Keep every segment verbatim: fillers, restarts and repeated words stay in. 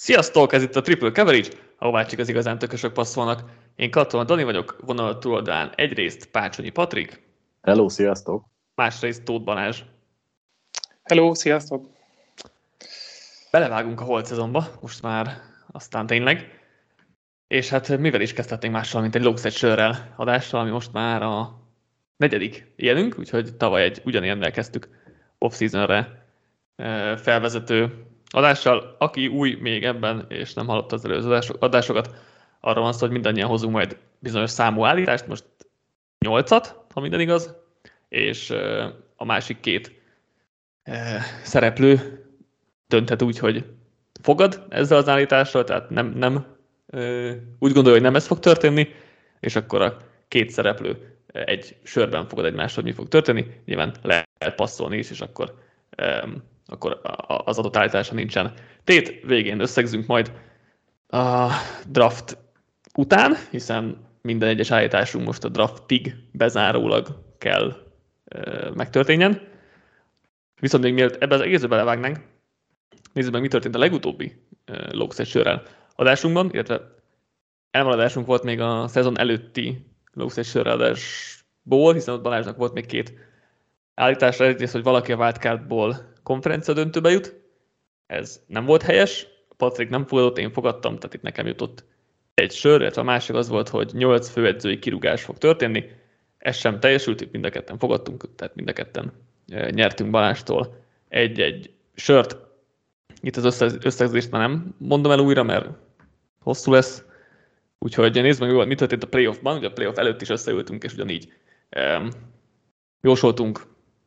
Sziasztok, ez itt a Triple Coverage, ahová csak az igazán tökösök passzolnak. Én Katona Dani vagyok, vonal túloldalán egyrészt Pácsonyi Patrik. Hello, sziasztok! Másrészt Tóth Balázs. Hello, sziasztok! Belevágunk a holt szezonba, most már aztán tényleg. És hát mivel is kezdhetnénk mással, mint egy Lókszett sörrel adással, ami most már a negyedik ilyenünk, úgyhogy tavaly egy ugyanilyennel kezdtük off-seasonre felvezető adással. Aki új még ebben, és nem hallotta az előző adásokat, arra van szó, hogy mindannyian hozunk majd bizonyos számú állítást, most nyolcat, ha minden igaz, és a másik két szereplő dönthet úgy, hogy fogad ezzel az állítással, tehát nem, nem úgy gondolja, hogy nem ez fog történni, és akkor a két szereplő egy sörben fogad egymást, hogy mi fog történni. Nyilván lehet passzolni is, és akkor, akkor az adott állítása nincsen tét. Végén összegzünk majd a draft után, hiszen minden egyes állításunk most a draftig bezárólag kell megtörténjen. Viszont még mielőtt ebbe az egészbe belevágnánk, nézzük meg, mi történt a legutóbbi Lókszett sörrel adásunkban, illetve elmaradásunk volt még a szezon előtti Lókszett sörrel adásból, hiszen ott Balázsnak volt még két állításra, egyrészt, hogy valaki a wildcardból konferencia döntőbe jut. Ez nem volt helyes, Patrik nem fogadott, én fogadtam, tehát itt nekem jutott egy sör, illetve a másik az volt, hogy nyolc főedzői kirúgás fog történni. Ez sem teljesült, itt mind a ketten fogadtunk, tehát mind a ketten nyertünk Balázstól egy-egy sört. Itt az összegzést már nem mondom el újra, mert hosszú lesz. Úgyhogy nézd meg, mi történt a playoffban. Ugye a playoff előtt is összeültünk, és ugyanígy um, jósoltunk,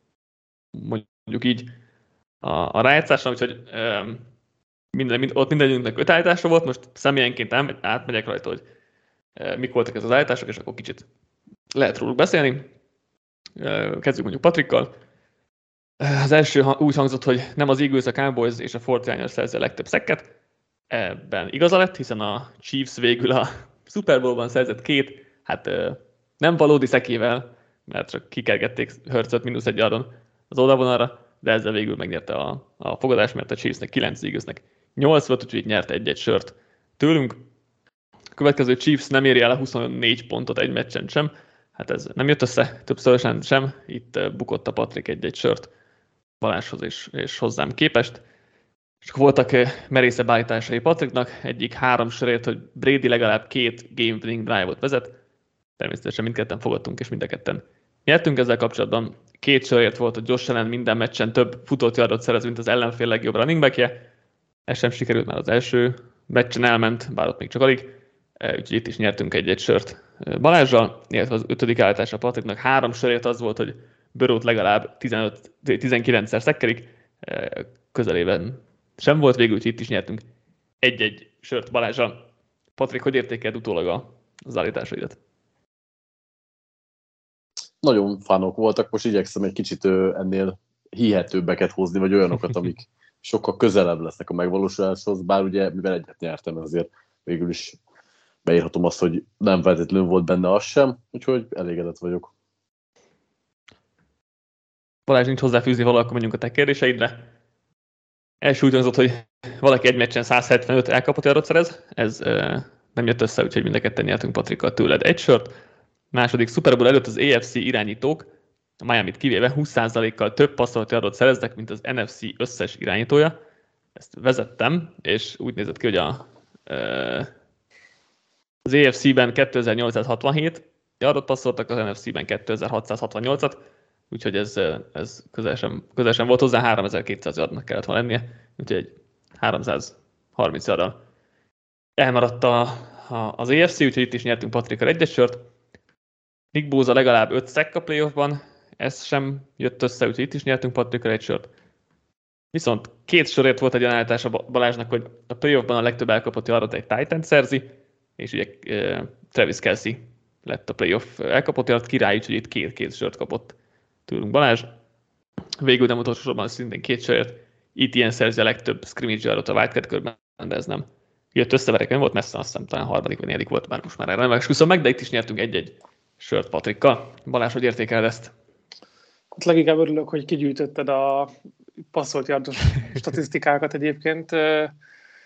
mondjuk így, a, a rájátszásra, úgyhogy um, minden, mind, ott mindegyünknek öt állításra volt. Most személyenként átmegyek rajta, hogy uh, mik voltak ez az állítások, és akkor kicsit lehet róluk beszélni. Uh, kezdjük mondjuk Patrikkal. Az első úgy hangzott, hogy nem az Eagles, a Cowboys és a negyvenkilencesek szerzi a legtöbb szekket. Ebben igaza lett, hiszen a Chiefs végül a Super Bowl-ban szerzett két, hát nem valódi szekével, mert csak kikergették Hurtsot mínusz egy yardon az oldalvonalra, de ezzel végül megnyerte a, a fogadást, mert a Chiefsnek kilenc, Eaglesnek nyolc volt, úgyhogy nyerte egy-egy sört tőlünk. A következő Chiefs nem éri el a huszonnégy pontot egy meccsen sem, hát ez nem jött össze többszörösen sem, itt bukott a Patrik egy-egy sört Balázshoz és, és hozzám képest. És akkor voltak merészebb állításai Patriknak, egyik három sörért, hogy Brady legalább két game winning drive-ot vezet. Természetesen mindketten fogadtunk, és mind a ketten nyertünk ezzel kapcsolatban. Két sörért volt, hogy Josh Allen minden meccsen több futott yardot szerez, mint az ellenfél legjobb running backje. Ez sem sikerült, már az első meccsen elment, bár ott még csak alig. Úgyhogy itt is nyertünk egy-egy sört Balázsral, illetve az ötödik állítása Patriknak három sörért az volt, hogy Burrowt legalább tizenöt, tizenkilencszer szekkelik, közelében sem volt, végül, hogy itt is nyertünk egy-egy sört Balázsral. Patrik, hogy értékeled utólag az állításaidat? Nagyon fánok voltak, most igyekszem egy kicsit ennél hihetőbbeket hozni, vagy olyanokat, amik sokkal közelebb lesznek a megvalósuláshoz, bár ugye, mivel egyet nyertem, ezért végül is beírhatom azt, hogy nem feltétlenül volt benne az sem, úgyhogy elégedett vagyok. Balázs, nincs hozzáfűzni valahol, akkor menjünk a te kérdéseidre. Első úgy hangzott, hogy valaki egy meccsen száz hetvenöt elkapott yardot szerez, ez e, nem jött össze, úgyhogy mind a ketten nyertünk Patrikkal tőled egy sört. Második Super Bowl előtt az á ef cé irányítók, a Miamit kivéve húsz százalékkal több passzolt yardot szereznek, mint az en ef cé összes irányítója. Ezt vezettem, és úgy nézett ki, hogy a, e, az á ef cé-ben kétezer-nyolcszázhatvanhét yardot passzoltak, az en ef cé-ben kétezer-hatszázhatvannyolcat, úgyhogy ez, ez közel, sem, közel sem volt hozzá, háromezer-kétszáz yardnak kellett volna lennie, úgyhogy egy háromszázharminc yardal elmaradt a, a, az á ef cé, úgyhogy itt is nyertünk Patrikkal egyes sört. Nick Bosa legalább öt sack a playoffban, ez sem jött össze, úgyhogy itt is nyertünk Patrikkal egy sört. Viszont két sörért volt egy állítás a Balázsnak, hogy a playoffban a legtöbb elkapott yardot egy Titan szerzi, és ugye uh, Travis Kelce lett a playoff elkapott yard király, úgyhogy itt két-két sört kapott tőlünk Balázs. Végül nem utolsó sorban szintén két sörért. Itt ilyen szerzi a legtöbb scrimmage yardot a wildcard körben, de ez nem jött összeverek, nem volt messze, azt hiszem talán harmadik vagy negyedik volt, már most már erre nem esküszöm meg, de itt is nyertünk egy-egy sört Patrikkal. Balázs, hogy értékeled ezt? Hát leginkább örülök, hogy kigyűjtötted a passzolt yardos statisztikákat egyébként.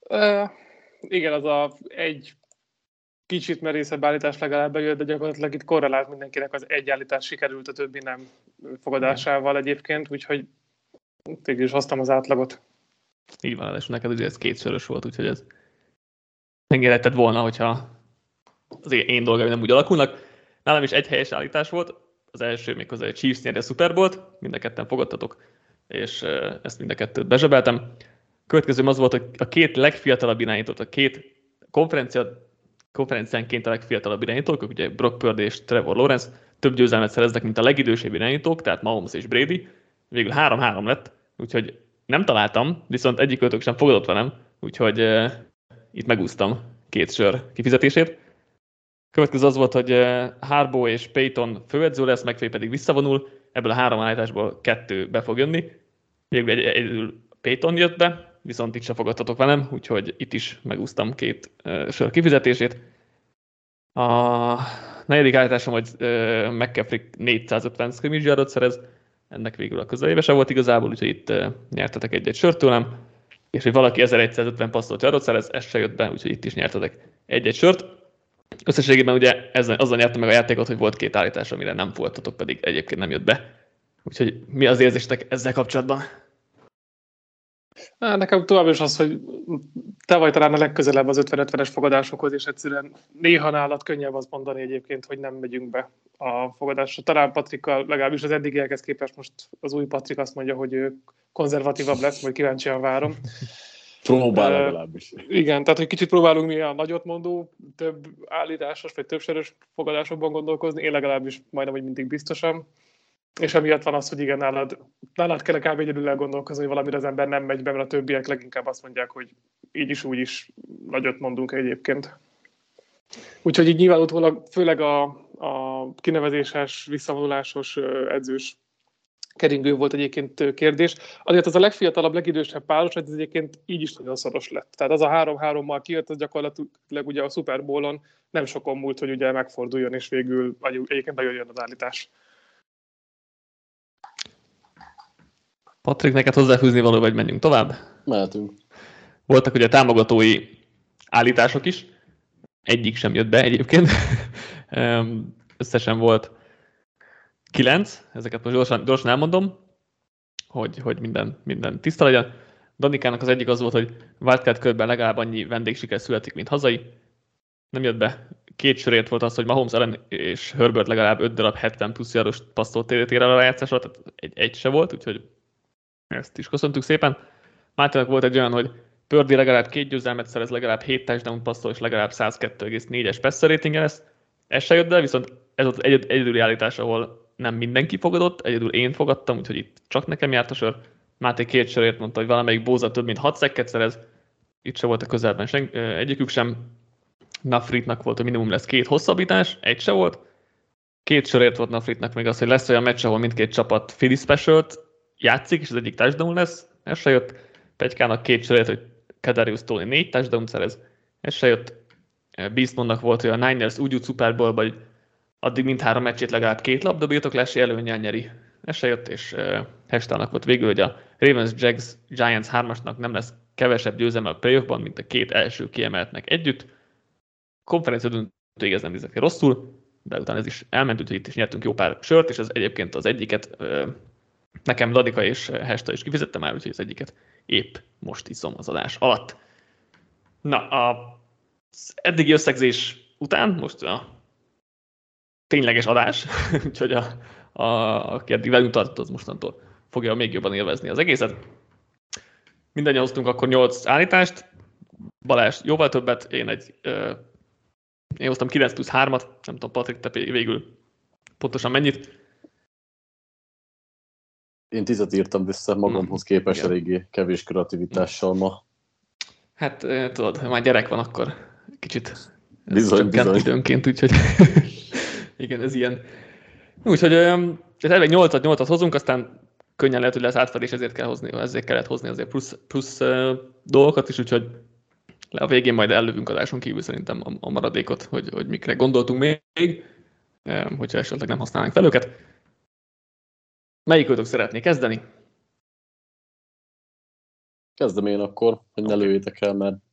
Uh, igen, az a egy kicsit merészebb állítás legalább bejött, de gyakorlatilag itt korrelált mindenkinek az egy állítás sikerült, a többi nem fogadásával egyébként, úgyhogy végül is hoztam az átlagot. Így van, és neked ugye ez kétszörös volt, úgyhogy ez megérhetett volna, hogyha az én dolgaim nem úgy alakulnak. Nálam is egy helyes állítás volt, az első méghozzá egy Chiefs nyerje a Super Bowl-t, mind a ketten fogadtatok, és ezt mind a kettőt bezsebeltem. Következőm az volt, hogy a két legfiatalabb irányítót, a két konferencia, konferenciánként a legfiatalabb irányítók, ugye Brock Purdy és Trevor Lawrence több győzelmet szereznek, mint a legidősebb irányítók, tehát Mahomes és Brady. Végül három-három lett, úgyhogy nem találtam, viszont egyik ötök sem fogadott velem, úgyhogy uh, itt megúsztam két sör kifizetését. Következő az volt, hogy uh, Harbaugh és Payton főedző lesz, McVay pedig visszavonul, ebből a három állításból kettő be fog jönni. Végül egy, egyedül Payton jött be, viszont itt sem fogadtatok velem, úgyhogy itt is megúsztam két uh, sör kifizetését. A negyedik állításom, hogy uh, McCaffrey négyszázötven scrimmage yardot szerez, ennek végül a közelébe volt igazából, úgyhogy itt uh, nyertetek egy-egy sört tőlem, és hogy valaki ezerszázötven passzolt yardot szerez, ez se jött be, úgyhogy itt is nyertetek egy-egy sört. Összességében ugye ezzel, azzal nyertem meg a játékot, hogy volt két állítás, amire nem voltatok, pedig egyébként nem jött be. Úgyhogy mi az érzéstek ezzel kapcsolatban? Nekem továbbra is az, hogy te vagy talán a legközelebb az ötven-ötvenes fogadásokhoz, és egyszerűen néha nálad könnyebb azt mondani egyébként, hogy nem megyünk be a fogadásra. Talán Patrikkal, legalábbis az eddigiekhez képest most az új Patrik azt mondja, hogy ő konzervatívabb lesz, majd kíváncsian várom. Próbál legalábbis. Uh, igen, tehát hogy kicsit próbálunk mi a nagyotmondó, több állításos vagy többszörös fogadásokban gondolkozni, én legalábbis majdnem, hogy mindig biztosan. És emiatt van az, hogy igen, nálad, nálad kell kb. Egyedül elgondolkozni, hogy valamire az ember nem megy be, mert a többiek leginkább azt mondják, hogy így is, úgy is nagyot mondunk egyébként. Úgyhogy így nyilván utólag, főleg a, a kinevezéses, visszavonulásos edzős keringő volt egyébként kérdés. Azért az a legfiatalabb, legidősebb páros, ez egyébként így is nagyon szoros lett. Tehát az a három-hárommal kijött, az gyakorlatilag ugye a Super Bowl-on nem sokon múlt, hogy ugye megforduljon, és végül egyébként bejöjjön az állítás. Patrik, neked hozzáfűzni való, vagy menjünk tovább? Mehetünk. Voltak ugye támogatói állítások is, egyik sem jött be egyébként. Összesen volt kilenc, ezeket most gyorsan, gyorsan elmondom, hogy, hogy minden, minden tiszta legyen. Danikának az egyik az volt, hogy wildcard körben legalább annyi vendégsiker születik, mint hazai. Nem jött be. Két sörért volt az, hogy Mahomes ellen és Herbert legalább öt darab hetven plusz yardos passzolt té dé té-re a rájátszásra, tehát egy, egy se volt, úgyhogy ezt is köszöntük szépen. Máténak volt egy olyan, hogy Purdy legalább két győzelmet szerez, legalább hét touchdown passzol, és legalább száz kettő egész négyes passer ratingje lesz. Ez se jött be, viszont ez volt egy, egyedüli állítás, ahol nem mindenki fogadott, egyedül én fogadtam, úgyhogy itt csak nekem járt a sör. Máté két sörért mondta, hogy valamelyik bóza több mint hat szekket szerez. Itt se volt a közelben sen, egyikük sem. Nafritnak volt, hogy minimum lesz két hosszabbítás, egy se volt. Két sörért volt Nafritnak még az, hogy lesz olyan meccs, ahol mindkét csapat Philly specialt játszik, és az egyik touchdown lesz, ez se jött. Pegykának két sörért, hogy Kadarius Toney négy touchdown szerez, ez se jött. Beastmonnak volt, hogy a Niners úgy jut Super Bowl-ba, hogy addig mindhárom meccsét legalább két labdabirtoklási előnnyel nyeri. Ez se jött, és uh, Hestának volt végül, hogy a Ravens Jags Giants hármasnak nem lesz kevesebb győzelme a playoffban, mint a két első kiemeltnek együtt. Konferencia döntőig ez nem nézett ki rosszul, de utána ez is elment, úgyhogy itt is nyertünk jó pár sört, és ez egyébként az egyiket uh, nekem Ladika és Hesta is kifizette már, úgyhogy az egyiket épp most iszom az adás alatt. Na, az eddigi összegzés után most a tényleges adás, úgyhogy a, a, aki eddig velünk tartott, az mostantól fogja még jobban élvezni az egészet. Mindannyian hoztunk akkor nyolc állítást, Balázs jóval többet, én egy ö, én hoztam kilenc plusz hármat, nem tudom, Patrik, te végül pontosan mennyit? Én tízet írtam vissza, magamhoz képest eléggé kevés kreativitással ma. Hát tudod, már gyerek van, akkor kicsit bizony, bizony. időnként, úgyhogy igen, ez ilyen. Úgyhogy elég nyolcat nyolcat hozunk, aztán könnyen lehet, hogy lesz átfedés, ezért kell hozni, ezért kellett hozni azért plusz, plusz uh, dolgokat is, úgyhogy a végén majd ellövünk adáson kívül szerintem a, a maradékot, hogy, hogy mikre gondoltunk még, um, hogyha esetleg nem használnánk fel őket. Melyikőtök szeretné kezdeni? Kezdem én akkor, hogy ne Okay. lőjétek el, mert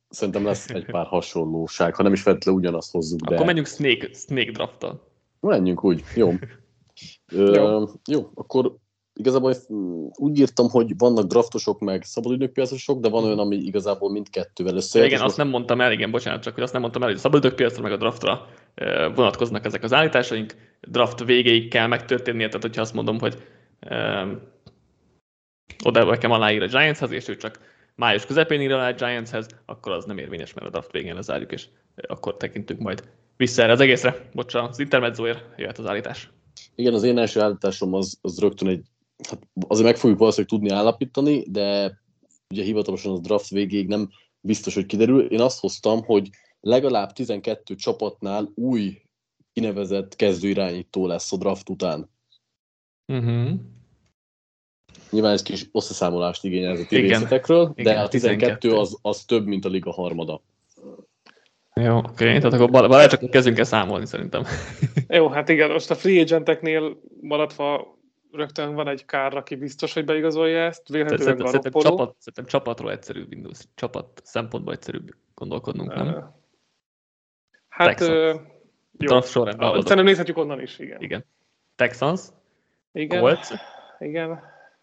szerintem lesz egy pár hasonlóság, ha nem is feltétlenül ugyanazt hozzuk, de... Akkor menjünk Snake, Snake draft-tal. Menjünk úgy, jó. Ö, jó. Jó, akkor igazából úgy írtam, hogy vannak draftosok, meg szabadügynökpiacosok, de van olyan, ami igazából mindkettővel összejött. Igen, azt most... nem mondtam el, igen, bocsánat, csak hogy azt nem mondtam el, hogy a szabadügynökpiacra meg a draftra vonatkoznak ezek az állításaink. Draft végéig kell megtörténnie, tehát hogyha azt mondom, hogy um, oda nekem aláír a Giantshez, és ő csak május közepén ír alá a Giantshez, akkor az nem érvényes, mert a draft végén lezárjuk, és akkor tekintünk majd vissza erre az egészre. Bocsánat, az intermedzóért jöhet az állítás. Igen, az én első állításom az, az rögtön egy, hát azért meg fogjuk valószínűleg tudni állapítani, de ugye hivatalosan az draft végéig nem biztos, hogy kiderül. Én azt hoztam, hogy legalább tizenkettő csapatnál új kinevezett kezdőirányító lesz a draft után. Uh-huh. Nyilván ez kis összeszámolást igényel ez a ti részletekről, de igen, a tizenkettő az, az több, mint a liga harmada. Jó, oké, okay. Tehát akkor Balázs csak kezdjünk el számolni szerintem. Jó, hát igen, most a free agenteknél maradva rögtön van egy kár, aki biztos, hogy beigazolja ezt, vélhetően Garoppolo. Csapat, szerintem csapatról egyszerűbb Windows, csapat szempontból egyszerűbb gondolkodnunk, nem? Uh, hát, Texans. Uh, jó. Szerintem nézhetjük onnan is, igen. Igen. Texans. Igen. Colts. Igen.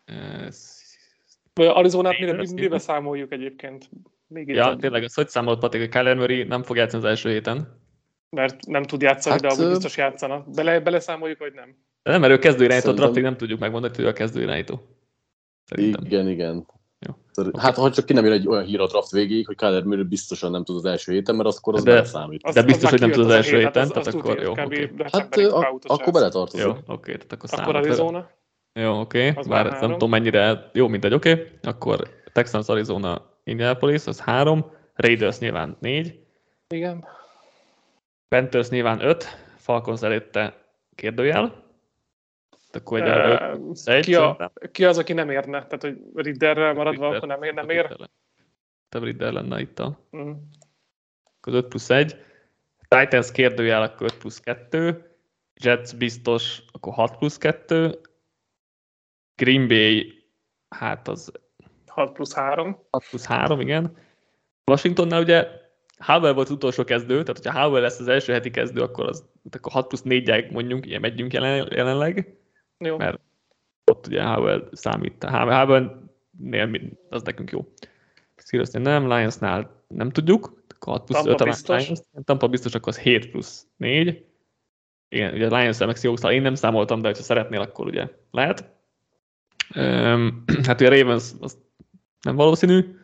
Uh, Arizonát mire, mire számoljuk egyébként? Még ja, egy tényleg, azt hogy számolt Patrik, hogy Kyler Murray nem fog játszani az első héten? Mert nem tud játszani, hát, de amúgy biztos játszana. Bele, beleszámoljuk, vagy nem? De nem, mert ő kezdőirányító, szerintem... draftig nem tudjuk megmondani, hogy ő a kezdőirányító. Szerintem. Igen, igen. Jó. Hát, okay. Ha csak ki nem jön egy olyan hír a draft végéig, hogy Kyler Murray biztosan nem tud az első héten, mert akkor az de, nem számít. De az, biztos, az hogy nem tud az első héten, az, tehát az akkor jó. Okay. Hát a, akkor beletartozik. Jó, oké, okay, tehát akkor számít. Akkor Arizona. Jó, oké, okay. Bár nem tudom mennyire, jó, mindegy, oké. Okay. Akkor Texans, Arizona, Indianapolis, az három. Raiders nyilván négy. Igen. Panthers nyilván öt. Falcons előtte kérdőjel. Akkor egy uh, egy, ki, a, ki az, aki nem érne? Tehát, hogy Ridderrel maradva, Ridder, akkor nem, nem ér? Te Ridder lenne itt a... Uh-huh. Akkor öt plusz egy. Titans kérdőjel, akkor öt plusz kettő. Jets biztos, akkor hat plusz kettő. Green Bay, hát az... hat plusz három. hat plusz három, igen. Washingtonnál ugye Howell volt utolsó kezdő, tehát hogyha Howell lesz az első heti kezdő, akkor, az, akkor hat plusz négyel mondjuk, ilyen megyünk jelen, jelenleg. Jó. Mert ott ugye Howell számít. Howell-nél az nekünk jó. Steelersnél nem, Lionsnál nem tudjuk. Akkor hat plusz öt a Lions. Tampa biztos, akkor az hét plusz négy. Igen, ugye Lions-nál meg Seahawks-nál én nem számoltam, de ha szeretnél, akkor ugye lehet. Um, hát ugye Ravens az nem valószínű.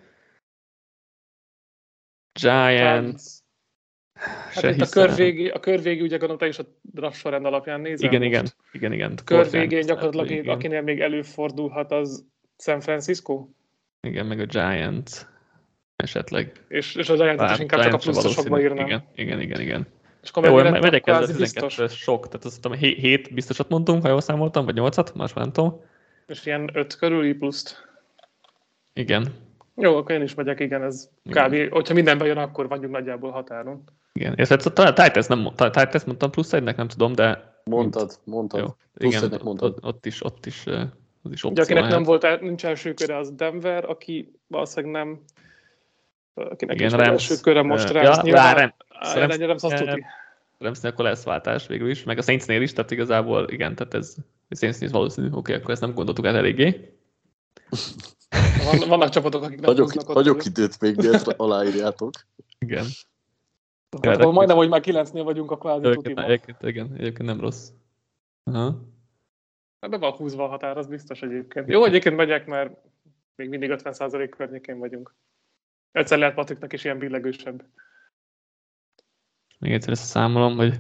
Giants. Hát itt a kör végé, a kör végé, ugye gondolom, te is a draft sorrend alapján nézel. Igen, igen, igen, igen. A kör végén gyakorlatilag, igen. Akinél még előfordulhat, az San Francisco. Igen, meg a Giants esetleg. És, és a Giants is inkább csak a pluszosokba írnám. Igen, igen, igen, igen. És akkor jó, megyek ezzel tizenkettő sok, tehát azt tudom, hét biztosat mondtunk, ha jól számoltam, vagy nyolcat, most már nem tudom. És ilyen öt körüli pluszt. Igen. Jó, akkor én is megyek, igen, ez igen. Kb. Hogyha mindenben jön, akkor vagyunk nagyjából határon. Igen, és hát a Titans nem Titans mondtam plusz egynek, nem tudom, de... Mondtad, mondtad. Jó. Igen, ott, mondtad. Ott, ott is, ott is, az is opció. Akinek nem volt, nincs első köre, az Denver, aki valószínűleg nem... Akinek igen, is Rams, első köre most uh, Rams. Ja, nyilván, Rams, Rams, Rams azt tudni. Ramsnél akkor lesz váltás végül is, meg a Saintsnél is, tehát igazából igen, tehát ez a Saintsnél is valószínű, oké, okay, akkor ezt nem gondoltuk át eléggé. Van, vannak csapatok, akik nem hagyok, húznak ott. Hagyok időt még, miért aláírjátok. Igen. Hát, ja, majdnem, hogy már kilencnél vagyunk a kvázi tutiban. Egyébként, igen, egyébként nem rossz. Aha. Be van húzva a határ, az biztos egyébként. Jó, egyébként megyek, mert még mindig ötven százalék környékén vagyunk. Egyszer lehet Patriknak is ilyen billegősebb. Még egyszer ezt számolom, hogy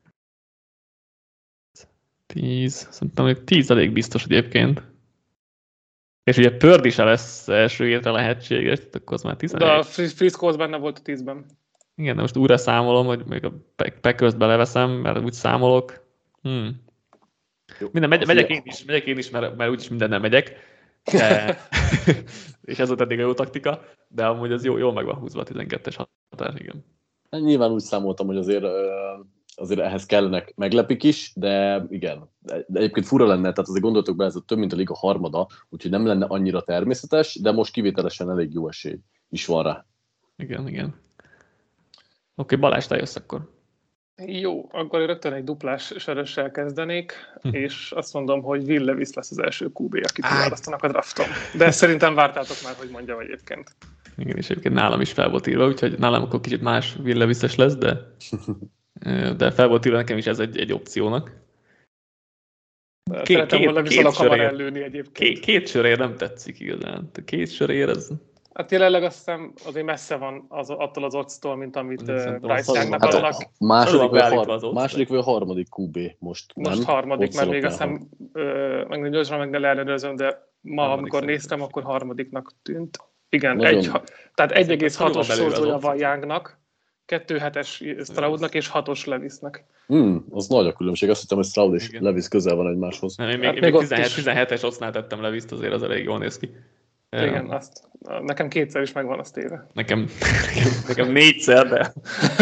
tíz, szerintem még tíz elég biztos egyébként. És ugye Pörd is lesz első hétre lehetséges, akkor az már tizenegy. De a Frisco az benne volt a tízben. Igen, de most újra számolom, hogy még a Packers-t beleveszem, mert úgy számolok. Hmm. Minden, megy, megyek én is, megyek én is mert, mert úgyis mindennel megyek. De, és ez volt eddig a jó taktika, de amúgy az jó, jól meg van húzva a tizenkettes határ, igen. Nyilván úgy számoltam, hogy azért, azért ehhez kellenek meglepik is, de igen. De egyébként fura lenne, tehát azért gondoltok be, ez több, mint a liga harmada, úgyhogy nem lenne annyira természetes, de most kivételesen elég jó esély is van rá. Igen, igen. Oké, okay, Balázs, te jössz akkor. Jó, akkor rögtön egy duplás sörössel kezdenék, hm. és azt mondom, hogy Will Levis lesz az első kú bé, akit kiválasztanak a drafton. De szerintem vártátok már, hogy mondjam egyébként. Igen, és egyébként nálam is fel volt írva, úgyhogy nálam akkor kicsit más Will Levis-es lesz, de, de fel volt írva nekem is ez egy, egy opciónak. Két, Szeretem volna viszont hamar ellőni egyébként. Két, két sörér nem tetszik igazán. Két sörér ez... Hát jelenleg azt hiszem azért messze van az, attól az oddstól, mint amit uh, Bryce Youngnak hát adnak. Második vagy, har- második vagy harmadik kú bé most, Most nem? harmadik, mert még azt hiszem, uh, meg nem gyorsan meg ne leellenőrzöm, de ma, harmadik amikor néztem, akkor harmadiknak tűnt. Igen, nagyon, egy, tehát egy egész hatos szorzója van Youngnak, kettő hetes Stroudnak és hatos Levisnek. Hmm, az nagy a különbség. Azt hittem, hogy Stroud és igen. Levis közel van egymáshoz. Nem, én még, hát még tizenhét, tizenhetes osztnál tettem Leviszt, azért az elég jól néz ki. Igen, um, azt, nekem kétszer is megvan az téve. Nekem, nekem, nekem négyszer, de...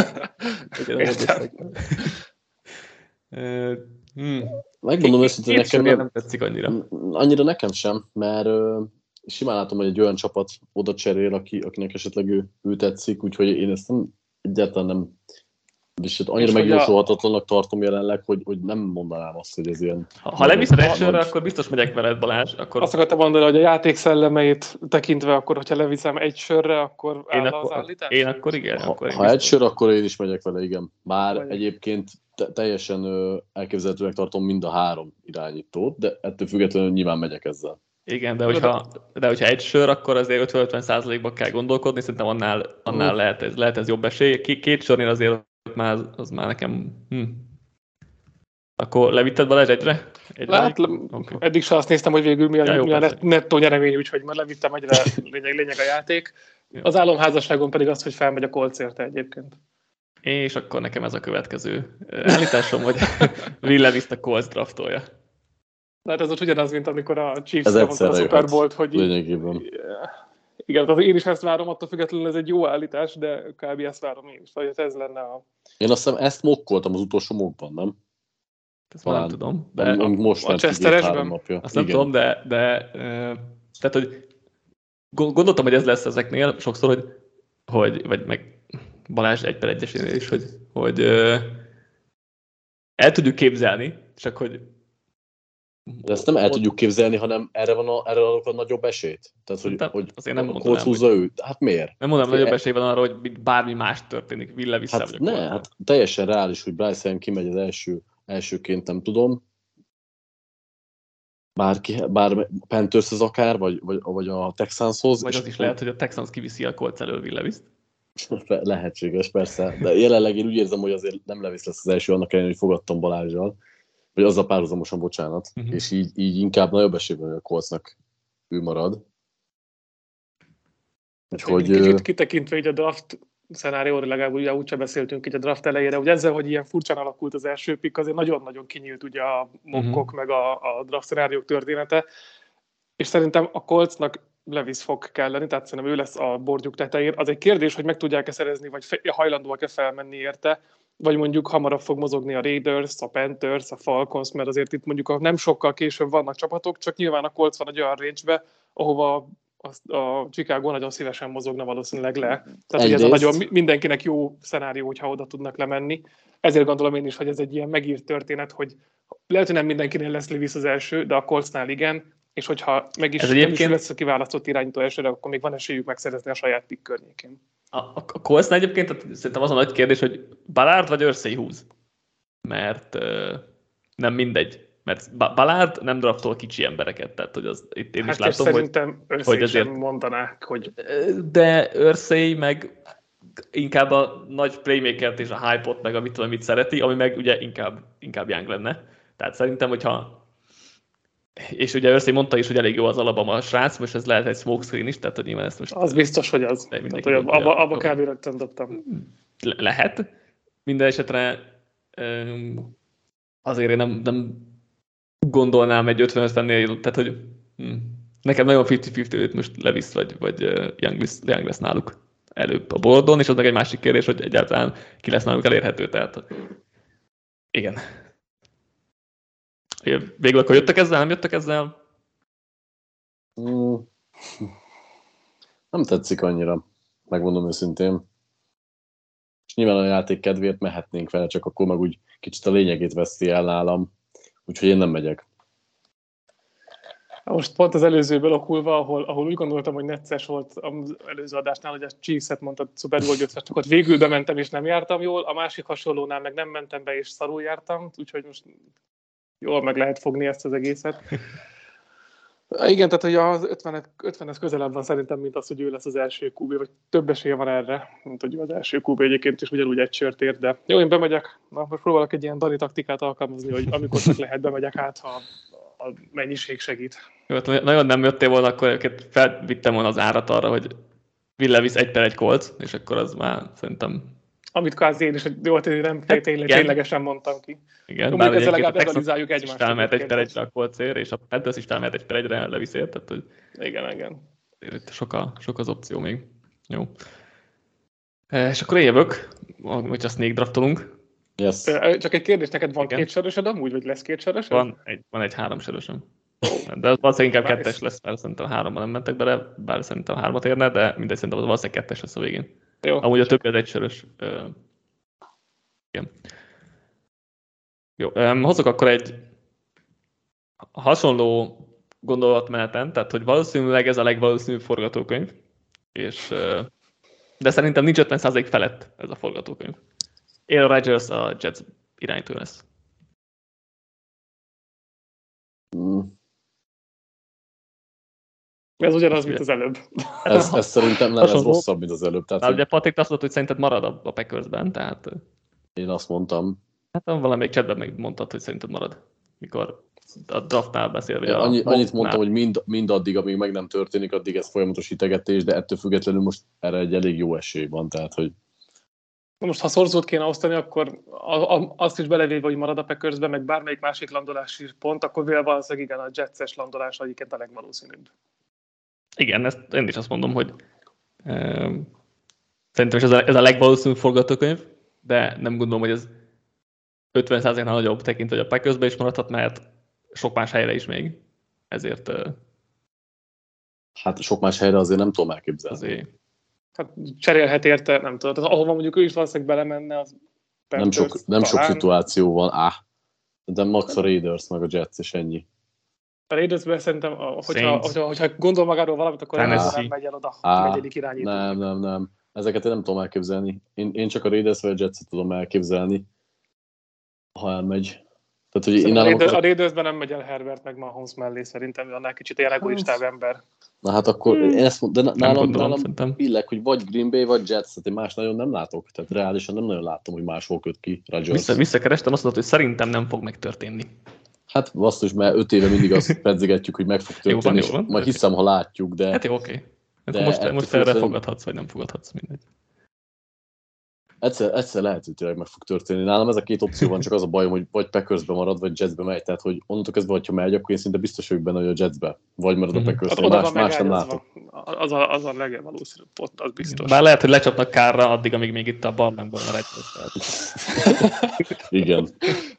hmm. Megmondom őszintén, nekem nem, nem tetszik annyira. Annyira nekem sem, mert uh, simán látom, hogy egy olyan csapat oda cserél, aki, akinek esetleg ő, ő tetszik, úgyhogy én ezt nem, egyáltalán nem... És hát annyira megjósolhatatlanak tartom jelenleg, hogy, hogy nem mondanám azt, hogy ez ilyen... Ha, ha leviszed egy sörre, akkor biztos megyek veled, Balázs. Akkor... Azt akartam mondani, hogy a játék szellemeit tekintve, akkor hogyha leviszem egy sörre, akkor áll én az akkor, állítás? Én akkor igen. Ha, akkor ha egy sör, akkor én is megyek vele, igen. Bár Vagy... egyébként te, teljesen ö, elképzelhetőnek tartom mind a három irányítót, de ettől függetlenül nyilván megyek ezzel. Igen, de hogyha, de hogyha egy sör, akkor azért ötven-ötven százalékban kell gondolkodni, szerintem annál, annál uh. lehet, ez, lehet ez jobb esély. Két sörnél azért már, az már nekem... Hm. Akkor levitted Balázs egyre? egyre Lát, le, okay. Eddig se azt néztem, hogy végül mi a, ja, mi a nettó nyeremény, úgyhogy már levittem egyre, lényeg, lényeg a játék. Az álomházasságon pedig az, hogy felmegy a Colts érte egyébként. És akkor nekem ez a következő állításom, hogy Will Levis a Colts draftolja. Hát ez ott ugyanaz, mint amikor a Chiefs-re mondta a Super Bowl-t, hogy... Lényegében. Igen, az én is ezt várom, attól függetlenül ez egy jó állítás, de kb. Ezt várom én is, hogy ez lenne a... Én azt hiszem ezt mokkoltam az utolsó mokkban, nem? Ezt már nem tudom. De a, most a Chesteresben? Azt nem tudom, de, de uh, tehát, hogy gondoltam, hogy ez lesz ezeknél sokszor, hogy, hogy vagy meg Balázs egy per egyesénél is, hogy, hogy uh, el tudjuk képzelni, csak hogy de ezt nem el tudjuk képzelni, hanem erre van a, erre a nagyobb esélyt. Tehát, hogy, tehát hogy azért nem a Colts húzza ő. Hát miért? Nem mondom, nagyobb esély van arra, hogy bármi más történik, Will vissza. Hát ne, hát teljesen reális, hogy Bryce Young kimegy az első, elsőként, nem tudom. Bárki, bár Panthers az akár, vagy, vagy, vagy a Texanshoz. Vagy az is lehet, hogy a Texans kiviszi a Colts elől Will Levis-t. Lehetséges, persze. De jelenleg én úgy érzem, hogy azért nem Levis lesz az első, annak ellenére, hogy fogadtam Balázsral. Vagy azzal párhuzamosan, bocsánat, uh-huh. és így, így inkább nagyobb esélyben, hogy a Coltsnak ő marad. Úgyhogy... Kicsit kitekintve így a draft szenárióra, legalább ugye úgyse beszéltünk így a draft elejére, hogy ezzel, hogy ilyen furcsán alakult az első pick, azért nagyon-nagyon kinyílt ugye a mokkok, uh-huh. meg a, a draft szenáriók története, és szerintem a Coltsnak Levis fog kelleni, tehát szerintem ő lesz a bordjuk tetején. Az egy kérdés, hogy meg tudják-e szerezni, vagy hajlandóak-e felmenni érte, vagy mondjuk hamarabb fog mozogni a Raiders, a Panthers, a Falcons, mert azért itt mondjuk nem sokkal később vannak csapatok, csak nyilván a Colts van egy olyan range-be, ahova a, a Chicago nagyon szívesen mozogna valószínűleg le. Tehát hogy ez a nagyon mindenkinek jó szenárió, hogyha oda tudnak lemenni. Ezért gondolom én is, hogy ez egy ilyen megírt történet, hogy lehet, hogy nem mindenkinél lesz Levis az első, de a Coltsnál igen, és hogyha meg is, egyébként... is lesz a kiválasztott irányító elsőre, akkor még van esélyük megszerezni a saját pick környékén. A, a, a Coltsnál egyébként tehát szerintem az a nagy kérdés, hogy Ballard vagy Irsay húz. Mert uh, nem mindegy. Mert Ballard nem draftol kicsi embereket, tehát hogy az, itt én hát is látom, szerintem hogy, hogy azért mondanák, hogy... De Irsay meg inkább a nagy playmakert és a hype-ot, meg amit, amit szereti, ami meg ugye inkább, inkább Young lenne. Tehát szerintem, hogyha és ugye Irsay mondta is, hogy elég jó az Alabama a srác, most ez lehet egy smokescreen is, tehát hogy nyilván ezt most... Az biztos, hogy az. Tehát, hogy abba, abba kb. Rögtön dobtam. Le- lehet. Minden esetre um, azért én nem, nem gondolnám egy ötven-ötvennél, tehát hogy hm, nekem nagyon fifty-fifty most Levis vagy, vagy uh, Young, lesz, Young lesz náluk előbb a boardon, és az meg egy másik kérdés, hogy egyáltalán ki lesz náluk elérhető, tehát igen. Végül akkor jöttek ezzel, nem jöttek ezzel? Mm. Nem tetszik annyira. megmondom őszintén. És nyilván a játék kedvéért mehetnénk vele, csak akkor meg úgy kicsit a lényegét veszti el nálam, úgyhogy én nem megyek. Most pont az előzőből okulva, ahol, ahol úgy gondoltam, hogy necces volt az előző adásnál, hogy a Chiefs-et mondtad Super Bowl győztes, csak ott végül bementem és nem jártam jól, a másik hasonlónál meg nem mentem be és szarul jártam, úgyhogy most jól meg lehet fogni ezt az egészet. Igen, tehát hogy az ötvenhez közelebb van szerintem, mint az, hogy ő lesz az első kú bé, vagy több esélye van erre, mint hogy ő az első kú bé egyébként is ugyanúgy egy sört ér, de jó, én bemegyek, na, most próbálok egy ilyen Dani taktikát alkalmazni, hogy amikor csak lehet bemegyek, hát ha a mennyiség segít. Jó, nagyon nem jöttél volna, akkor felvittem volna az árat arra, hogy Ville visz egy per egy Colts, és akkor az már szerintem... Amit kvázi én is, hogy jó, nem hát, tényleg, ténylegesen mondtam ki. Igen, jó, bár ezzel legalább legalizáljuk egymást. is felmehet egy per egyre a Coltsért, és a Panthers is felmehet egy per egyre leviszért, tehát hogy... Igen, igen. Itt sok, a, sok az opció még. Jó. E, és akkor én jövök, hogy a snake draftolunk. Yes. Csak egy kérdés, neked van igen. két sörösöd amúgy, vagy lesz két sörösöd? Van egy, van egy három sörösöm. De az valószínűleg inkább kettes lesz, mert szerintem háromban nem mentek bele, bár szerintem hármat érne, de mindegy, szerintem az valószínűleg kettes lesz a végén. Jó. Amúgy a többi az egy sörös. Uh, igen. Jó, um, hozok akkor egy hasonló gondolatmeneten, tehát hogy valószínűleg ez a legvalószínűbb forgatókönyv, és, uh, de szerintem nincs ötven százalék felett ez a forgatókönyv. Aaron Rodgers a Jets irányító lesz. Mm. Ez ugyanaz, mint az előbb. Ez, ez szerintem nem, ez rosszabb, mint az előbb. Tehát, hogy... ugye Patrik azt mondta, hogy szerinted marad a, a Packersben, tehát... Én azt mondtam. Hát valamelyik chatben meg mondtad, hogy szerinted marad, mikor a draftnál beszél. Vagy Annyi, a annyit mondtam, hogy mind, mind addig, amíg meg nem történik, addig ez folyamatos hitegetés, de ettől függetlenül most erre egy elég jó esély van, tehát hogy... Most ha szorzót kéne osztani, akkor azt is belevéve, hogy marad a Packersben, meg bármelyik másik landolási pont, akkor véle valószínűleg igen, a Jetses landolás egyiket a legvalószínűbb. Igen, ezt én is azt mondom, hogy uh, szerintem is ez a, ez a legvalószínűbb forgatókönyv, de nem gondolom, hogy ez ötven százaléknál nagyobb tekintve, hogy a Packersben is maradhat, mert sok más helyre is még. Ezért... Uh, hát sok más helyre azért nem tudom elképzelni. Azért... Hát cserélhet érte, nem tudom. Tehát, ahova mondjuk ő is valószínűleg belemenne, az nem sok, nem sok szituáció van, áh. De max a Raiders, meg a Jets, és ennyi. A Raidersben szerintem, hogyha, hogyha, hogyha gondol magáról valamit, akkor nem megy el oda a negyedik irányító. Nem, nem, nem. Ezeket én nem tudom elképzelni. Én, én csak a Raiders vagy a Jetset tudom elképzelni, ha elmegy. Tehát, hogy én a, Raiders, akkor... a Raidersben nem megy el Herbert meg Mahomes mellé, szerintem annál kicsit ilyen egoistább ember. Na hát akkor hmm. én ezt mondom, de nálam, gondolom, nálam illeg, hogy vagy Green Bay, vagy Jets, tehát én más nagyon nem látok. Tehát reálisan nem nagyon látom, hogy máshol köt ki Rodgers. Vissza, visszakerestem, azt mondod, hogy szerintem nem fog megtörténni. Hát basszus, mert öt éve mindig azt pedzegetjük, hogy meg fog történni, jó, van, majd hiszem, ha látjuk, de... Hát jó, oké. Okay. Most, most erre szerintem... fogadhatsz, vagy nem fogadhatsz, mindegy. Egyszer, egyszer lehet, hogy tényleg meg fog történni. Nálam ez a két opció van, csak az a bajom, hogy vagy Packersbe marad, vagy Jetsbe megy. Tehát, hogy onnantól kezdve, hogyha megy, akkor én szinte biztos vagyok benne, hogy a Jetsbe. Vagy marad a Packersbe, mm-hmm. más, más nem látok. Az a, az a legvalószínűbb pont, az biztos. Bár lehet, hogy lecsapnak kárra addig, amíg még itt a barlangban a Rodgers. Igen.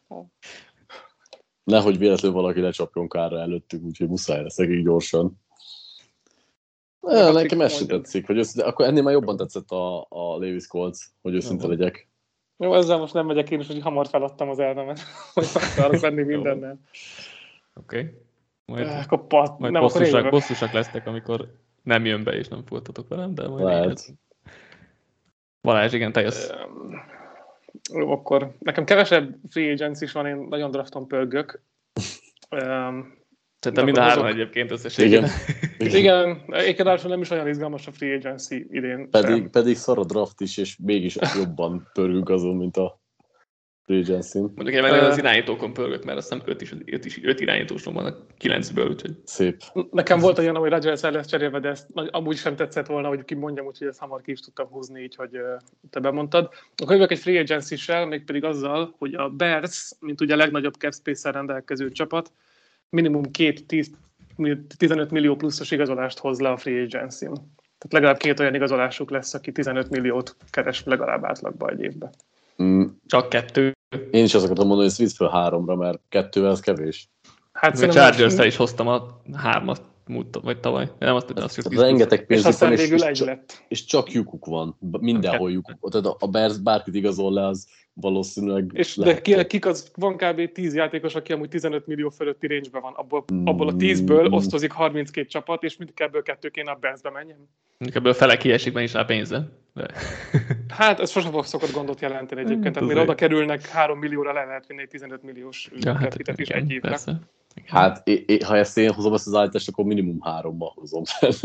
Nehogy véletlenül valaki lecsapjon kárra előttük, úgyhogy muszáj lesz nekik gyorsan. Ja, nekem ez sem tetszik, hogy össze, akkor ennél már jobban tetszett a, a Lewis Colts, hogy őszinte uh-huh. legyek. Jó, ezzel most nem megyek én is, hogy hamar feladtam az elvemet, hogy akarok venni mindennel. Oké. Okay. Majd, akkor pat, majd nem bosszusak, bosszusak lesztek, amikor nem jön be és nem folytatok velem, de majd lehet. Balázs, igen, te jössz. Jó, akkor nekem kevesebb free agents is van, én nagyon drafton pörgök. Um, Szerintem mind a három egyébként összességében. Igen. Igen, egyébként nem is olyan izgalmas a free agency idén. Pedig, pedig szar a draft is, és mégis jobban pörgünk azon, mint a free agency-n. Mondjuk én meg uh, az irányítókon pörgök, mert azt hiszem öt, is, öt, is, öt irányítósom van a kilencből, úgyhogy... Szép. Nekem volt olyan, hogy Rodgers el lesz cserélve, de ezt amúgy sem tetszett volna, hogy kimondjam, úgyhogy ezt hamar ki is tudtam húzni, így, hogy uh, te bemondtad. Akkor jövök egy free agency-sel, mégpedig azzal, hogy a Bears, mint ugye a legnagyobb cap space-szel rendelkező csapat, minimum két tizenöt millió pluszos igazolást hoz le a free agency-n. Tehát legalább két olyan igazolásuk lesz, aki tizenöt milliót keres legalább átlagban egy évben. Mm. Csak kettő. Én is azt akartam mondani, hogy ez visz fel háromra, mert kettővel ez kevés. Hát a Chargers-tel is hoztam a hármat, múlt, vagy tavaly. Nem azt tudom, azt rengeteg pénzük és van, és, végül és, egy csak, lett. és csak lyukuk van. Mindenhol lyukuk. Tehát a, a Bears bárkit igazol le, az valószínűleg és lehet. de kik az, van kb. tíz játékos, aki amúgy tizenöt millió fölötti range-ben van. Abból, abból a tízből osztozik harminckét csapat, és mind ebből kettő kéne a Bearsbe menjen. Ebből fele kiesik, is rá pénze. De... Hát ez sosem fog szokott gondot jelenteni egyébként. Tehát mire oda kerülnek három millióra, le lehet vinni egy tizenöt milliós ja, hát capitet is egy évre. Persze. Hát é, é, ha ezt én hozom ezt az állítást, akkor minimum háromba hozom.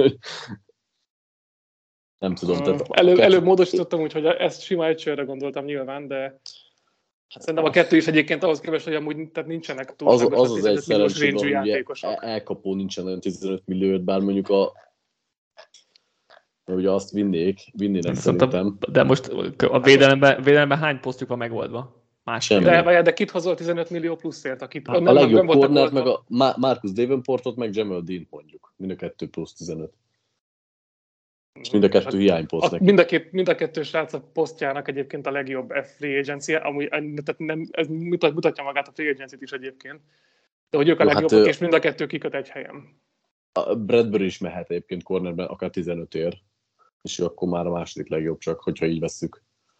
Nem tudom. Hmm. Tehát Elő, kettő... előbb módosítottam úgy, hogy ezt sima egysőre gondoltam nyilván, de szerintem a kettő is egyébként ahhoz képest, hogy amúgy tehát nincsenek túlságosan az az, az egy szerencsében, hogy játékosok. elkapó nincsen olyan tizenöt milliót, bár mondjuk a ugye azt vinnék, vinnének szerintem. De most a védelemben, védelemben hány posztjuk van megoldva? Másfél. De, de kit hozol tizenöt millió pluszért? Akit, a, nem, a legjobb nem cornert, meg a Marcus Davenportot, meg Jamal Dean mondjuk. Mind a kettő plusz tizenöt. És mind a kettő hiányposzt neki. Mind a, két, mind a kettő srác a posztjának egyébként a legjobb free agency, amúgy tehát nem, ez mutatja magát a free agency-t is egyébként. De hogy ők a legjobbak, hát, és mind a kettő kiköt egy helyen. A Bradbury is mehet egyébként cornerben akár tizenöt ér, és ő akkor már a második legjobb, csak hogyha így vesszük.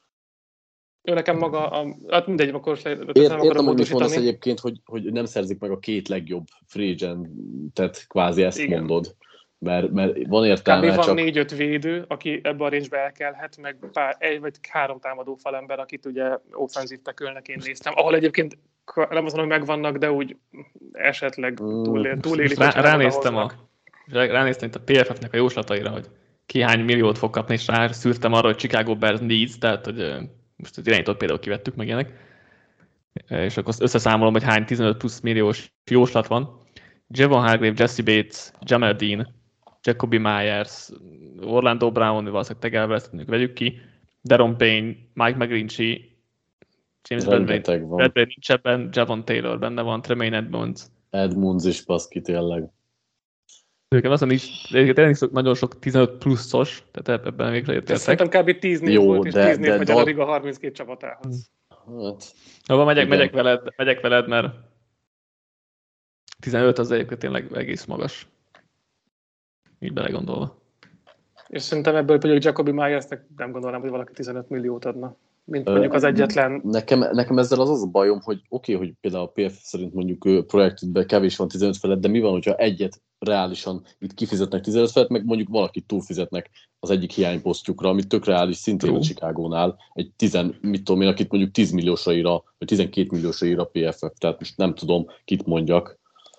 Ő nekem maga, a, hát mindegy, akkor Ér, nem akarom Értem, hogy mit mondasz egyébként, hogy, hogy nem szerzik meg a két legjobb free agent-et, kvázi ezt igen. mondod. Mert, mert van értelme, Kb. Van csak... négy-öt védő, aki ebbe a range-be elkelhet, meg pár, egy vagy három támadó falember, akit ugye offenzív tekölnek én néztem, ahol egyébként nem azt mondom, hogy megvannak, de úgy esetleg túlél, túlélik. Rá, ránéztem, a, ránéztem itt a pé ef ef-nek a jóslataira, hogy ki hány milliót fog kapni, és rászűrtem arra, hogy Chicago Bears needs, tehát hogy most az irányítót például kivettük meg ilyenek, és akkor összeszámolom, hogy hány tizenöt plusz milliós jóslat van. Javon Hargrave, Jesse Bates, Jamal Dean, Jacoby Myers, Orlando Brown, valószínűleg tegelve ezt vegyük ki, Deron Payne, Mike McGlinchey, James Bradbury, Bradbury nincs ebben, Javon Taylor benne van, Tremaine Edmonds. Edmonds is baszki tényleg. Őket azon is, tényleg nagyon sok tizenöt pluszos, tehát ebben végre értéltek. Szerintem kb. tíz név volt, és tíz név megy el a liga harminckét csapatához. Hát, Abba megyek, megyek, veled, megyek veled, mert tizenöt az egyébként tényleg egész magas. Így belegondolva. És szerintem ebből például Jacoby Myersnek nem gondolnám, hogy valaki tizenöt milliót adna. Mint mondjuk az egyetlen... Nekem, nekem ezzel az az a bajom, hogy oké, okay, hogy például a pé ef szerint mondjuk projektben kevés van tizenöt felett, de mi van, hogyha egyet reálisan itt kifizetnek tizenöt felett, meg mondjuk valakit túlfizetnek az egyik hiányposztjukra, ami tök reális szintén True. A Chicagónál, egy tizen, mit tudom én, akit mondjuk tíz milliósra ír a, vagy tizenkét milliósra ír a pé ef ef, tehát most nem tudom, kit mondjak,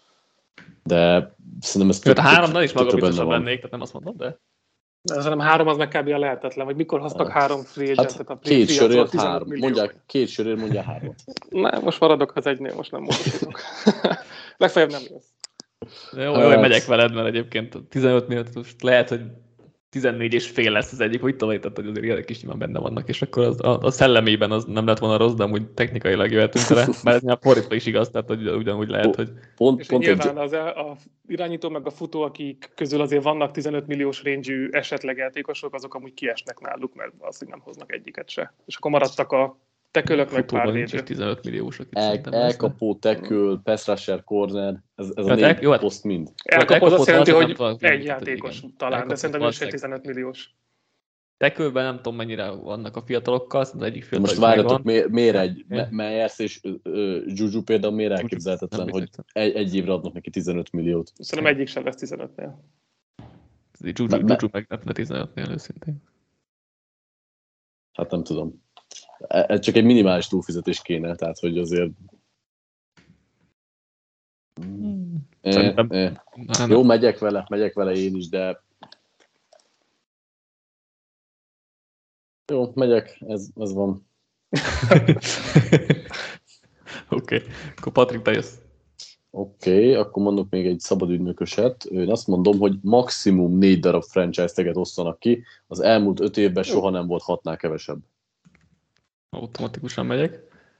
de szerintem ez tök, a háromnál is maga biztosan lennék, tehát nem azt mondom, de... De szerintem három az meg kb. A lehetetlen, vagy mikor hoztak hát, három free agentet hát a két sörért három, mondják, két sörért mondják hármat. Nem, most maradok az egynél, most nem módosítok. Legfeljebb nem jössz. Jó, hát... jó, megyek veled, mert egyébként tizenöt milliót most lehet, hogy tizennégy és fél lesz az egyik, hogy találtad, hogy azért ilyen kis nyilván benne vannak, és akkor az, a, a szellemében az nem lett volna rossz, de amúgy technikailag jöhetünk vele, mert ez nyilván fordítva is igaz, tehát hogy ugyanúgy lehet, hogy... Pont, és pont nyilván az a, a irányító meg a futó, akik közül azért vannak tizenöt milliós range-ű esetleg játékosok, azok amúgy kiesnek náluk, mert valószínűleg nem hoznak egyiket se. És akkor maradtak a tekölök meg pár védő. tizenöt milliósok. El, elkapó, teköl, pass rusher, corner, ez, ez a négy el, poszt mind. Elkapó az azt jelenti, hogy egy játékos talán, elkapott, de szerintem is egy tizenöt milliós. Tekölben nem tudom mennyire vannak a fiatalokkal, az egyik fiatal. Most várjatok, miért, miért egy Meyers és Juju például miért elképzelhetetlen, hogy egy, egy évre adnak neki tizenöt milliót? Szerintem egyik sem lesz tizenötnél. Juju, Juju meglepne tizenötnél őszintén. Hát nem tudom. Ez csak egy minimális túlfizetés kéne, tehát hogy azért... Hmm. É, é. Jó, megyek vele, megyek vele én is, de... Jó, megyek, ez, ez van. Oké, okay. Akkor Patrik, te jössz. Oké, okay, akkor mondok még egy szabad ügynököset. Én azt mondom, hogy maximum négy darab franchise-teget osztanak ki. Az elmúlt öt évben soha nem volt hatnál kevesebb. Automatikusan megyek.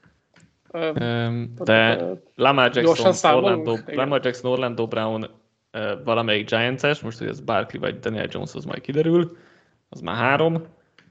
De Lamar Jackson, Orlando, Lamar Jackson, Orlando Brown, valamelyik Giants-es, most hogy ez Barkley vagy Daniel Jones, az majd kiderül. Az már három.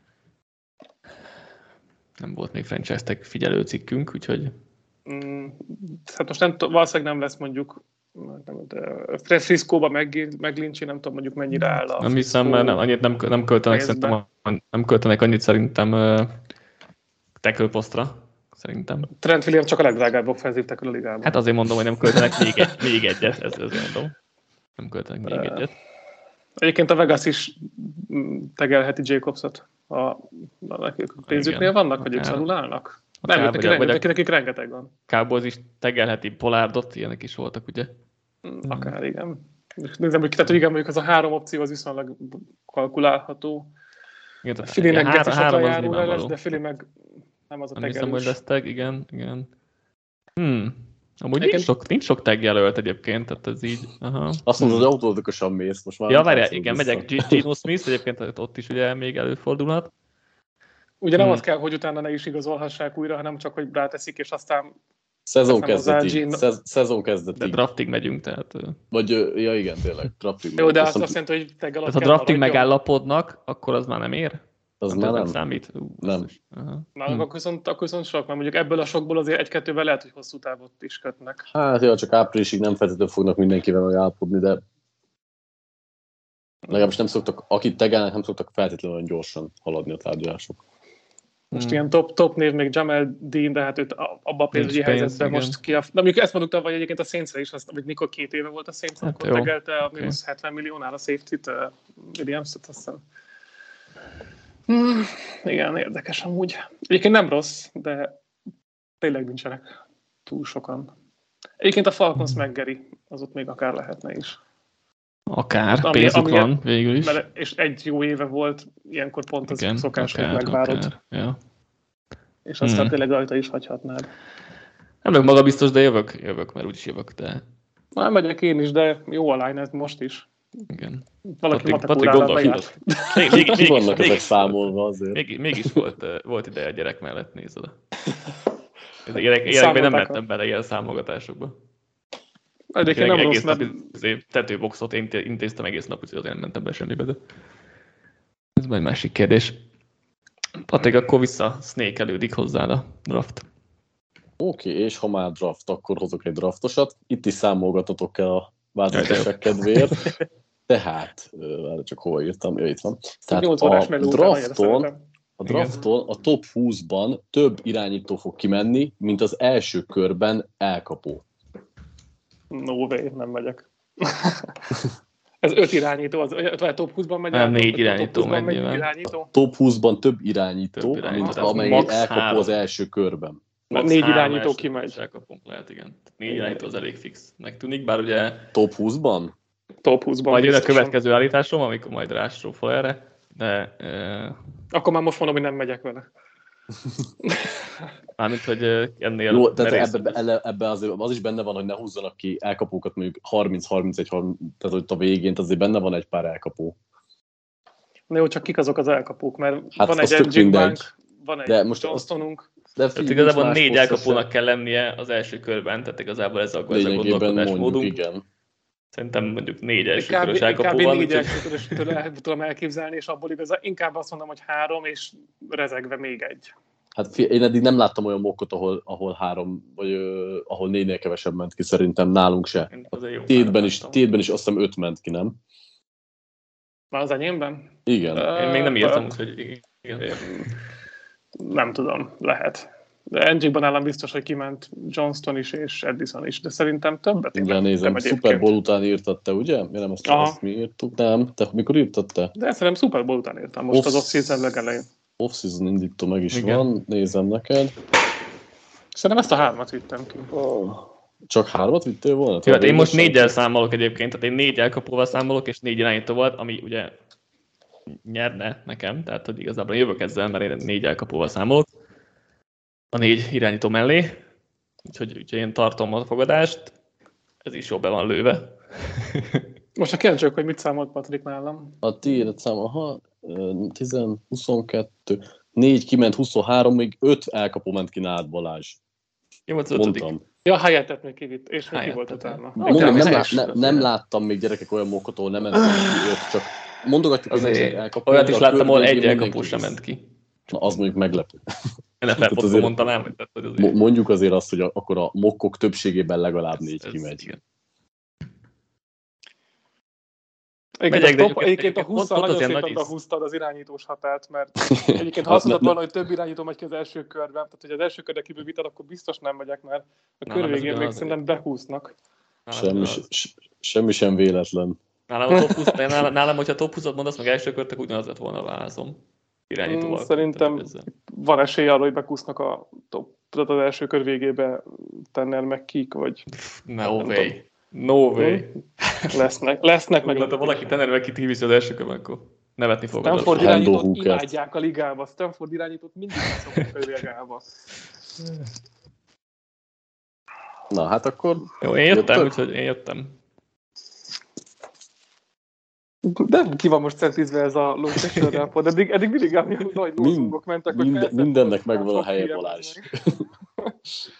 Nem volt még franchise-tag figyelőcikkünk, úgyhogy... Mm, hát most nem, valószínűleg nem lesz mondjuk Frisco-ba meg, meg Lynchy, nem tudom mondjuk mennyire áll a Nem hiszem, mert nem, annyit nem, nem költenek szerintem, nem költenek annyit szerintem uh, tackle posztra, szerintem. Trent Williams csak a legdrágább offenzív tackle a ligában. Hát azért mondom, hogy nem költenek még, egy, még egyet, ez, ez mondom. Nem költenek még uh, egyet. Egyébként a Vegas is tegelheti Jacobsot. A, a pénzüknél vannak, hogy ők szarul állnak? Nem, neki, neki, neki, nekik rengeteg van. Cowboys is tegelheti Pollardot, ilyenek is voltak, ugye? Akár, igen. Nézem, hogy tehát, hogy igen, mondjuk az a három opció az viszonylag kalkulálható. Fili meg Gettisatra járul el lesz, de Fili meg nem az a tegelős. Nem hiszem, hogy lesz tag, igen, igen. Hmm. Amúgy nincs sok, nincs sok tag jelölt egyébként, tehát ez így, aha. Azt mondod, hogy autózatosan mész, most már... Ja, várjál, igen, vissza. Megyek Geno Smith, egyébként ott is ugye még előfordulhat. Ugye nem hmm. az kell, hogy utána ne is igazolhassák újra, hanem csak, hogy ráteszik, és aztán... Szezon kezdeti. Szez, szezon kezdeti. De draftig megyünk, tehát... Vagy, ja igen, tényleg, draftig. Jó, de azt azt jelenti, hogy tag alatt ha draftig megállapodnak, akkor az már nem ér? Az nem, már nem. Számít? Uh, nem. Na, hm. akkor, viszont, akkor viszont sok, mert mondjuk ebből a sokból azért egy-kettővel lehet, hogy hosszú távot is kötnek. Hát jó, csak áprilisig nem feltétlenül fognak mindenkivel megállapodni, de legalábbis nem szoktak, akit tegelnek, nem szoktak feltétlenül olyan gyorsan haladni a tárgyalások. Most hmm. ilyen top, top név még Jamel Dean, de hát őt abba a pénzügyi helyzetben most ki a... De mondjuk ezt mondtuk tavaly egyébként a Saints-re is, azt, hogy mikor két éve volt a Saints, hát akkor tegelte a mínusz okay. hetven milliónál a safety-t, uh, Williams-t, azt hiszem. Hmm, igen, érdekes amúgy. Egyébként nem rossz, de tényleg nincsenek túl sokan. Egyébként a Falcons meg Gary, az ott még akár lehetne is. Akár, ami, pénzük ami, van végül is. Mert, és egy jó éve volt, ilyenkor pont az igen, szokás, akár, hogy megvárod. Ja. És aztán hmm. tényleg rajta is hagyhatnád. Nem vagyok magabiztos, de jövök, jövök, mert úgyis jövök, de... Már megyek én is, de jó a line most is. Igen. Valaki matekórára bejárt. Ki vannak ezek számolva azért? Mégis, mégis volt, volt ide a gyerek mellett, nézd oda. Gyerekben nem lettem bele ilyen számolgatásokba. Egyébként nem rossz, mert... Tetőboxot én intéztem egész nap, úgyhogy azért nem mentem be semmibe, de... Ez majd másik kérdés. Patrik, akkor vissza snake-elődik hozzá a draft. Oké, okay, és ha már draft, akkor hozok egy draftosat. Itt is számolgatatok kell a változások kedvéért. Tehát, csak hova írtam? Ja, itt van. Tehát a drafton, a drafton a top húszban több irányító fog kimenni, mint az első körben elkapó. No way, nem megyek. Ez öt irányító, az, az top húszban megy. Nem, négy irányító megy. Irányító. Top húszban több irányító, több irányító mint amely elkapó három. Az első körben. Max négy irányító kimegy. Elkapunk lehet, igen. Négy irányító az elég fix. Megtűnik, bár ugye... Top húszban? Top húszban. Majd jön a következő állításom, amikor majd rásrófol erre, de... Uh... Akkor már most mondom, hogy nem megyek vele. Mármint, hogy ennél... Jó, tehát ebbe, ebbe, ebbe azért az is benne van, hogy ne húzzanak ki elkapókat mondjuk harminc harmincegy, tehát hogy a végén azért benne van egy pár elkapó. Na jó, csak kik azok az elkapók, mert hát van egy Engine Bank, van egy de most Johnstonunk. De tehát igazából négy elkapónak kell lennie az első körben, tehát igazából ez a, ez a gondolkodásmódunk. Igen. Szerintem mondjuk négy első körös elkapó van. Inkább négy első körös tudom elképzelni, és abból igazán inkább azt mondom, hogy három, és rezegve még egy. Hát én eddig nem láttam olyan mokkot, ahol, ahol három, vagy uh, ahol négynél kevesebb ment ki, szerintem nálunk se. Tétben is, tétben is azt hiszem öt ment ki, nem? Már az enyémben? Igen. Uh, én még nem írtam, hogy igen. Nem tudom, lehet. De Engine-ban állam biztos, hogy kiment Johnston is és Edison is, de szerintem többet. Igen, nézem, Super Bowl után írtad te, ugye? Mi nem azt, azt mi írtuk? Nem, te mikor írtad te? De szerintem Super Bowl után írtam, most off, az off-season legelején. Off-season indító meg is igen. Van, nézem neked. Szerintem ezt a hármat vittem ki. Oh. Csak hármat vittél volna? Jó, hát én most négyel számolok egyébként, tehát én négy elkapóval számolok, és négy irányító volt, ami ugye nyerne nekem, tehát hogy igazából jövök ezzel, mert én négy elkapóval számolok a négy irányító mellé, úgyhogy, úgyhogy én tartom a fogadást, ez is jó be van lőve. Most a kérdésük, hogy mit számolt Patrik nálam? A tiédet számol, aha, tíz, huszonkettő, négy kiment, huszonhárom, még öt elkapó ment ki nálad, Balázs. Jó, az ötödik. Ja, Hayat-et még kivitt, és még ki volt utána. Mondom, nem, lá, ne, nem láttam még gyerekek olyan mokkot, ahol nem ment ki öt, csak mondogatjuk, hogy ez elkapó. Olyat is láttam, ahol egy elkapó sem ment ki. Na, az mondjuk meglepő. N F L azért mondanám, hogy azért... Mondjuk azért azt, hogy akkor a mokkok többségében legalább négy kimegy. Egyébként, Megyek, a, top, de egyébként a pont- hússzal pont nagyon azért szépen nagy behúztad az irányítós határt, mert egyébként ha azt mondtad volna, hogy több irányító megy ki az első körben, tehát hogy az első körre kibővíted, akkor biztos nem megyek, mert a kör Nálam ez végén még ugyanaz szerintem egyébként. behúznak. Nálam Semmi, ugyanaz. se- semmi sem véletlen. Nálam, a top húsz, nálam, nálam, hogyha top húszat mondasz, meg első körtek, ugyanaz lett volna a válaszom. Irányítóval. Mm, szerintem van esély arra, hogy bekúsznak a top, tehát az első kör végébe Tanner meg Kik, vagy No nem way. No way. lesznek, lesznek meg. Ha valaki Tanner meg kivízi az első körben, akkor nevetni fog. Stanford Hendon irányítót Hookert. imádják a ligába. Stanford irányítót mindig szoktak a ligába. Na, hát akkor... Jó, én jöttem, Jöttök? úgyhogy én jöttem. De ki van most centízve ez a lótesőr rapport? Eddig, eddig mindig ám ilyen nagy lózungok mentek, hogy Minden, felszett mindennek volt, megvan a fog helye, kijelzni Balázs. meg.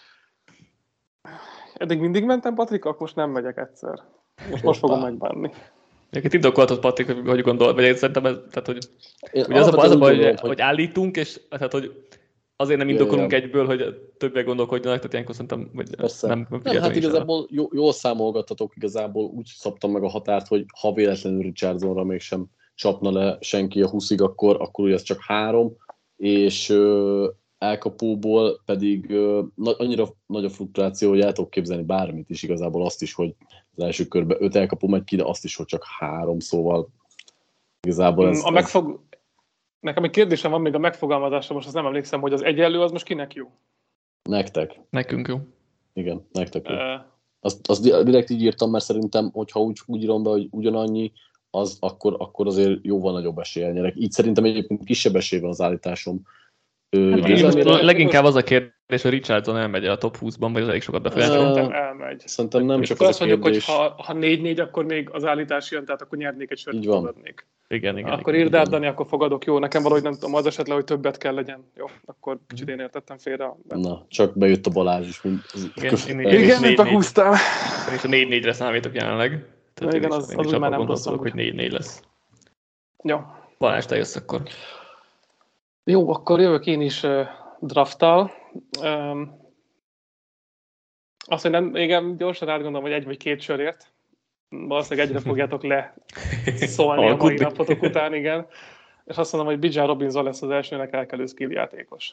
Eddig mindig mentem, Patrik, akkor most nem megyek egyszer. Most, most fogom megbánni. Egyébként indokoltad, Patrik, hogy hogy gondol, vagy én szerintem, ez, tehát, hogy Én ugye az a, az a baj, hogy, gondolom, hogy állítunk, és tehát, hogy azért nem Ja, indokolunk ja. egyből, hogy többek gondolkodjanak, tehát ilyenkor szerintem, hogy Persze. nem, Nem, nem, nem hát is igazából jó, jól számolgattatok, igazából úgy szabtam meg a határt, hogy ha véletlenül Richardsonra mégsem csapna le senki a húszig, akkor, akkor ugye ez csak három, és ö, elkapóból pedig ö, na, annyira nagy a fluktuáció, hogy el tudok képzelni bármit is, igazából azt is, hogy az első körben öt elkapó megy ki, de azt is, hogy csak három, szóval igazából ez... A megfog... Nekem egy kérdésem van még a megfogalmazásra, most azt nem emlékszem, hogy az egyenlő az most kinek jó? Nektek. Nekünk jó. Igen, nektek jó. Uh, Azt, azt direkt így írtam, mert szerintem, hogyha úgy, úgy írom be, hogy ugyanannyi, az, akkor, akkor azért jóval nagyobb eséllyel nyerek. Így szerintem egyébként kisebb esély van az állításom. Ö, Hát, Igen, most most- leginkább az a kérdés, hogy Richardson elmegy a top húszban, vagy az elég sokat befolyásol. szerintem elmegy. Szerintem nem És csak akkor az azt a mondjuk, hogy kérdés. ha, ha négy-négy, akkor még az állítás jön, tehát akkor nyernék egy sört, Így van. fogadnék. Igen, igen. Akkor igen. írd át, Dani, akkor fogadok. Jó, nekem valahogy nem tudom, az esetleg, hogy többet kell legyen. Jó, akkor kicsit én értettem félre. Na, csak bejött a Balázs is. Mint, Igen, én- én- Igen, négy- mint négy- behúztam. Én is a négy-négyre számítok jelenleg. Tehát Igen, én is- az- én az is úgy már abban nem rossz gondolkodok, hogy amúgy. négy-négy lesz. Jó. Balázs, te jössz akkor. Jó, akkor jövök én is uh, drafttal. Um, azt, hogy nem, igen, gyorsan átgondolom, hogy egy vagy két sörért. Valószínűleg egyre fogjátok le szólni a mai Alkudni. napotok után, igen. És azt mondom, hogy Bijan Robinson lesz az elsőnek elkelő skill játékos.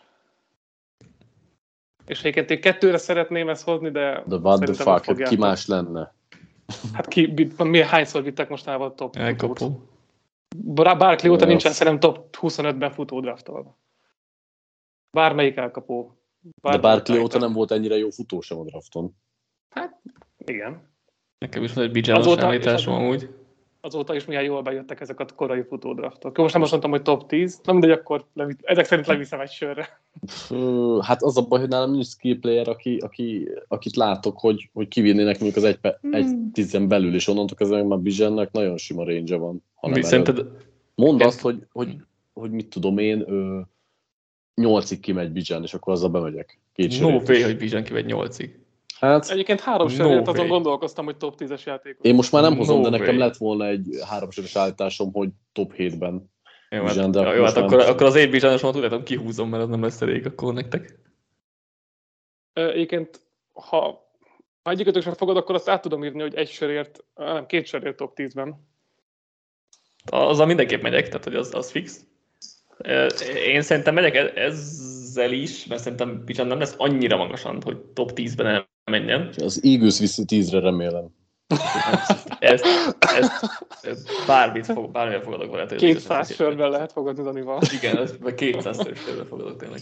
És egyébként én kettőre szeretném ezt hozni, de de what the szerintem nem fuck, hát ki fogjátok. más lenne? Hát ki, bi- mi, hányszor vittek mostanában a top futót? Elkapó. Bár- Barkley óta Ja. nincsen szerintem top huszonötben futó draftolva. Bármelyik elkapó. De bármelyik Barkley óta Titan. nem volt ennyire jó futó sem a drafton. Igen. Nekem is van egy Bijanos Azóta- említásom amúgy. Azóta is milyen jól bejöttek ezek a korai futó draftok. Most nem azt mondtam, hogy top tíz, na mindegy, akkor levi, ezek szerint leviszem egy sörre. Ö, Hát az a baj, hogy nálam nincs skill player, aki, aki, akit látok, hogy, hogy kivinnének mondjuk az egy, pe- egy tízen belül, és onnantól kezdve már Bijannek nagyon sima range van. Ha nem Mi előbb. szerinted Mondd Igen. azt, hogy, hogy, hogy mit tudom én, ö, nyolcig kimegy Bijan, és akkor azzal bemegyek. Két no sörért way, is. hogy Bijan kivegy nyolcig? Hát Egyébként három No sörért azon way. gondolkoztam, hogy top tízes játékos. én most már nem hozom, No de nekem way. lett volna egy háromsörös állításom, hogy top hétben. Jó, hát, Bijan, de jó, most hát már akkor, nem. akkor az én Bijanosomat úgy látom kihúzom, mert az nem lesz elég akkor nektek. Ö, Egyébként, ha, ha egyikötök sem fogad, akkor azt át tudom írni, hogy egy sörért, á, nem, két sörért top tízben. Azzal mindenképp megyek, tehát hogy az, az fix. Én szerintem megyek e- ezzel is, mert szerintem Bijan nem lesz annyira magasan, hogy top tízben elmenjen. Az Eagles viszi tízre remélem. Ezt, ezt, ezt bármit fog, bármilyen fogadok vele. tényleg. kétszáz sörben lehet fogadni Danival. Igen, ez, vagy kétszáz sörben fogadok tényleg.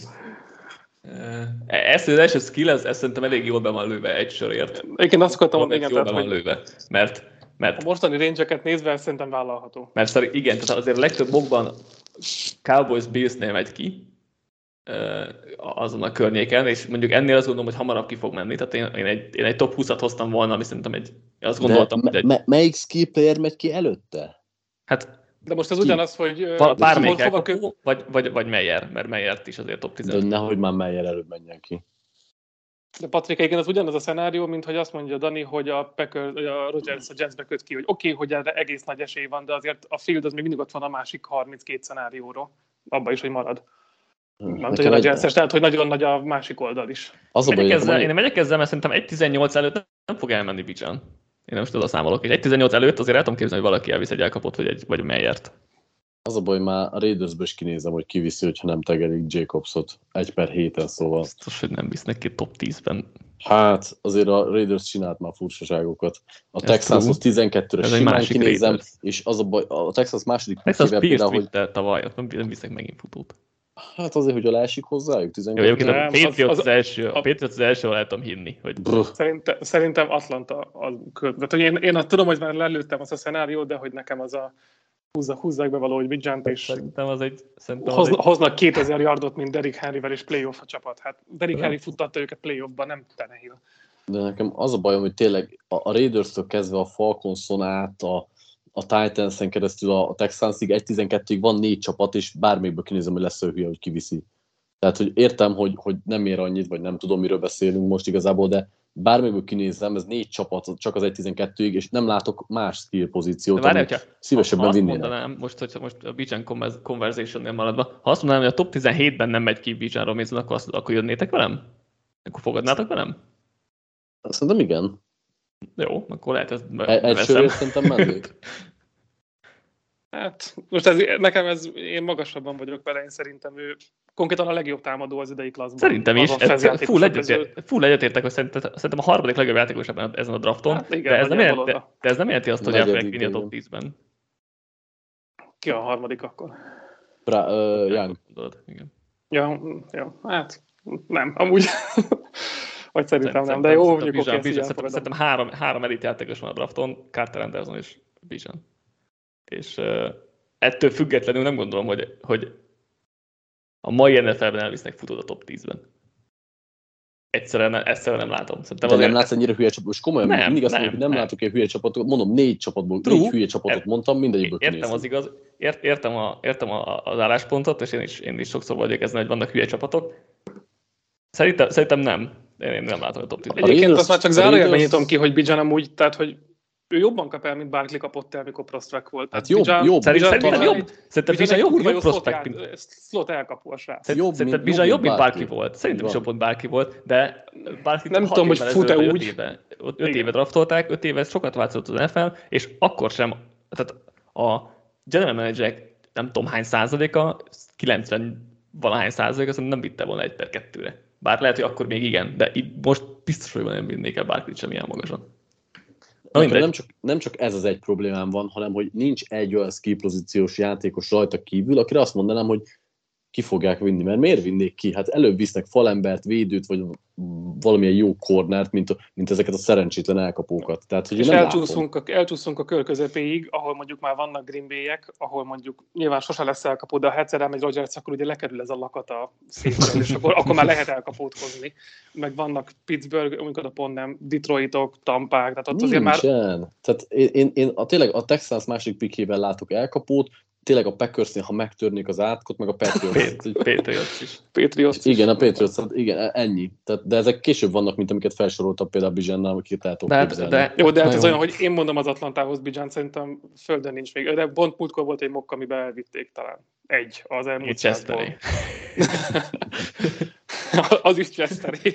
Ezt az első skill, ez, ez szerintem elég jól be van lőve egy sörért. Egyébként azt akartam mondani, Jól igen, be tehát, van hogy lőve, mert, mert a mostani range-eket nézve ez szerintem vállalható. Mert szerint, igen, tehát azért a legtöbb mokban Cowboys Billsnél megy ki uh, azon a környéken, és mondjuk ennél azt gondolom, hogy hamarabb ki fog menni. Tehát én, én, egy, én egy top húszat hoztam volna, ami szerintem egy, azt gondoltam, De hogy egy, me- melyik skill player megy ki előtte? hát De most ez Ki? ugyanaz, hogy ö, val- bármelyik hova, hova kö... elkapó, vagy, vagy, vagy Meyer, mert Meyert is azért top De tíz. nehogy már Meyer előbb menjen ki. De Patrik, igen, ez ugyanaz a szenárió, mint hogy azt mondja Dani, hogy a, Packers, a Rodgers a Jetsbe köt ki, hogy oké, okay, hogy erre egész nagy esély van, de azért a field az még mindig ott van a másik harminckét szenárióról. Abba is, hogy marad. Nem Nekem tudja a egy- Jetses, tehát hogy nagyon nagy a másik oldal is. Az a baj, Megyek hogy ezzel, nekem én megyek ezzel, mert szerintem egy tizennyolc előtt nem fog elmenni Bijan. Én most oda számolok. egy tizennyolc előtt azért el tudom képzelni, hogy valaki elvisz egy elkapott, vagy, egy, vagy Meyert. Az a baj, már a Raidersből is kinézem, hogy kiviszi, hogyha nem tegelik Jacobsot egy per héten, szóval. Biztos, hogy nem visznek ki top tízben. Hát, azért a Raiders csinált már furcsaságokat. A Texanshoz tizenkettőre simán kinézem, Raiders. És az a baj, a Texas második Texas például, hogy... Texas tavaly, nem, nem visznek megint futót. Hát azért, hogy leesik hozzájuk tizenkettő. Jó, egyébként a Patriot az, az, az, első, a Patriot az első, ahol el tudom hinni. Hogy... Szerintem, szerintem Atlanta az költ. Én, én tudom, hogy már lelőttem azt a szenáriót, de hogy nekem az a húzza, húzzák be valahogy Bidjant, és szerintem az egy, szerintem hoz, az egy... hoznak kétezer yardot, mint Derrick Henryvel, és playoff a csapat. Hát Derrick Henry futtatta őket playoffban, nem Tannehill. De nekem az a bajom, hogy tényleg a, a Raiders-től kezdve a Falconson át, a, a Titans-en keresztül a Texansig egy tizenkettőig van négy csapat, és bármelyikből kinézem, hogy lesz ő hülye, hogy kiviszi. Tehát, hogy értem, hogy, hogy nem ér annyit, vagy nem tudom, miről beszélünk most igazából, de bármelyikből kinézem, ez négy csapat, csak az egy tizenkettőig, és nem látok más skill pozíciót, várj, amit szívesebben ha vinnének. Mondanám, most, hogyha most a Bijan Conversation-nél maradva, ha azt mondanám, hogy a top tizenhétben nem megy ki Bijan Robinson, akkor, azt, akkor jönnétek velem? Akkor fogadnátok velem? Szerintem igen. Jó, akkor lehet ez... Egy sörért szerintem mennék. Hát, most ez, nekem ez, én magasabban vagyok vele, én szerintem ő konkrétan a legjobb támadó az idei klasszban. Szerintem is, ez full, egyetért, full egyetértek, hogy szerintem, szerintem a harmadik legjobb játékos ebben ezen a drafton, hát igen, de, ez nem jelenti, de, de ez nem jelenti azt, hogy el fogják vinni a top tízben. Ki a harmadik akkor? Bra, uh, Young. Igen. Ja, ja, hát nem, amúgy... Vagy szerintem nem, de jó, mondjuk oké, okay, szerintem három, három elit játékos van a drafton, Carter Anderson és Bijan. És uh, ettől függetlenül nem gondolom, hogy, hogy a mai en ef el-ben elvisznek futót a top tízben. Egyszerűen, egyszerűen nem látom. Szerintem de nem látsz ennyire hülye csapatot? És komolyan, nem, mindig azt nem, mondom, hogy nem, nem látok egy hülye csapatot. Mondom, négy csapatból, True. négy hülye csapatot Ért, mondtam, mindegyikből Értem kinézem. az igaz, ért, értem, a, értem a, az álláspontot, és én is, én is sokszor vagyok ezen, hogy vannak hülye csapatok. Szerintem, szerintem nem. Én nem látom a top tízben. Egyébként azt már csak zárójelben nyitom ki, hogy Bijan amúgy, tehát hogy ő jobban kap el, mint Barkley kapott el, mikor prospect volt. Hát jobb, Bijan, jobb. Szerintem, szerintem jobb. Szerintem Bijan jobb, jobb prospect, mint... Slot elkapó a srác. Szerintem Bijan jobb, mint Barkley volt. Szerintem is jobb, mint Barkley volt, de Barkley nem tudom, hogy fut-e úgy. öt éve, öt éve draftolták, öt éve sokat változott az en ef el, és akkor sem, tehát a general managerek nem tudom hány százaléka, kilencven valahány százaléka, szerintem nem vitte volna egy per kettőre. Bár lehet, hogy akkor még igen, de itt most biztos, hogy nem vinnék el Barkley-t sem ilyen magasan. Nem csak, nem csak ez az egy problémám van, hanem hogy nincs egy olyan skill pozíciós játékos rajta kívül, akire azt mondanám, hogy ki fogják vinni, mert miért vinnék ki? Hát előbb visznek falembert, védőt, vagy valamilyen jó cornert, mint, mint ezeket a szerencsétlen elkapókat. Tehát, hogy és nem elcsúszunk a, elcsúszunk a kör közepéig, ahol mondjuk már vannak Green Bay-ek, ahol mondjuk nyilván sose lesz elkapó, de ha egyszer elmegy Rodgers, akkor ugye lekerül ez a lakat a székről, és akkor, akkor már lehet elkapót hozni. Meg vannak Pittsburgh, amikor a pont nem, Detroitok, Tampák, tehát ott azért már... Tehát én, én, én a, tényleg a Texans másik pikében látok elkapót, tényleg a Packersnél, ha megtörnék az átkot, meg a Patriots. Patriots is. Patriots igen, a Patriots, igen, ennyi. Tehát, de ezek később vannak, mint amiket felsoroltak például Bijannál, akiket el tudok képzelni. De, jó, de hát ez olyan, hogy én mondom az Atlantához Bijan, szerintem földön nincs még. De pont múltkor volt egy mokk, amiben elvitték talán. Egy az elmúlt százból. Az is Chestery.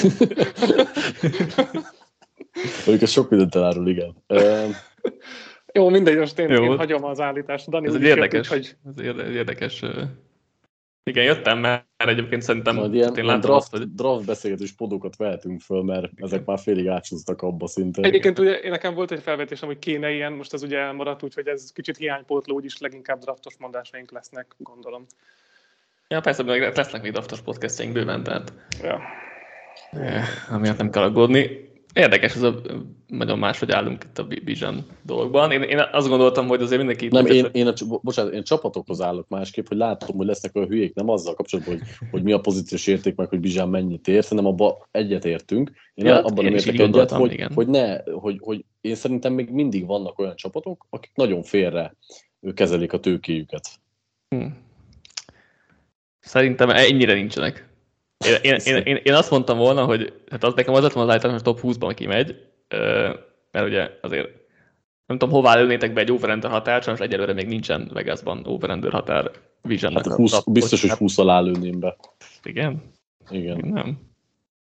Mondjuk ez sok mindent elárul, igen. Jó, mindegy, most én, én hagyom az állítást. Dani ez egy érdekes, jött, hogy... ez egy érdekes... Igen, jöttem, mert egyébként szerintem... Majd ilyen, én draft, azt, hogy... draft beszélgetős podokat vehetünk föl, mert ezek már félig átsúsztak abba szintén. Egyébként ugye nekem volt egy felvetésem, hogy kéne ilyen, most ez ugye elmaradt, úgyhogy ez kicsit hiánypótló, úgyis leginkább draftos mondásaink lesznek, gondolom. Ja, persze, meg lesznek még draftos podcastjaink bőven, tehát... Ja. Amiatt nem kell aggódni. Érdekes, ez a nagyon máshogy állunk itt a Bijan dologban. Én, én azt gondoltam, hogy azért mindenki... Nem, én, én, a, bocsánat, én csapatokhoz állok másképp, hogy látom, hogy lesznek olyan hülyék, nem azzal kapcsolatban, hogy, hogy mi a pozíciós érték, meg hogy Bijan mennyit ér, szerintem abban egyet értünk. Én ja, abban nem értek egyet, hogy, hogy, ne, hogy, hogy én szerintem még mindig vannak olyan csapatok, akik nagyon félre kezelik a tőkéjüket. Hmm. Szerintem ennyire nincsenek. Én, én, én, én, én azt mondtam volna, hogy hát az nekem az lett volna az állítás, hogy top húszban kimegy, mert ugye azért nem tudom, hová lőnétek be egy over-under határ, most egyelőre még nincsen Vegasban over-under határ Visionnek. Hát húsz, biztos, hogy húsz alá lőném be. Igen? Igen. Nem.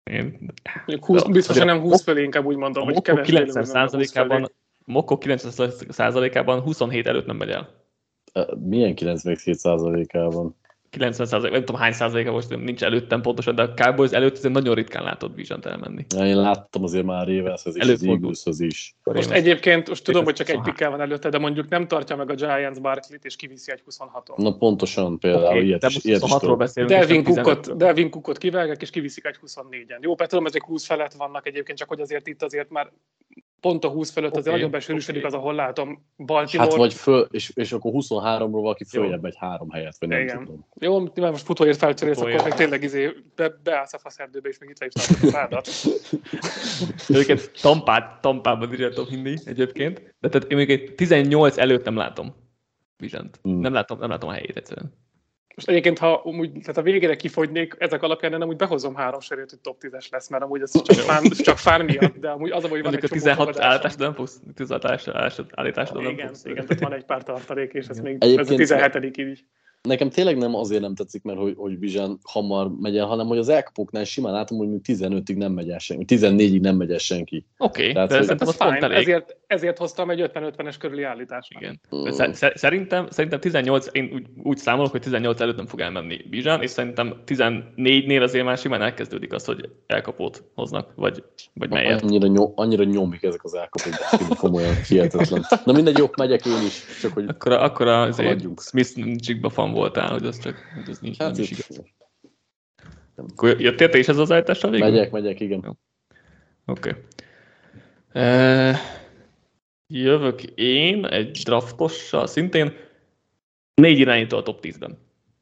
Én... húsz, biztosan nem húsz fölé, inkább úgy mondom, a hogy Mokko kevesbé kilencven lövöm, nem húsz fölé. százalékában Mokko kilencven százalékában huszonhét előtt nem megy el. Milyen kilencvenkét százalékában? kilencven százalék, nem tudom hány százaléka most nincs előttem pontosan, de a Cowboys előtt azért nagyon ritkán látod Bijan-t elmenni. Ja, én láttam azért már Ravenshez is, az Eagleshez is. Most egyébként, most tudom, hogy csak egy pikkel van előtte, de mondjuk nem tartja meg a Giants Barkley-t, és kiviszi egy huszonhaton. Na pontosan például okay, ilyet de is, ilyet is tudom. Delvin Cookot, Delvin Cookot kivágják, és kiviszik egy huszonnégyen. Jó, persze tudom, ezek húsz felett vannak egyébként, csak hogy azért itt azért már pont a húsz fölött okay, azért nagyon besűrűsödik okay. Az, ahol látom Baltimore. Hát vagy föl, és, és akkor huszonháromról valaki följebb egy három helyet, vagy nem igen. tudom. Jó, mivel most futóért felcserélsz, akkor meg tényleg izé be, beállsz a faszerdőbe, és még itt le is tartod a fádat. Őket Tampát, Tampában írjátok hinni egyébként, de tehát én még egy tizennyolc előtt nem látom Bijan-t. Hmm. Nem látom, nem látom a helyét egyszerűen. Most egyébként, ha úgy, tehát a végére kifogynék, ezek alapján én amúgy behozom három serét, hogy top tízes lesz, mert amúgy ez csak fán, csak fán miatt, de amúgy az a, hogy van egy a tizenhat állításra nem fogsz, tizenhat állításra nem igen, fogsz. Igen, tehát van egy pár tartalék, és ez még egyébként ez a tizenhetedik így. Nekem tényleg nem azért nem tetszik, mert hogy, hogy Bijan hamar megy el, hanem hogy az elkapóknál simán látom, hogy még tizenötig nem megy el senki, tizennégyig nem megy el senki. Oké, okay, de szerintem az pont elég. Ezért, ezért hoztam egy ötven-ötvenes körüli állítást. Igen. Mm. Szerintem, szerintem tizennyolc, én úgy, úgy számolok, hogy tizennyolc előtt nem fog elmenni Bijan, és szerintem tizennégynél azért már simán elkezdődik az, hogy elkapót hoznak, vagy, vagy melyet. Annyira, nyom, annyira nyomik ezek az elkapók, komolyan hihetetlen. Na mindegy, jó, megyek én is, csak hogy akkor, akkor azért Smith-Jigba fan voltál, hogy az csak hogy az nincs, hát nem is igaz. Akkor jöttél te is ez az állítással végül? Megyek, megyek, igen. Oké. Okay. Uh, jövök én egy draftossal, szintén négy irányító a top tízben.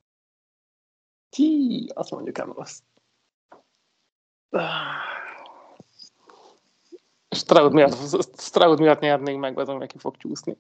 Tí, azt mondjuk el azt. Stroud miatt, Stroud miatt nyernénk meg, azon neki fog csúszni.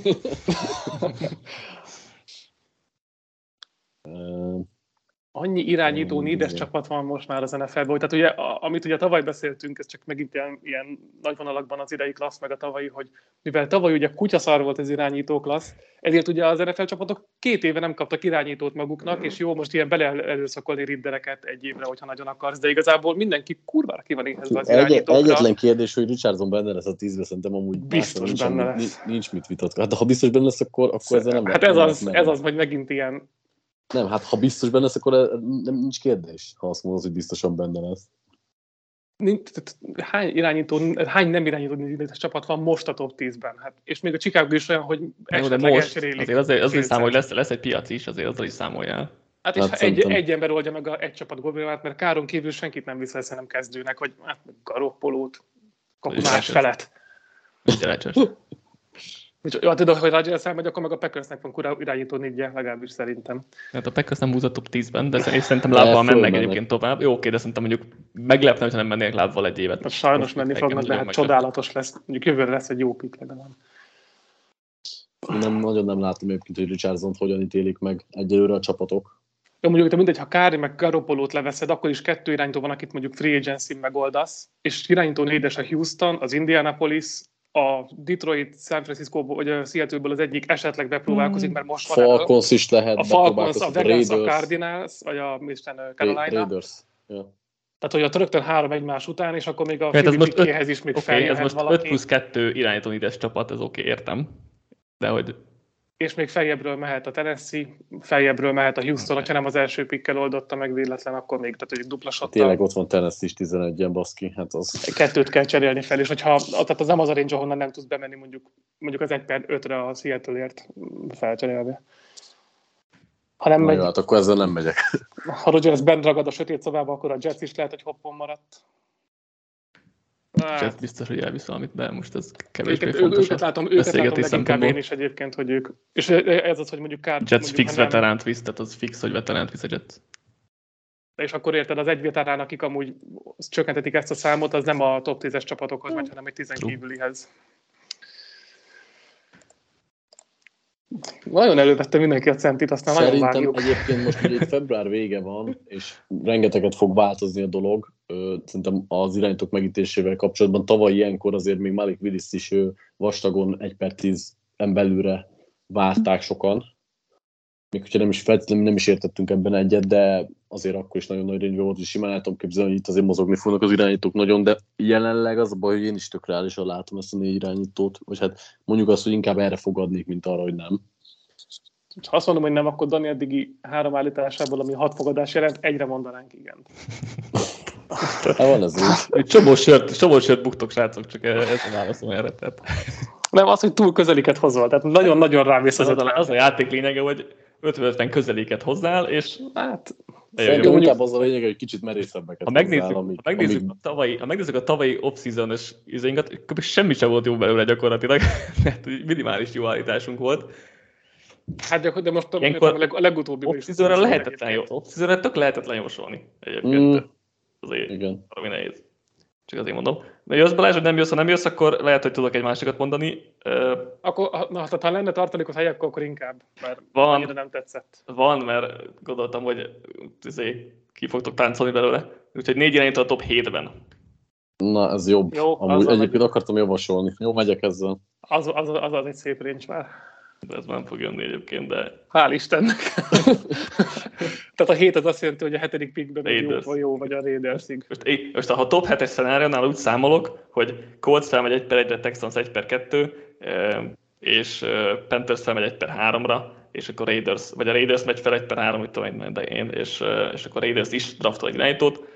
Annyi irányító négyes csapat van most már az en ef el-ből. Tehát ugye, amit ugye tavaly beszéltünk, ez csak megint ilyen, ilyen nagy vonalakban az idei klassz, meg a tavalyi, hogy mivel tavaly ugye kutyaszar volt az irányító klassz, ezért ugye az en ef el csapatok két éve nem kaptak irányítót maguknak, és jó, most ilyen bele előszakolni riddereket egy évre, hogyha nagyon akarsz, de igazából mindenki kurvára ki van éhezve az irányítókra. Egy, egyetlen kérdés, hogy Richardson benne lesz a tízbe, szerintem amúgy biztos nincs, benne nincs, lesz. Nincs mit vitatkozni. Hát ha biztos benne lesz, akkor, akkor ezzel nem hát ez az, ez az, hogy megint ilyen. Nem, hát ha biztos benne lesz, akkor nem, nincs kérdés, ha azt mondod, hogy biztosan benne lesz. Nincs, hány irányító, hány nem irányító csapat van most a top tízben? Hát, és még a Chicago is olyan, hogy esetleg elcserélik. Azért azért, azért számol, hogy lesz, lesz egy piac is, azért azzal is számoljál. Hát és hát egy, egy ember oldja meg a, egy csapat gólbérát, mert Káron kívül senkit nem visz lesz, nem kezdőnek, hogy hát Garoppolót kap más felet. Jó, hát tudod, hogy Rodgers elmegy, akkor meg a Packersnek van kurá irányító négyje, legalábbis szerintem. Hát a Packers nem húz a top tízben, de szerintem lábbal mennek egyébként tovább. Jó, oké, de szerintem mondjuk meglepne, hogyha nem mennének lábbal egy évet. Hát sajnos menni fognak, de hát csodálatos lesz. Mondjuk jövőre lesz egy jó pick legalább. Nem, nagyon nem látom egyébként, hogy Richardsont hogyan ítélik meg egyelőre a csapatok. Jó, mondjuk, de mindegy, ha Kári meg Garoppolót leveszed, akkor is kettő irányító van, akit mondjuk free agency megoldasz, és irányító négyes a Houston, az Indianapolis, a Detroit, San Francisco vagy a Seattle-ből az egyik esetleg bepróbálkozik, mert most van Falcons is lehet, a Falcons, a Vegas, a Cardinals, vagy a Isten Carolina. Raiders. Ja. Tehát, hogy ott rögtön három egymás után, és akkor még a Philly-hez is még okay, feljöhet ez most valaki. öt plusz kettő irányító négyes csapat, ez oké, okay, értem. De hogy... És még feljebbről mehet a Tennessee, feljebbről mehet a Houston, ha nem az első pickkel oldotta meg véletlen, akkor még, tehát hogy dupla shottal. Tényleg ott van Tennessee is tizenegyen, baszki, hát az... Kettőt kell cserélni fel, és hogyha, tehát az nem az a range, ahonnan nem tudsz bemenni mondjuk, mondjuk az egy per ötre a Seattle-ért felcserélve. Ha nem megy, jó, hát akkor ezzel nem megyek. Ha Rodgers bent ragad a sötét szobába, akkor a Jets is lehet, hogy hoppon maradt. Hát, Jets biztos, hogy elvisz valamit, de most ez kevésbé őket, fontos. Őket látom, őket látom leginkább én is egyébként, hogy ők, és ez az, hogy mondjuk Kár... Jets mondjuk, fix veteránt visz, tehát az fix, hogy veteránt visz a Jets. És akkor érted, az egy veterán, akik amúgy csökkentetik ezt a számot, az nem a top tízes csapatokhoz megy, hanem egy tizen kívülihez. Nagyon elővette mindenki a centit, aztán szerintem nagyon vágjuk. Egyébként most ugye itt február vége van, és rengeteget fog változni a dolog. Szerintem az irányítók megítésével kapcsolatban tavaly ilyenkor azért még Malik Willis is vastagon egy per tízen belülre várták sokan. Még hogyha nem is, nem is értettünk ebben egyet, de azért akkor is nagyon nagy range volt, és simán el tudom képzelni, hogy itt azért mozogni fognak az irányítók nagyon, de jelenleg az a baj, hogy én is tök reálisan látom ezt a négy irányítót, vagy hát mondjuk azt, hogy inkább erre fogadnék, mint arra, hogy nem. Ha azt mondom, hogy nem, akkor Dani eddigi három állításából, ami hat fogadás jelent, egyre mondanánk igen. Hát van ez úgy. Csomó sört, csomó sört buktok, srácok, csak ez a válaszom erre. Tehát. Nem, az, hogy túl közeliket hozol, tehát nagyon-nagyon rámész az, az, a, az a játék lényege, hogy ötven ötven hozzál, és hát... Szerintem inkább az a lényeg, hogy kicsit merészebbeket ha megnézzük, hozzál, amíg, ha megnézzük, amíg... a tavalyi, ha megnézzük a tavalyi off-season-ös izénkat, semmi sem volt jó belőle gyakorlatilag, mert minimális jó állításunk volt. Hát gyakorlatilag, de most ilyenkor a, leg, a legutóbbi off-seasonre lehetetlen jó, off-seasonre tök lehetetlen jósolni egyébként. Mm. Azért Igen. valami nehéz. Csak azért mondom. De jössz Balázs, hogy nem jössz, ha nem jössz, akkor lehet, hogy tudok egy másikat mondani. Akkor, na, ha lenne tartalékos hely, akkor inkább, mert van, annyira nem tetszett. Van, mert gondoltam, hogy azért ki fogtok táncolni belőle. Úgyhogy négy irányító a top hétben. Na, ez jobb. Jó, amúgy egyébként megyünk. akartam javasolni. Jó, megyek ezzel. Az az, az, az egy szép range már. De ez nem fog jönni egyébként, de... Hál' Istennek. Tehát a hét az azt jelenti, hogy a hetedik pickben még jó, vagy jó, vagy a Raidersig. Most, most ha top hetes szenáriónál úgy számolok, hogy Colts felmegy egy per egyre, Texans egy per kettő, és Panthers felmegy egy per háromra, és akkor Raiders, vagy a Raiders megy fel egy per három, mit tudom én, de én, és, és akkor Raiders is draftol egy irányítót.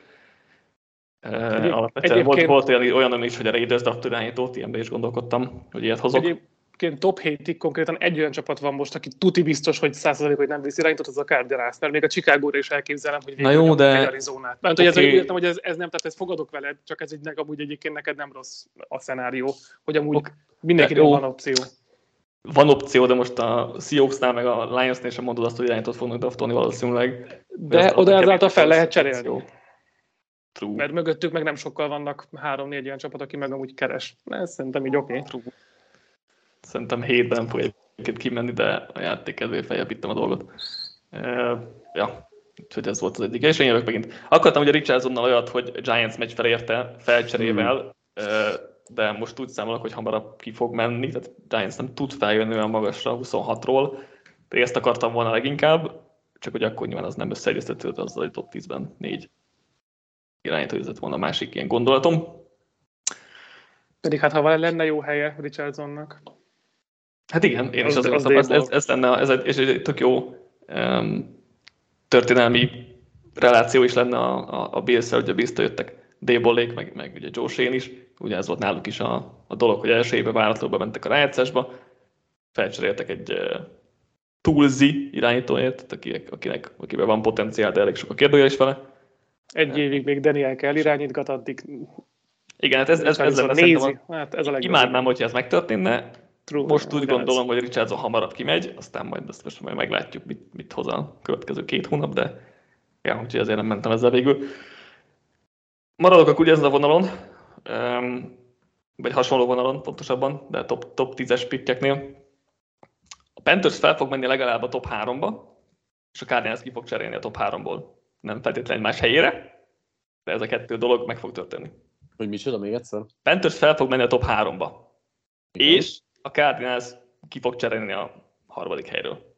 Egyéb, Alapvetően volt, volt olyan, olyan is, hogy a Raiders draftol irányítót, ilyenben is gondolkodtam, hogy ilyet hozok. Egyébként top hétig konkrétan egy olyan csapat van most, aki tuti biztos, hogy száz százalék, hogy nem visz irányítót, az a Cardinals, mert még a Chicagóra is elképzelem, hogy végül jó, de... egy Arizonát. Mert okay. hogy ez, értem, hogy ez, ez nem, tehát ezt fogadok veled, csak ez egy, amúgy egyébként neked nem rossz a szenárió, hogy amúgy okay. mindenkinek van opció. Van opció, de most a Seahawksnál meg a Lionsnál sem mondod azt, hogy irányítót fognak draftolni valószínűleg. De oda ezáltal fel lehet cserélni. True. Mert mögöttük meg nem sokkal vannak három-négy olyan csapat, aki meg amúgy keres. Ez szerintem így oké. Okay. Szerintem hétben nem fog egyébként kimenni, de a játék ezért feljebb vittem a dolgot. Uh, ja, úgyhogy ez volt az egyik. És én jövök megint. Akartam ugye Richardsonnal olyat, hogy Giants megy fel érte, felcserével, hmm. uh, de most úgy számolok, hogy hamarabb ki fog menni, tehát Giants nem tud feljönni olyan magasra huszonhatról. De ezt akartam volna leginkább, csak hogy akkor nyilván az nem összeegyeztető, az a top tízben négy irányító üzlet volna a másik ilyen gondolatom. Pedig hát ha lenne jó helye Richardsonnak. Hát igen, én is azért mondtam, ez, ez, ez lenne, ez egy, és egy tök jó um, történelmi reláció is lenne a, a, a Bills-szel, hogy a Bills-től jöttek Dable-ék, meg, meg ugye Joe Shane is, ugye ez volt náluk is a, a dolog, hogy első évben váratlanul mentek a rájátszásba, felcseréltek egy uh, Toolsy irányítóért, akinek, akinek, akiben van potenciál, de elég sok a kérdőjel is vele. Egy évig még Daniel kell irányítgat, addig... Igen, hát ez, ez, ez lenne szerintem a... hát ez a imádnám, hogyha ez megtörténne. True, most úgy gondolom, hogy Richardson hamarabb kimegy, aztán majd ezt most majd meglátjuk, mit, mit hoz a következő két hónap, de ja, úgyhogy azért nem mentem ezzel végül. Maradok akkor ugye ezen a vonalon, vagy hasonló vonalon pontosabban, de top, top tízes pickeknél. A Panthers fel fog menni legalább a top háromba, és a Cardinals ki fog cserélni a top háromból. Nem feltétlenül más helyére, de ez a kettő dolog meg fog történni. Hogy micsoda még egyszer? Panthers fel fog menni a top háromba. Igen. És a Cardinals ki fog cserélni a harmadik helyről.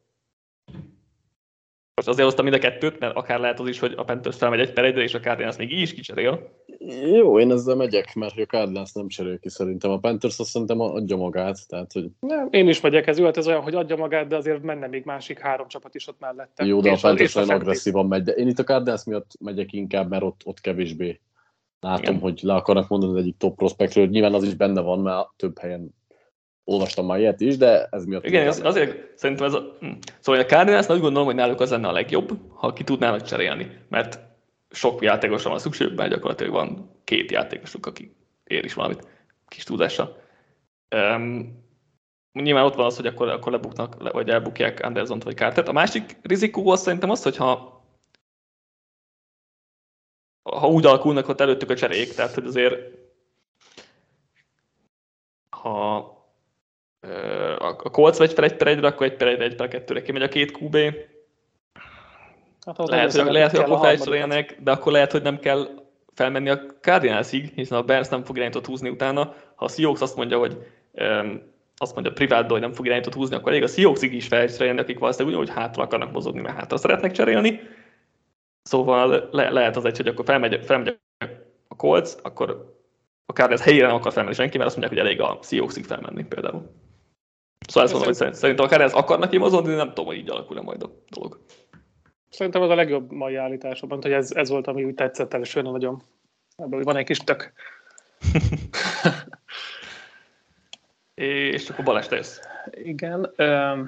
Most azért hoztam mind a kettőt, mert akár lehet az is, hogy a Panthers felmegy egy per egyre, és a Cardinals még így is kicserél. Jó, én ezzel megyek, mert a Cardinals nem cserél ki szerintem. A Panthers azt szerintem adja magát. Tehát, hogy... nem, én is megyek ez, jó, hát ez olyan, hogy adja magát, de azért menne még másik három csapat is ott mellette. Jó, de a Panthers nagyon agresszívan megy. De én itt a Cardinals miatt megyek inkább, mert ott, ott kevésbé látom, igen, hogy le akarnak mondani az egyik top prospektről. Nyilván az is benne van, mert több helyen olvastam már ilyet is, de ez miatt... Igen, az, azért szerintem ez a... Szóval a Cardinals úgy gondolom, hogy náluk az lenne a legjobb, ha ki tudnának cserélni, mert sok játékosra van szükségük, mert gyakorlatilag van két játékosuk, aki ér is valamit kis túlzással. Um, nyilván ott van az, hogy akkor, akkor lebuknak, vagy elbukják Andersont vagy Cartert. A másik rizikó az szerintem az, hogyha ha úgy alakulnak ott előttük a cserék, tehát hogy azért ha a Colts megy fel egy per egyre, akkor egy per egyre, egy per kettőre kimegy a két kú bé. Hát, lehet, hogy, lehet, hogy akkor felcserélnek, de akkor lehet, hogy nem kell felmenni a Cardinalsig, hiszen a Bears nem fog irányítót húzni utána. Ha a Seahawks azt mondja, hogy um, azt mondja privátban, hogy nem fog irányítót húzni, akkor elég a Seahawksig is felcserélni, akik valószínűleg úgy, hogy hátra akarnak mozogni, mert hátra szeretnek cserélni. Szóval le, lehet az egy, hogy akkor felmegy, felmegy a Colts, akkor a Cardinals helyére nem akar felmenni senki, mert azt mondják, hogy elég a Seahawksig felmenni például. Szóval ezt mondom, hogy szerintem a Cardinals akarnak kimozogni, de nem tudom, hogy így alakul-e majd a dolog. Szerintem az a legjobb mai állításban, hogy ez, ez volt, ami úgy tetszett először nagyon. Ebből van egy kis tök. És akkor Balázs, te jössz. Igen. Um,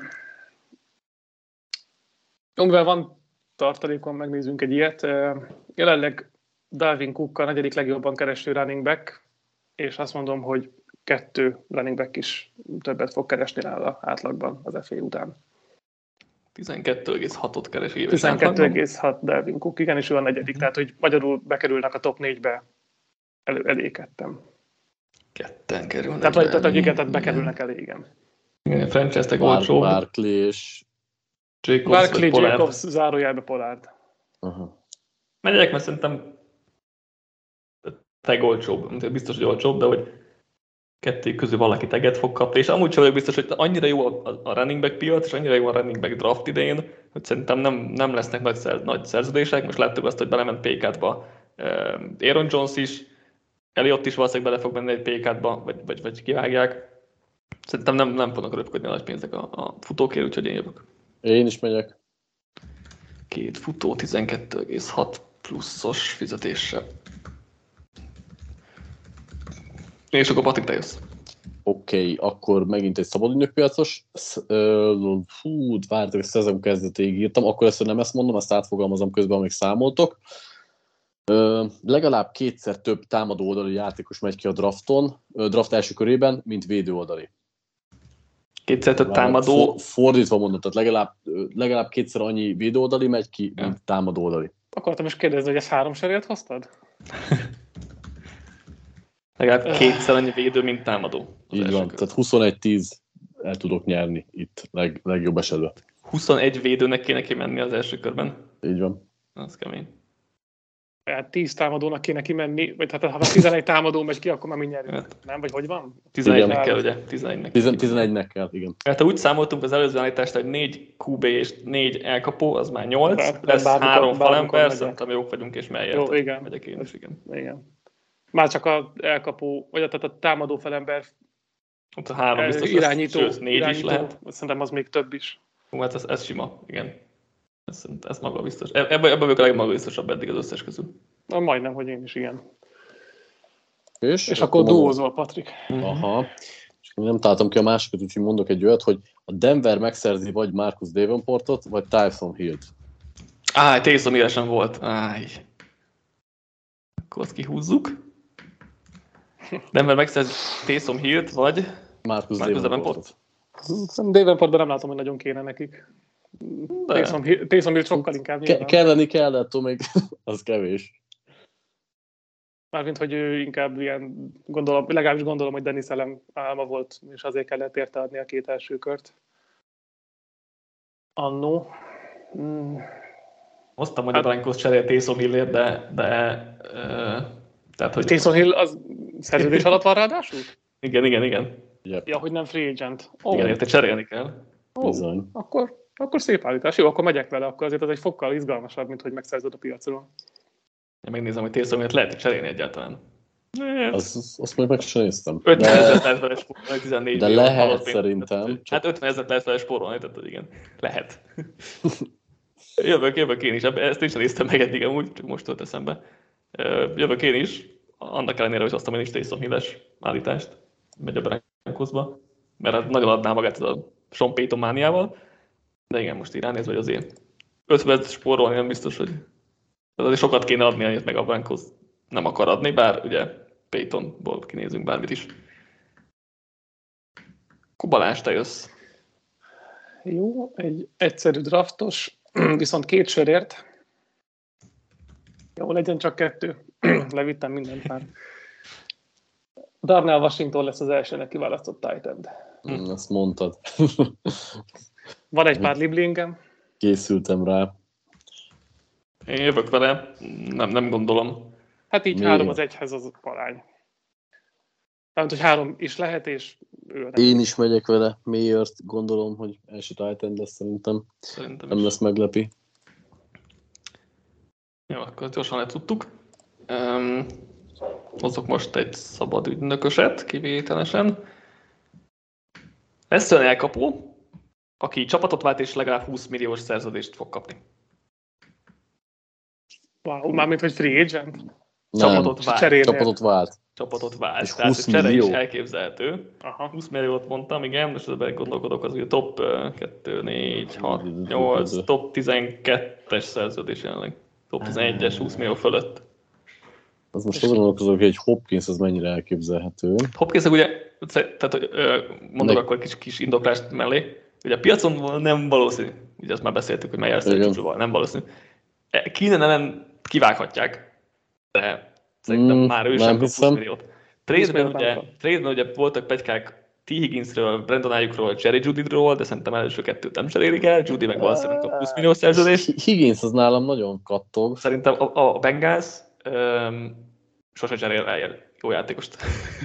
mivel van tartalékon, megnézzünk egy ilyet. Uh, jelenleg Dalvin Cook a negyedik legjobban kereső running back, és azt mondom, hogy kettő running back is többet fog keresni nála átlagban az ef á után. tizenkettő egész hatot keres éves. tizenkettő egész hat Dalvin Cook, igen, és ő a negyedik, mm-hmm. tehát hogy magyarul bekerülnek a top négybe, elő, elé kettem. Ketten kerülnek. Tehát, vagy, tehát, igen, tehát bekerülnek elé, igen. Igen, franchise-tek olcsó. Barkley és... Jacobs, Barkley, Jacobs, zárójelbe Pollard. Uh-huh. Megyek, mert szerintem teg olcsóbb, biztos, hogy olcsóbb, de hogy kettő közül valaki teget fog kapni, és amúgy sem vagyok biztos, hogy annyira jó a running back piac, és annyira jó a running back draft idején, hogy szerintem nem, nem lesznek nagy, szer, nagy szerződések. Most láttuk azt, hogy belement pé ká-ba Aaron Jones is, Elliott is valószínűleg bele fog menni egy pé ká-ba, vagy, vagy, vagy kivágják. Szerintem nem, nem fognak röpködni a nagy pénzek a, a futókért, úgyhogy én jövök. Én is megyek. Két futó, tizenkettő egész hat pluszos fizetéssel. És akkor Patrik, te jössz. Oké, okay, akkor megint egy szabadügynök piacos. Fú, várjátok, hogy szezon kezdetéig írtam, akkor ezt nem ezt mondom, ezt átfogalmazom közben, amíg számoltok. Ö, legalább kétszer több támadó oldali játékos megy ki a drafton, draft első körében, mint védő oldali. Kétszer több támadó... For, fordítva mondom, tehát legalább, legalább kétszer annyi védő oldali megy ki, ja. mint támadó oldali. Akartam is kérdezni, hogy ezt három serét hoztad? Legalább kétszer annyi védő, mint támadó. Így van, tehát huszonegy tíz el tudok nyerni itt leg, legjobb esetben. huszonegy védőnek kéne kimenni az első körben. Így van. Az kemény. Hát tíz támadónak kéne kimenni, vagy hát ha tizenegy támadó megy ki, akkor már mi nyerünk. Hát. Nem? Vagy hogy van? tizenegynek kell, ugye? tizenegynek kell. tizenegynek kell, igen. Hát ha úgy számoltunk az előző állítást, hogy négy kú bé és négy elkapó, az már nyolc. Bár, lesz bármikor, három falember, megyek. szerintem jók vagyunk, és melyet. Jó, igen. Megyek én is, igen. igen. Már csak a elkapó, vagy tehát a támadó felember ott a három biztos irányító, lesz, sőt, négy irányító, is lehet. Szerintem az még több is. Hú, hát ez, ez sima, igen. Ez, ez maga biztos. Ebben ebbe vagyok a legmagabiztosabb eddig az összes közül. Na, majdnem, hogy én is, igen. És, és akkor duózol, Patrik. Aha. És nem találtam ki a másikat, úgyhogy mondok egy olyat, hogy a Denver megszerzi vagy Marcus Davenportot, vagy Tyson Hill-t. Áj, Taysom Hill sem volt. Áj. Akkor azt kihúzzuk. Denver megszerzi Taysom Hill-t, vagy Marcus, Marcus Davenportot. Davenport. Davenportban nem látom, hogy nagyon kéne nekik. Taysom Hill sokkal inkább Ke- kelleni kell, attól még az kevés. Mármint, hogy ő inkább ilyen, gondolom, legalábbis gondolom, hogy Dennis Allen álma volt, és azért kellett érte adni a két első kört. Annó. Hmm. Hoztam, hogy hát, a Broncos cserél Taysom Hillért, de... de uh, tehát, hogy... Taysom Hill az szerződés alatt van ráadásul? Igen, igen, igen. Yep. Ja, hogy nem free agent. Oh. Igen, érte cserélni kell. Oh. Akkor, akkor szép állítás. Jó, akkor megyek vele, akkor azért az egy fokkal izgalmasabb, mint hogy megszerzed a piacról. Én megnézem, hogy Taysom Hillt lehet cserélni egyáltalán. Az, az, azt majd meg sem néztem. ötven ezeret lehet vele spórolni, tizennégy de lehet szerintem. Hát ötven ezeret lehet vele spórolni, tehát igen, lehet. Jövök, jövök én is, ezt én sem néztem meg eddig amúgy, csak most volt eszembe. Jövök én is, annak ellenére, hogy hoztam én is Taysom Hill-es állítást, megy a Broncosba, mert nagyon adná magát a Sean Payton mániával, de igen, most így ránézve, hogy azért ötvenet spórolni nem biztos, hogy azért sokat kéne adni, annyit meg a Broncos nem akar adni, bár ugye Paytonból kinézünk bármit is. Akkor Balázs, te jössz. Jó, egy egyszerű draftos, viszont két sörért. Jó, legyen csak kettő. Levittem mindent már. Darnell Washington lesz az elsőnek kiválasztott tight end. Mm, azt mondtad. Van egy pár liblingem. Készültem rá. Én jövök vele, nem, nem gondolom. Hát így Miért? három az egyhez az parány. Tehát, hogy három is lehet, és ő nem. Én is megyek vele. Miért gondolom, hogy első tight end lesz szerintem. Szerintem nem is. lesz meglepi. Jó, akkor gyorsan letudtuk. Um, hozok most egy szabad ügynököset, kivételesen. Lesz olyan elkapó, aki csapatot vált és legalább húsz milliós szerződést fog kapni. Wow, mármint, hogy free agent? Csapatot vált. Cserélnél. Csapatot vált. Csapatot vált. És Tehát húsz csere is millió. elképzelhető. Aha. húsz milliót mondtam, igen, most ebben gondolkodok, az ugye top kettő, négy, hat, nyolc, top tizenkettes szerződés jelenleg. Top tizenegyes, húsz millió fölött. Az most azon gondolkozom, hogy egy Hopkins az mennyire elképzelhető. Hopkins ugye, tehát mondok Ne. akkor kis, kis indoklást mellé, ugye a piacon nem valószínű, ugye azt már beszéltük, hogy Meyers egy nem valószínű. Keenan ellen kivághatják, de szerintem Mm, már ő nem sem kap húsz hiszem. milliót. Trade-ben ugye, trade-ben ugye voltak pletykák T. Higginsről, Brandon Ayukról, Jerry Jeudyról, de szerintem első kettőt nem cserélik el, Jeudy meg valószínűleg kap húsz milliós szerződést. Higgins az nálam nagyon kattog. Szerintem a, a Bengals um, sose cserél el jó játékost.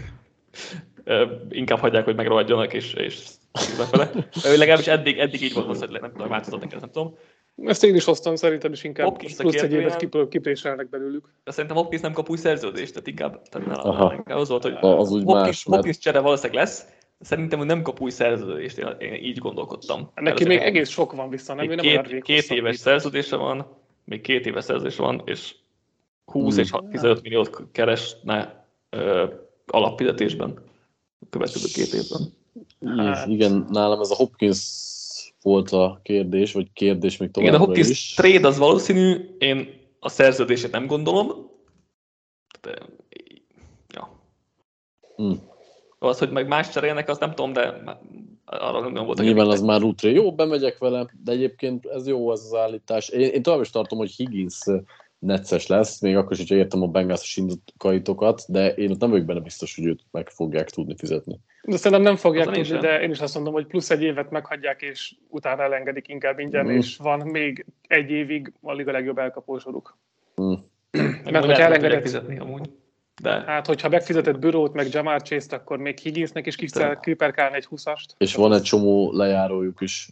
Inkább hagyják, hogy megrohadjanak, és, és vele. Legalábbis eddig, eddig így volt, hogy nem tudom, változott neked, nem tudom. Ezt én is hoztam, szerintem is inkább Hopkins plusz egy kérdőjel. évet kip- kipréselnek belőlük. De szerintem Hopkins nem kap új szerződést, tehát inkább, tehát Aha. inkább az volt, hogy Az úgy Hopkins, más, mert- Hopkins csere valószínűleg lesz, de szerintem hogy nem kap új szerződést, én, én így gondolkodtam. Neki még egész sok van vissza, nem? Ő nem olyan két, rég két éves szerződése van, még két éves szerződése van, és húsz Hmm. és tizenöt milliót keresne ö, alapfizetésben a következő két évben. Hát. Igen, nálam ez a Hopkins volt a kérdés, vagy kérdés még Igen, a továbbra Hopkins is. trade az valószínű, én a szerződését nem gondolom, de ja. Hmm. Az, hogy meg más cserélnek, azt nem tudom, de arra nem volt. Nyilván az már útra. Jó, bemegyek vele, de egyébként ez jó ez az állítás. Én, én tovább is tartom, hogy Higgins necces lesz, még akkor is, hogyha értem a Bengals indikaitokat, de én ott nem vagyok benne biztos, hogy őt meg fogják tudni fizetni. De szerintem nem fogják Azon tudni, is de én is azt mondom, hogy plusz egy évet meghagyják, és utána elengedik inkább ingyen, Mm. és van még egy évig a liga legjobb elkapósoruk. Mm. Mert hogyha elengedett, fizetni amúgy. De hát hogyha megfizetett Bürót, meg Jamar Chase-t, akkor még Higginsnek is kiperkálni egy húszast. És van egy csomó lejárójuk is.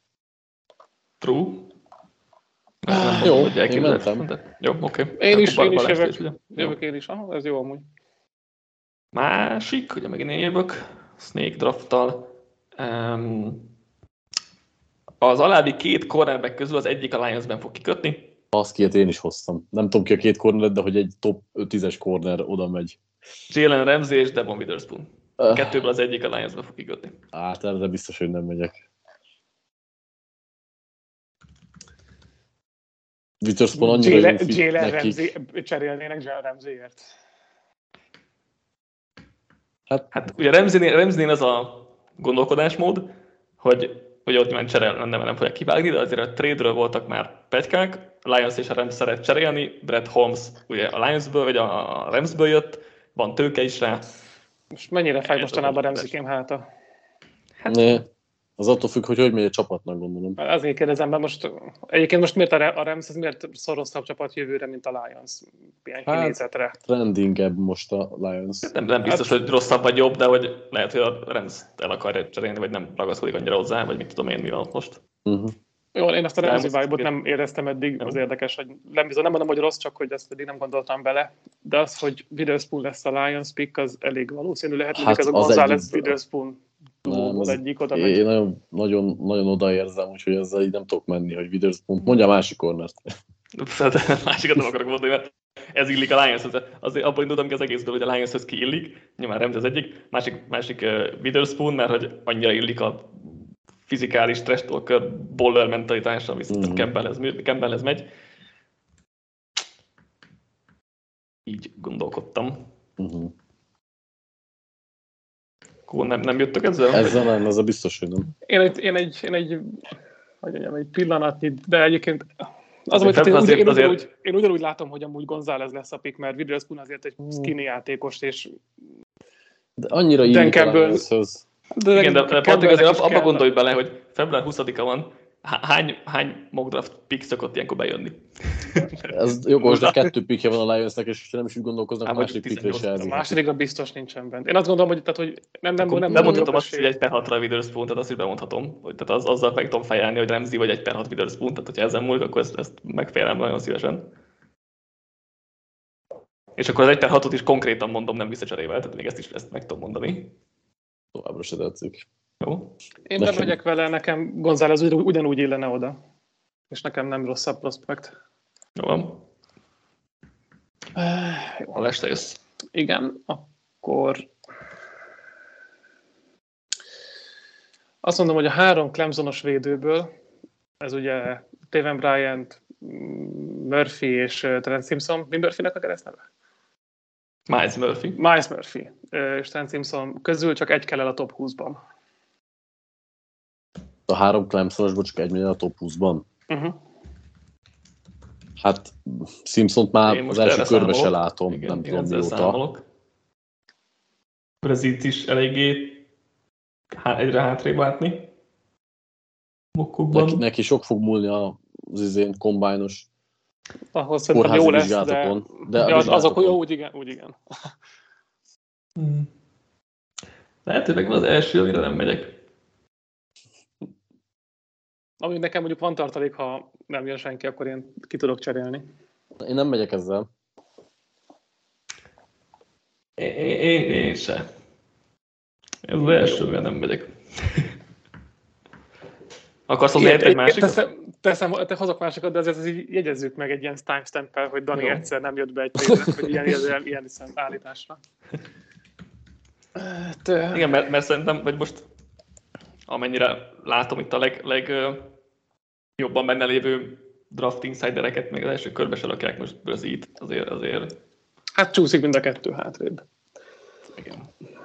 true. Ah, jó, hogy én elképzelhetem, mentem. de- Jó, oké. Okay. Én is, én is Balázs, jövök, ugye? jövök én is. Aha, ez jó amúgy. Másik, ugye megint én jövök, Snake Draft-tal. Um, az alábbi két cornerback közül az egyik a Lionsben fog kikötni. Baszkiet én is hoztam. Nem tudom ki a két corner, de hogy egy top tízes corner oda megy. Jalen Ramsey és Devon Witherspoon. A Uh, kettőből az egyik a Lionsben fog kikötni. hát erre biztos, hogy nem megyek. Witherspoon annyira Jalen, jó fit Jalen nekik. Ramsey, cserélnének Jalen Ramseyért. Hát, Hát ugye Ramsey-nél, Ramsey-nél az a gondolkodásmód, hogy, hogy ott már cserélni nem, nem fogják kivágni, de azért a trade-ről voltak már petykák, a Lions és a Rams szeret cserélni, Brett Holmes ugye a Lionsből, vagy a Ramsből jött, van tőke is rá. Most mennyire fáj Ez mostanában az Ramsey-kém háta? Hát, ne, az attól függ, hogy hogy megy a csapatnak, gondolom. Azért kérdezem, mert most egyébként most miért a a Rams, ez miért szorosabb csapat jövőre, mint a Lions? Ilyen Hát, kinézetre. Trendingebb most a Lions. nem, nem biztos, hogy rosszabb vagy jobb, de hogy lehet, hogy a Rams el akarja cserélni, vagy nem ragaszkodik annyira hozzá, vagy mit tudom én, mi van ott most. Uh-huh. Jó, én ezt a De Ramsey most- vibe-ot nem éreztem eddig, Nem. az érdekes, hogy nem bizony, nem mondom, hogy rossz, csak hogy ezt eddig nem gondoltam bele, de az, hogy Witherspoon lesz a Lions pick, az elég valószínű lehet, Hát hát ez a az González egyik- Witherspoon Nem, duóból az- egyik oda Én megy. én nagyon, nagyon, nagyon odaérzem, úgyhogy ezzel így nem tudok menni, hogy Witherspoon. Mondja a másik cornert. Tehát másikat nem akarok mondani, mert ez illik a Lionshoz. Azért abból indultam ki az egészből, hogy a Lionshoz ki illik. Nyilván Ramsey az egyik. Másik, másik uh, Witherspoon, mert hogy annyira illik a fizikális trash talker, baller mentalitásra, ami szerintem Mhm. Campbellhez, mű- Campbellhez megy. Így gondolkodtam. Uh-huh. Akkor nem, nem jöttök ezzel? Ezzel nem, ez a biztos, hogy nem. Én egy, én egy, én egy, hogy mondjam, egy pillanatnyi, de egyébként az, Azért hogy én, azért- én, azért- ugyanúgy, én ugyanúgy látom, hogy amúgy González lesz a pick, mert Witherspoon azért egy skinny játékos, és De annyira Dan illik a Campbell- Lionshoz. de Igen, de, de Campbellnek Patrik, azért is abba kell- gondolj bele, hogy február huszadika van, Há- hány, hány mock draft pick szokott ilyenkor bejönni? Ez jogos, de kettő pikje van a Lionsnek, és nem is úgy gondolkoznak, Hát a második mondjuk pikre is tizennyolc. A elvihet. másodikra biztos nincsen bent. Én azt gondolom, hogy, tehát, hogy nem, nem, Akkor nem, bemondhatom nem azt, hogy egy per hatra a Witherspoon, tehát azt is bemondhatom, hogy tehát az, azzal meg tudom fejelni, hogy Ramsey vagy egy per hat Witherspoon, tehát hogyha ezen múlik, akkor ezt, ezt megfejlem nagyon szívesen. És akkor az egy per hatot is konkrétan mondom, nem visszacserével, tehát még ezt is ezt meg tudom mondani. Továbbra se tetszik. Jó. Én Nekem- bemegyek vele, nekem González ugyanúgy, ugyanúgy illene oda. És nekem nem rosszabb prospekt. Jó van. Uh, A este jössz. Igen, akkor azt mondom, hogy a három Clemsonos védőből, ez ugye Taven Bryant, Murphy és uh, Trent Simpson, mi Murphynek a keresztneve? Miles Murphy. Miles Murphy uh, és Trent Simpson közül csak egy kell el a top húszban. A három Clemsonosból csak egy millió a top húszban. Uh-huh. Hát Simpsont már Én az most első erre körbe se számolok. látom, Igen, nem én tudom ezzel mióta. számolok. Brazit is eléggé há- egyre hátrébb látni. Mokkokban. Neki, neki sok fog múlni az izén kombájnos Ahhoz szerintem jó kórházi lesz, de, vizsgálatokon. De, de a az, azok vizsgálatokon. jó, úgy igen, úgy igen. Hmm. Lehet, hogy megvan az első, amire nem megyek. Ami nekem mondjuk van tartalék, ha nem jön senki, akkor én ki tudok cserélni. Én nem megyek ezzel. Én, én, én se. Ez az első, amire nem megyek. Akarsz hozni egy másikat? Teszem, teszem, te hozok másikat, de azért így jegyezzük meg egy ilyen timestamp-el, hogy Dani Jó. egyszer nem jött be egy tévre, vagy ilyen, ilyen, ilyen állításra. Hát, Igen, mert, mert szerintem, vagy most amennyire látom itt a leg, leg ö, jobban benne lévő draft insidereket, még az első körbe se rakják most Brazit, azért, azért. hát csúszik mind a kettő hátrébb. Igen.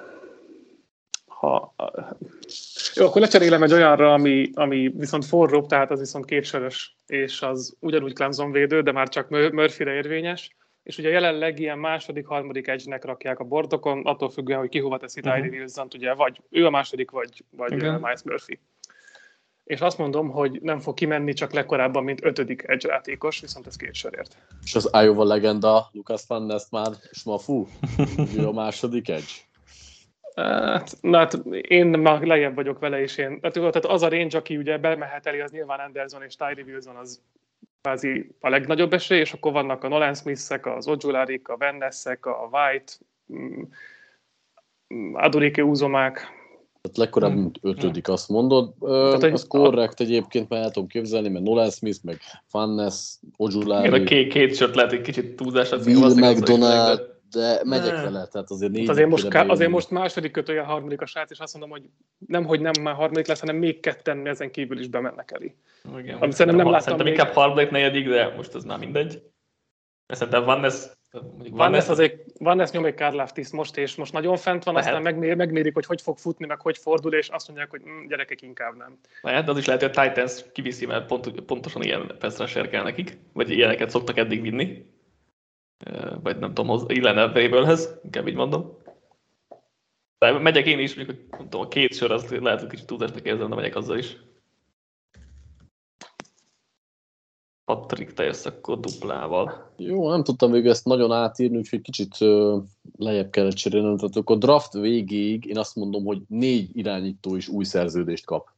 Ha, jó, akkor lecserélem egy olyanra, ami, ami viszont forróbb, tehát az viszont kétsörös, és az ugyanúgy Clemson védő, de már csak Murphyre érvényes. És ugye jelenleg ilyen második, harmadik edge-nek rakják a bordokon, attól függően, hogy ki hova teszi Uh-huh. Tyree Wilson-t, ugye vagy ő a második, vagy, vagy Igen. Miles Murphy. És azt mondom, hogy nem fog kimenni csak legkorábban, mint ötödik edge játékos, viszont ez két sörért. És az Iowa legenda Lucas Van Ness már smafú? Ő a második edge. Hát, na hát én már lejjebb vagyok vele, és én, tehát az a range, aki ugye bemehet elé, az nyilván Anderson és Tyree Wilson, az kvázi a legnagyobb esély, és akkor vannak a Nolan Smith-ek, az Ojularik, a Van Ness-ek, a White, Adorike Uzomák. Tehát legkorább, Hmm. mint ötödik, azt mondod. Ö, Tehát, hogy az korrekt egyébként, mert el tudom képzelni, mert Nolan Smith, meg Van Ness, Igen, a Ojulari, két, két sört lehet egy kicsit túlzásra. Will McDonald, de megyek Ne. vele, tehát azért négy. Hát azért, most, ká- azért most második kötője harmadik a srác, és azt mondom, hogy nem, hogy nem már harmadik lesz, hanem még ketten ezen kívül is bemennek elé. Igen, Amit szerintem nem láttam Szerintem még. inkább harmadik, negyedik, de most ez már mindegy. Mert szerintem Van Ness, mondjuk Van Ness azért, Van Ness nyom egy Karl tiszt most, és most nagyon fent van, Lehet. aztán megmér, megmérik, hogy hogy fog futni, meg hogy fordul, és azt mondják, hogy mm, gyerekek, inkább nem. lehet, de az is lehet, hogy a Titans kiviszi, mert pont, pontosan ilyen pass kell nekik, vagy ilyeneket szoktak eddig vinni. Vagy nem tudom, az illene Vrabelhez, inkább így mondom. De megyek én is, mondjuk, hogy nem tudom, a két sör, az lehet, hogy kicsit túlzásnak érzem, de megyek azzal is. Patrick, te jössz akkor duplával. Jó, nem tudtam még ezt nagyon átírni, úgyhogy kicsit uh, lejjebb kellett cserélnem. Tehát akkor draft végéig én azt mondom, hogy négy irányító is új szerződést kap.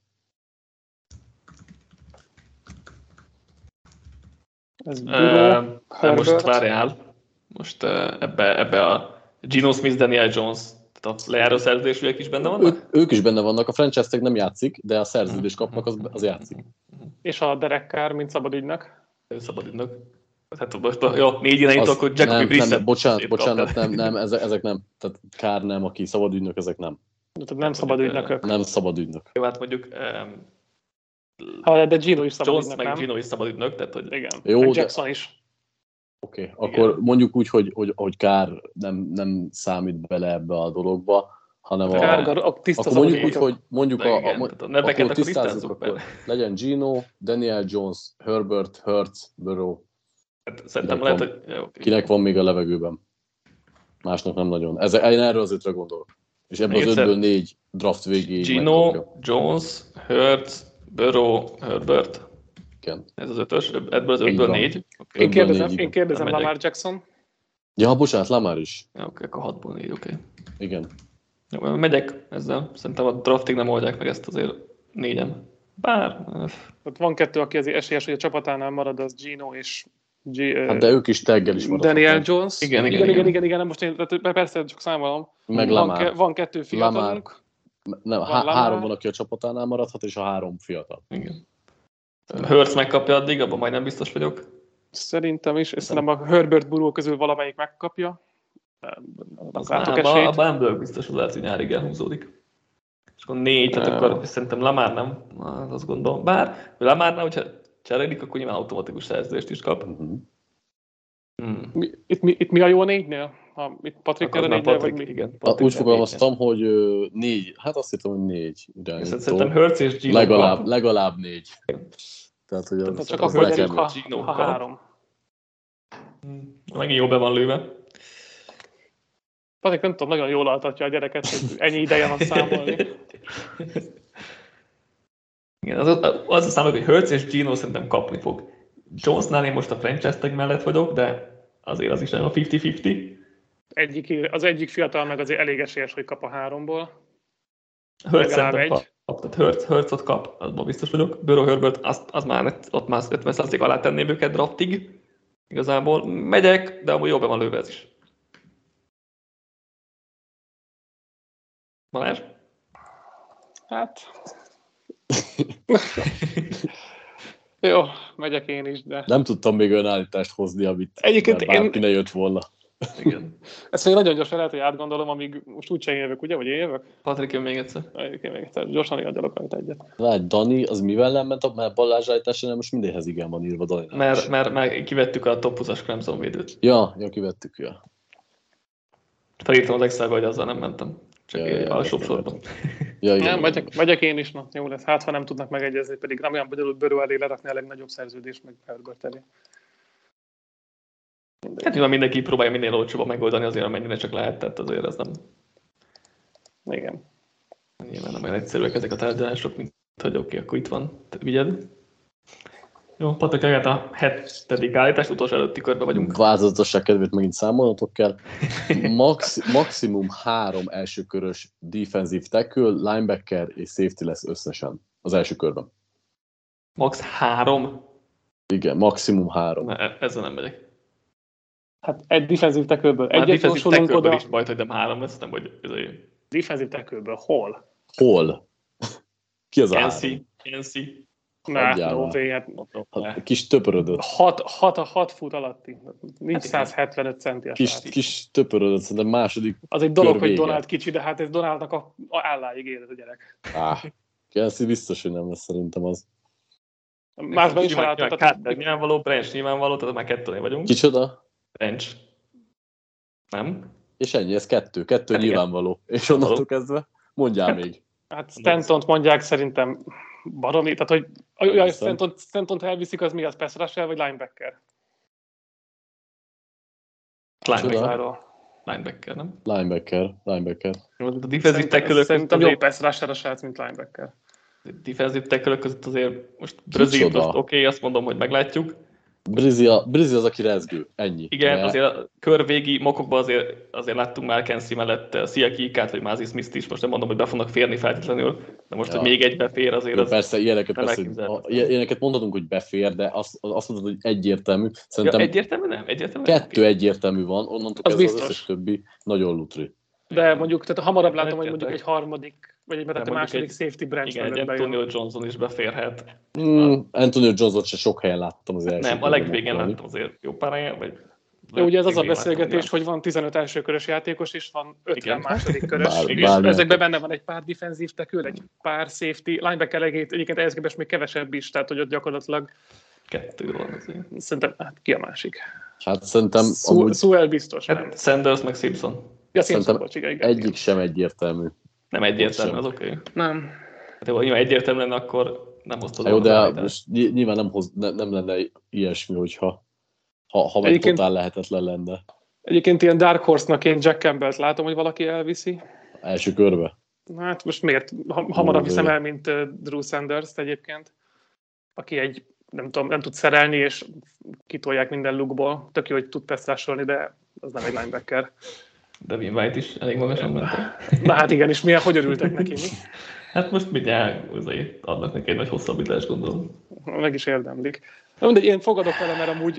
Ez Uh, Burrow, de most Herbert. várjál. Most uh, ebbe, ebbe a Geno Smith, Daniel Jones, tehát a lejáró szerződésűek is benne vannak? Ők, ők is benne vannak, a franchise-tek nem játszik, de a szerződést kapnak, az, az játszik. És a Derek Carr, mint szabadügynök. Szabad ügynök. Hát most, jó, négy irányító, Az- akkor Jacoby nem, Brissett. nem, bocsánat, Szép bocsánat, kaptál. nem, nem, ezek, ezek nem. Tehát Kár nem, aki szabad ügynök, ezek nem. Tehát nem szabadügynökök. Nem szabad ügynök. Jó, hát mondjuk um, Ha, de Gino is Jones szabadügynök, meg nem? Gino is szabad ügynök, tehát hogy Igen, Jó, meg de- Jackson is. Oké, okay. Akkor mondjuk úgy, hogy, hogy, hogy Kár nem, nem számít bele ebbe a dologba, hanem a... Kár, a tiszta Akkor mondjuk úgy, szabadügynök. hogy mondjuk De a, igen, a, tehát a neveket akkor akkor tisztázzuk, tisztázzuk akkor be. legyen Gino, Daniel Jones, Herbert, Hurts, Burrow. Hát szerintem Kinek lehet, van? hogy... Jó, oké. Kinek van még a levegőben? Másnak nem nagyon. Ez, én erről az ötre gondolok. És ebből Még az egyszer. ötből négy draft végéig Gino, megkapja. Jones, Hurts, Burrow, Herbert. Igen. Ez az ötös, ebből az Így ötből van. négy. Én Oké, Ötből kérdezem, négy, én igen. kérdezem Nem Lamar megyek. Jackson. Ja, bocsánat, Lamar is. ja, oké, akkor hatból négy, oké. Igen. Jó, megyek ezzel. Szerintem a draftig nem oldják meg ezt azért négyen. Bár... öff, Tehát van kettő, aki azért esélyes, hogy a csapatánál marad, az Gino és G, hát de ők is taggel is maradhatnak. Daniel Jones. Igen, igen, igen, igen, igen. igen, igen, most én persze csak számolom. Meg van, Lamar. ke, van kettő fiatalunk. Nem, Van há- Lamar. három van, aki a csapatánál maradhat, és a három fiatal. Igen. Hurts megkapja addig, abban majdnem biztos vagyok. Szerintem is, és szerintem a Herbert Burrow közül valamelyik megkapja. Az látok abban esélyt. abba nem vagyok biztos, hogy lehet, hogy nyárig elhúzódik. És akkor négy, tehát Uh. akkor szerintem Lamar nem, hát azt gondolom. Bár, hogy Lamarnál, hogyha cserélik, akkor nyilván automatikus szerződést is kap. Uh-huh. Hmm. Mi, itt, mi, itt mi a jó négynél? Ha, itt Patrick Akkor a négynél, Patrick, vagy mi? igen. A, Patrick úgy fogalmaztam, hogy ö, négy, hát azt hittem, hogy négy irányító. Szerintem Hurts és Gino legalább, kap. legalább négy. Tehát, hogy Tehát az, csak az akkor nekem gyerünk, ha, Gino ha kap. három. Hmm. Megint jó be van lőve. Patrick nem tudom, nagyon jól altatja a gyereket, hogy ennyi ideje van számolni. Igen, az, az a számok, hogy Hurts és Gino szerintem kapni fog. Jonesnál én most a franchise tag mellett vagyok, de azért az is nem a fifty-fifty. Egyik, az egyik fiatal meg azért elég esélyes, hogy kap a háromból. Hurts Legalább szerintem egy. kap. Tehát Hurts, Hurtsot kap, abban biztos vagyok. Burrow Herbert, az, az már, ott már ötven százalék alá tenném őket draftig. Igazából megyek, de amúgy jó be van lőve ez is. Balázs? Hát... Jó, megyek én is, de... Nem tudtam még olyan állítást hozni, amit Egyébként bárki én- ne jött volna. Igen. Ezt még nagyon gyorsan lehet, hogy átgondolom, amíg most úgyse én jövök, ugye? Vagy én jövök? Patrik jön még egyszer. Egyébként még egyszer gyorsan adjalok rajta egyet. Lát, Dani, az mivel nem ment, mert Balázs állításánál most mindenhez igen van írva Daninál. Mert, mert, mert kivettük a top húszas Clemson védőt. Ja, ja, kivettük, ja. Felírtam az Excelbe, hogy azzal nem mentem. Csak Ja, ja, ja, alsóbb ja, sorban. Ja, igen. Nem, megyek, megyek én is, na, jó lesz. Hát, ha nem tudnak megegyezni, pedig nem olyan bonyolult Burrow elé lerakni a legnagyobb szerződést, meg Herbert elé. Hát nyilván mindenki próbálja minél olcsóban megoldani azért, amennyire csak lehet, tehát azért ez nem, Igen. nyilván nem olyan egyszerűek ezek a tárgyalások, mint hogy oké, okay, akkor itt van, te vigyed. Jó, Patrik, eljárt a hetedik állítás, utolsó előtti körben vagyunk. Változatosság kedvéért megint számolnotok kell. Max, maximum három elsőkörös defensive tackle, linebacker és safety lesz összesen az első körben. Max három? Igen, maximum három. Ne, ezzel nem megyek. Hát egy defensive tackle-ből Már egyet defensive jósolunk tackle-ből oda. is majd, hogy nem három lesz, nem, hogy ez a Defensive tackle-ből hol? Hol? Ki az a Kensi, három? Kensi. Ne, Hagyjál no már. way, hát Hát, kis töpörödött. hat, hat, a hat fut alatti. Nincs száz hetvenöt centi a Kis, srác. kis töpörödött, szerintem második Az egy dolog, kör hogy vége. Donald kicsi, de hát ez Donaldnak a, a álláig élet a gyerek. Ah, Kelsey biztos, hogy nem lesz szerintem az. Másban is Nyilván- látod. Carter nyilvánvaló, Branch nyilvánvaló, tehát már kettőnél vagyunk. Kicsoda? Branch. Nem? És ennyi, ez kettő. Kettő Hát igen. nyilvánvaló. És onnantól kezdve mondjál még. Hát Stantont mondják szerintem baromi, tehát hogy olyan Viszont. Stanton, Stantont elviszik, az mi az, pass rusher vagy linebacker? Linebacker. Csodáról. Linebacker, nem? Linebacker, linebacker. A defensive Szerintem, tackle-ök szerintem között jó azért, pass rusher a srác, mint linebacker. defensive tackle között azért most Brazil, Kicsoda? most oké, okay, azt mondom, hogy meglátjuk. Brizzi, a, Brizzi az, aki rezgő. Ennyi. Igen, De azért a körvégi mokokban azért, azért láttunk már Kensi mellett Siakikát, vagy Mázis Smith-t is, most nem mondom, hogy be fognak férni feltétlenül, de most, Ja. hogy még egy befér azért Jó, az... persze, ilyeneket, nem persze, hogy, elképzelhetetlen. ha, ilyeneket mondhatunk, hogy befér, de azt, azt mondod, hogy egyértelmű. Ja, Szerintem egyértelmű nem? Egyértelmű nem? kettő egyértelmű van, onnantól Az kezdve az biztos. összes többi nagyon lutri. De mondjuk, tehát hamarabb látom, hogy Egyetértek. mondjuk egy harmadik, vagy egy, tehát a mondjuk második egy- safety branch Igen, egy mellett bejön. Antonio Johnson is beférhet. Mm, Antonio Johnson se sok helyen láttam az első Nem, a körben legvégén mokkolni. láttam azért jó pár helyen, vagy... Jó, ugye ez az a legvégén beszélgetés, láttam, hogy van tizenöt elsőkörös játékos, és van ötven Igen. második körös, Bár- és bármilyen. ezekben benne van egy pár defensív tackle, egy pár safety, linebacker egyébként egyébként ehhez képest még kevesebb is, tehát hogy ott gyakorlatilag Kettő van azért. szerintem, hát ki a másik? Hát szerintem Szú- amúgy Sewell biztos, nem? Hát Sanders meg Simpson. Ja, szerintem Simpson bocs, igen, igen. egyik sem egyértelmű. Nem egyértelmű, sem. az oké. Okay. Nem. Hát jó, nyilván egyértelmű lenne, akkor nem hoztad Hát jó, volna az de állítást. most ny- nyilván nem, hoz, ne, nem lenne ilyesmi, hogyha ha, ha meg Egyébként- totál lehetetlen lenne Egyébként ilyen Dark Horse-nak én Jack Campbell-t látom, hogy valaki elviszi. első körbe. Hát most miért? Ha- Hamarabb Jó, viszem de- el, mint uh, Drew Sanders-t egyébként, aki egy, nem tudom, nem tud szerelni, és kitolják minden lukból. Tök jó, hogy tud passzrásolni, de az nem egy linebacker. Devin White is elég magasan ment. Na hát igen, és milyen, hogy örültek neki, mi? Hát most mindjárt azért adnak neki egy nagy hosszabbítást, gondolom. Meg is érdemlik. Na mindegy, én fogadok vele, mert amúgy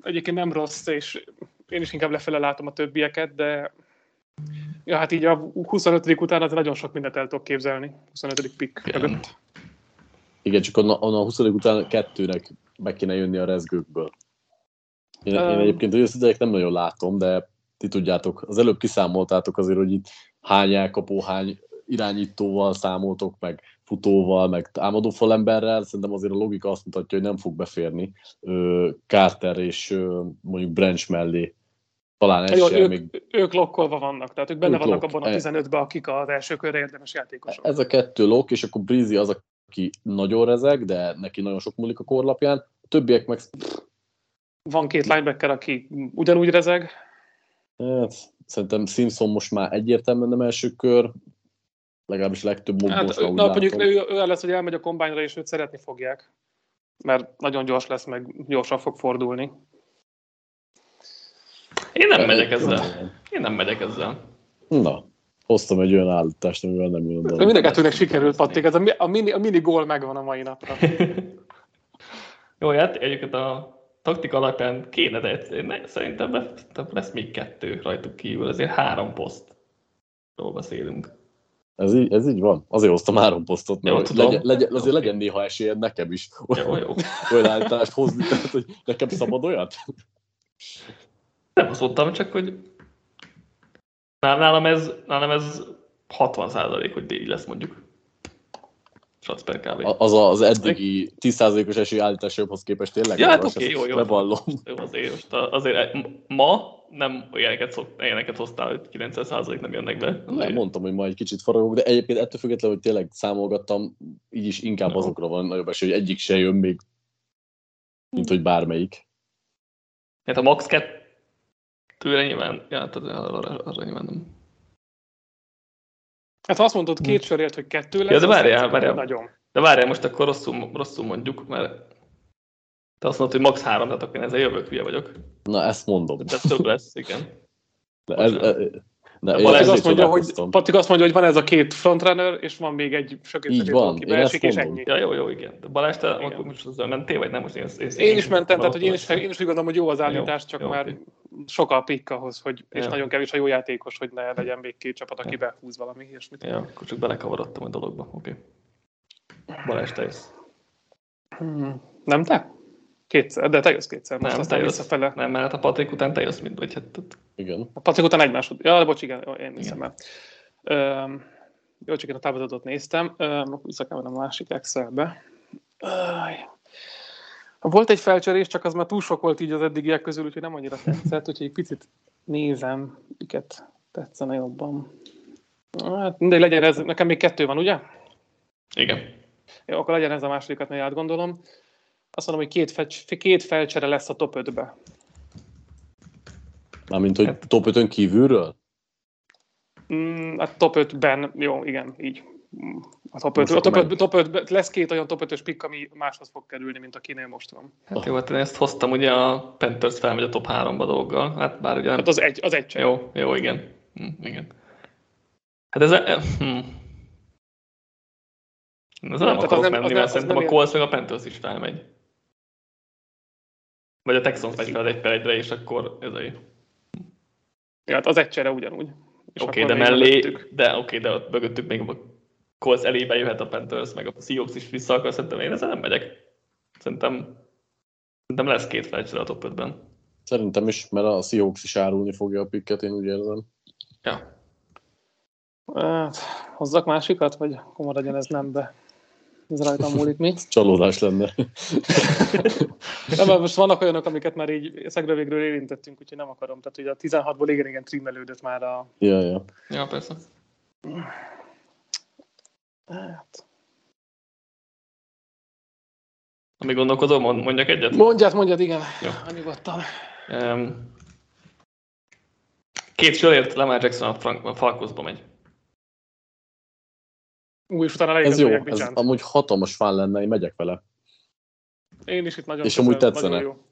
egyébként nem rossz, és én is inkább lefele látom a többieket, de ja, hát így a huszonötödik után az nagyon sok mindent el tudok képzelni, huszonötödik pick mögött. Igen, csak onnan a huszadik után kettőnek be kéne jönni a rezgőkből. Én, um, én egyébként őszintén nem nagyon látom, de ti tudjátok, az előbb kiszámoltátok azért, hogy itt hány elkapó, hány irányítóval számoltok, meg futóval, meg támadó falemberrel, szerintem azért a logika azt mutatja, hogy nem fog beférni Carter és mondjuk Branch mellé. Talán ez Jó, sem ők, még... ők lokkolva vannak, tehát ők benne ők vannak lok. abban a tizenötben, akik az első körre érdemes játékosok. Ez a kettő lok, és akkor Breezy az, aki nagyon rezeg, de neki nagyon sok múlik a korlapján. A többiek meg... Van két linebacker, aki ugyanúgy rezeg. Hát, szerintem Simpson most már egyértelműen nem első kör, legalábbis legtöbb mobbos, hát, úgy na, mondjuk ő, ő ő lesz, hogy elmegy a kombányra, és őt szeretni fogják, mert nagyon gyors lesz, meg gyorsan fog fordulni. Én nem megyek ezzel. Én nem megyek ezzel. Na, hoztam egy olyan állítást, amivel nem jön a dolog. Mindenkettőnek sikerült, Patrik, ez a, a, mini, a mini gól megvan a mai napra. Jó, hát egyébként a taktika alapján kéne, de ne, szerintem lesz még kettő rajtuk kívül, ezért három posztról beszélünk. Ez így, ez így van. Azért hoztam három posztot, mert jó, tudom. Legyen, legyen, azért legyen néha esélyed nekem is jó, jó. olyan állítást hozni, tehát, hogy nekem szabad olyat? Nem azt mondtam, csak hogy nálam ez, nálam ez hatvan százalék, hogy így lesz mondjuk. Shots per ká vé. Az az eddigi tíz százalékos esélyállításokhoz képest tényleg. Ja, hát oké, okay, jó, jó. Bevallom. Jó, azért, most azért ma nem ilyeneket, szok, ilyeneket hoztál, hogy kilencven százalék nem jönnek be. Azért. Nem, mondtam, hogy ma egy kicsit faragok, de egyébként ettől függetlenül, hogy tényleg számolgattam, így is inkább no. azokra van nagyobb esély, hogy egyik se jön még, mint hogy bármelyik. Hát a max kettőre nyilván, ja, hát arra, arra nyilván nem. Hát ha azt mondod két sorért, hogy kettő lesz, ja, de várjál, várjál. Nagyon. De várjál, most akkor rosszul, rosszul mondjuk, mert te azt mondod, hogy max három, tehát akkor én ezzel jövök, hülye vagyok. Na, ezt mondom. De több lesz, igen. De ez, ez, de de Patrik azt, mondja, hogy, Patrik azt mondja, hogy van ez a két frontrunner, és van még egy sökétszögét, aki beesik, és ennyi. Ja, jó, jó, igen. De Balázs, te igen. Akkor most azzal mentél, vagy nem? Most én, én, én, én is mentem, tehát hogy én is, én is úgy gondolom, hogy jó az állítás, csak jó, már okay. sok a pikk ahhoz, hogy, és ja. nagyon kevés a jó játékos, hogy ne legyen még két csapat, aki ja. behúz valami ilyesmit. Ja, akkor csak belekavarodtam a dologba, oké. Okay. Balázs, te jössz. Hmm. Nem te? Kétszer, de te jössz kétszer, most nem, aztán visszafele. Nem, mert a Patrik után te jössz, mint vagy hát... Igen. A Patrik után egymás után. Ja, bocs, igen, én hiszem el. Um, jó, csak én a táblázatot néztem. Um, vissza kell mennem a másik Excelbe. Uh, volt egy felcserés, csak az már túl sok volt így az eddigiek közül, úgyhogy nem annyira tetszett, úgyhogy egy picit nézem, miket tetszene jobban. Hát mindegy, legyen ez, nekem még kettő van, ugye? Igen. Jó, akkor legyen ez a másodikat, ne átgondolom. Azt mondom, hogy két, fel, két felcsere lesz a top ötbe. Mármint, hogy top ötön kívülről? Mm, a top ötben, jó, igen, így. A top, öt, a top, öt, top öt, lesz két olyan top ötös pick, ami máshoz fog kerülni, mint akinél most van. Hát jó, hát én ezt hoztam, ugye a Panthers felmegy a top háromba dolggal. Hát bár ugye... Hát az egy, az egy csere. Jó, jó, igen. Hm, igen. Hát ez... Hm. Ez nem, nem akarok nem, menni, mert szerintem a Colts meg a Panthers is felmegy. Vagy a Texans megy fel egy per egyre, és akkor ez a... Ja, hát az egy csere ugyanúgy. Oké, okay, de mellé, de oké, okay, de ott mögöttük még a Colts elébe jöhet a Panthers, meg a Seahawks is vissza akar, szerintem én ezzel nem megyek. Szerintem, szerintem lesz két felcsere a top ötben. Szerintem is, mert a Seahawks is árulni fogja a pikket, én úgy érzem. Ja. Hát, hozzak másikat, vagy akkor maradjon ez nem be? Ez rajtam múlik mi? Csalódás lenne. Nem, mert most vannak olyanok, amiket már így szegre végről érintettünk, úgyhogy nem akarom. Tehát ugye a tizenhatból igen, igen trimmelődött már a... Ja, ja. Ja, persze. Hát... Amíg gondolkozom, mondjak egyet? Mondjad, mondjad, igen. Jó. Nyugodtan. Um, két sörért Lamar Jackson a, Frank, a Falconsba megy. Új, és utána ez jó, ez amúgy hatalmas fán lenne, én megyek vele. Én is itt nagyon és amúgy tetszene. Jó.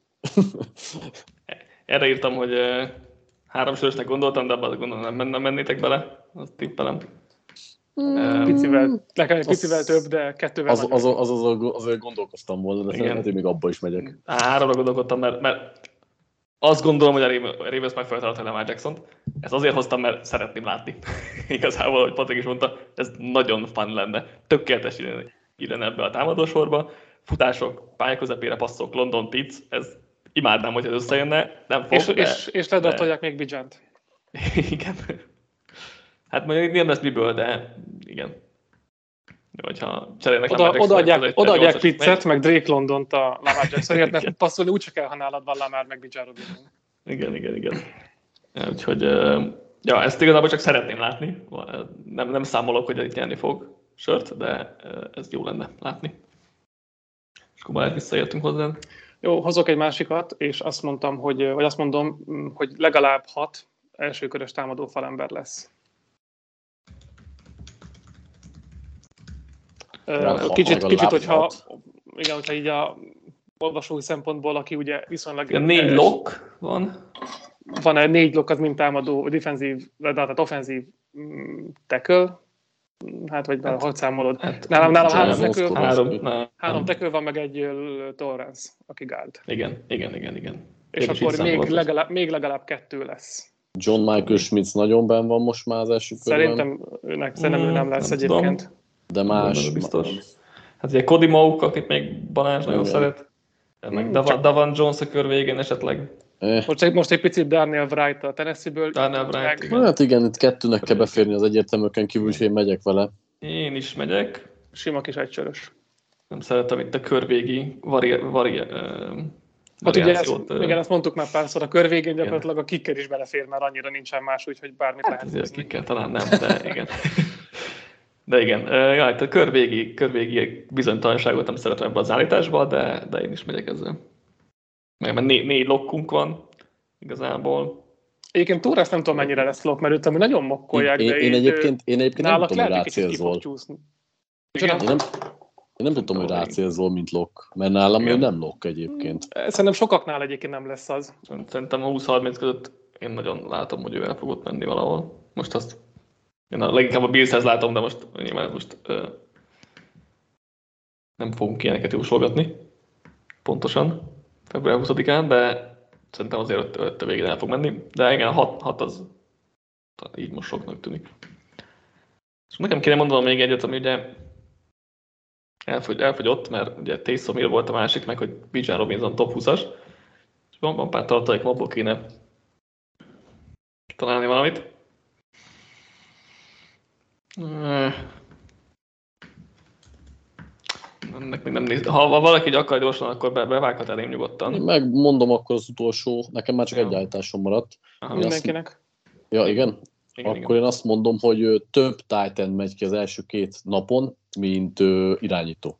Erre írtam, hogy uh, három sörösnek gondoltam, de abban gondolom nem, nem mennétek bele, azt tippelem. Mm. Picivel, nekem egy picivel több, de kettővel az, az, az, az, az, az, azért gondolkoztam volna, de lehet, hogy még abba is megyek. Háromra gondolkodtam, mert, mert azt gondolom, hogy a Ravens meg fogja tartani Lamar Jacksont. Ezt azért hoztam, mert szeretném látni. Igazából, ahogy Patrik is mondta, ez nagyon fun lenne. Tökéletes illene ebbe a támadósorba. Futások, pályaközepére passzok, London Pitts, ez imádnám, hogy ez összejönne. Nem fog, és, de, és, és ledraftolják de... még Bidzsánt. Igen. Hát mondjuk nem lesz miből, de igen. Vagy ha cserélnek Oda, odaadják, odaadják Pittset, meg Drake Londont a Lamar Jacksonért, mert passzolni úgyse kell, ha nálad van Lamar, meg Bidzsán Robinson. Igen, igen, igen. Ja, úgyhogy, ja, ezt igazából csak szeretném látni. Nem, nem számolok, hogy itt nyerni fog sört, de ez jó lenne látni. És akkor már visszaértünk hozzá. Jó, hozok egy másikat, és azt mondtam, hogy, vagy azt mondom, hogy legalább hat elsőkörös támadó falember lesz. Legalább kicsit, kicsit hogyha, igen, hogyha így a olvasói szempontból, aki ugye viszonylag... Igen, négy es, lock van. Van egy négy lock, az mind támadó, defenzív, tehát offenzív tackle. Hát, vagy hát, hogy számolod? Hát, nálam nálam három tackle, három, három tackle van, meg egy Torrance, aki guard. Igen, igen, igen, igen. És Én akkor még legalább, még legalább kettő lesz. John Michael Schmitz nagyon benn van most már az első körben. Szerintem őnek, szerintem ő nem lesz nem egyébként. Tudom. De más... Biztos. Hát ugye Cody Mauk, akit még Balázs nagyon igen. szeret. Meg Davan, Davan Jones a kör végén esetleg. Eh. Most, most egy picit Darnell Wright a Tennessee-ből. Darnell Wright, igen. Hát igen, itt kettőnek kell beférni az egyértelműen kívül, és én megyek vele. Én is megyek. Sima kis egysörös. Nem szeretem itt a körvégi vari, vari, uh, hát ugye ezt, uh, igen, ezt mondtuk már párszor, a kör végén gyakorlatilag a kicker is belefér, mert annyira nincsen más, úgyhogy bármit hát lehet hozni. Kicker talán nem, de igen. De igen, ja, a körvégi, körvégi bizonytalanságot nem szeretem ebben az állításban, de, de én is megyek ezzel. Mert né, négy lokkunk van igazából. Egyébként túl ezt nem tudom mennyire lesz lock, mert őt amúgy nagyon mokkolják, én, de én, én egyébként, én egyébként nem tudom, hogy rácélzol. Én nem, én nem tudom, hogy rácélzol, mint lock, mert nálam igen. ő nem lock egyébként. Szerintem sokaknál egyébként nem lesz az. Szerintem a húsz-harminc között én nagyon látom, hogy ő el fogott menni valahol. Most azt én a leginkább a Billshez látom, de most nyilván most ö, nem fogunk ilyeneket jósolgatni. Pontosan. február huszadikán, de szerintem azért öt a végén el fog menni. De igen, hat, hat az így most soknak tűnik. És nekem kéne mondanom még egyet, ami ugye elfogy, elfogyott, mert ugye Taysom Hill volt a másik, meg hogy Bijan Robinson top húszas. És van, van pár tartalék, abból kéne találni valamit. Ennek még nem néz. Ha valaki így akar gyorsan, akkor be, bevághat elém nyugodtan. Én megmondom akkor az utolsó, nekem már csak ja. egy állításom maradt. Aha, mindenkinek. Azt... Ja, igen? igen igen. Akkor én azt mondom, hogy több tight end megy ki az első két napon, mint uh, irányító.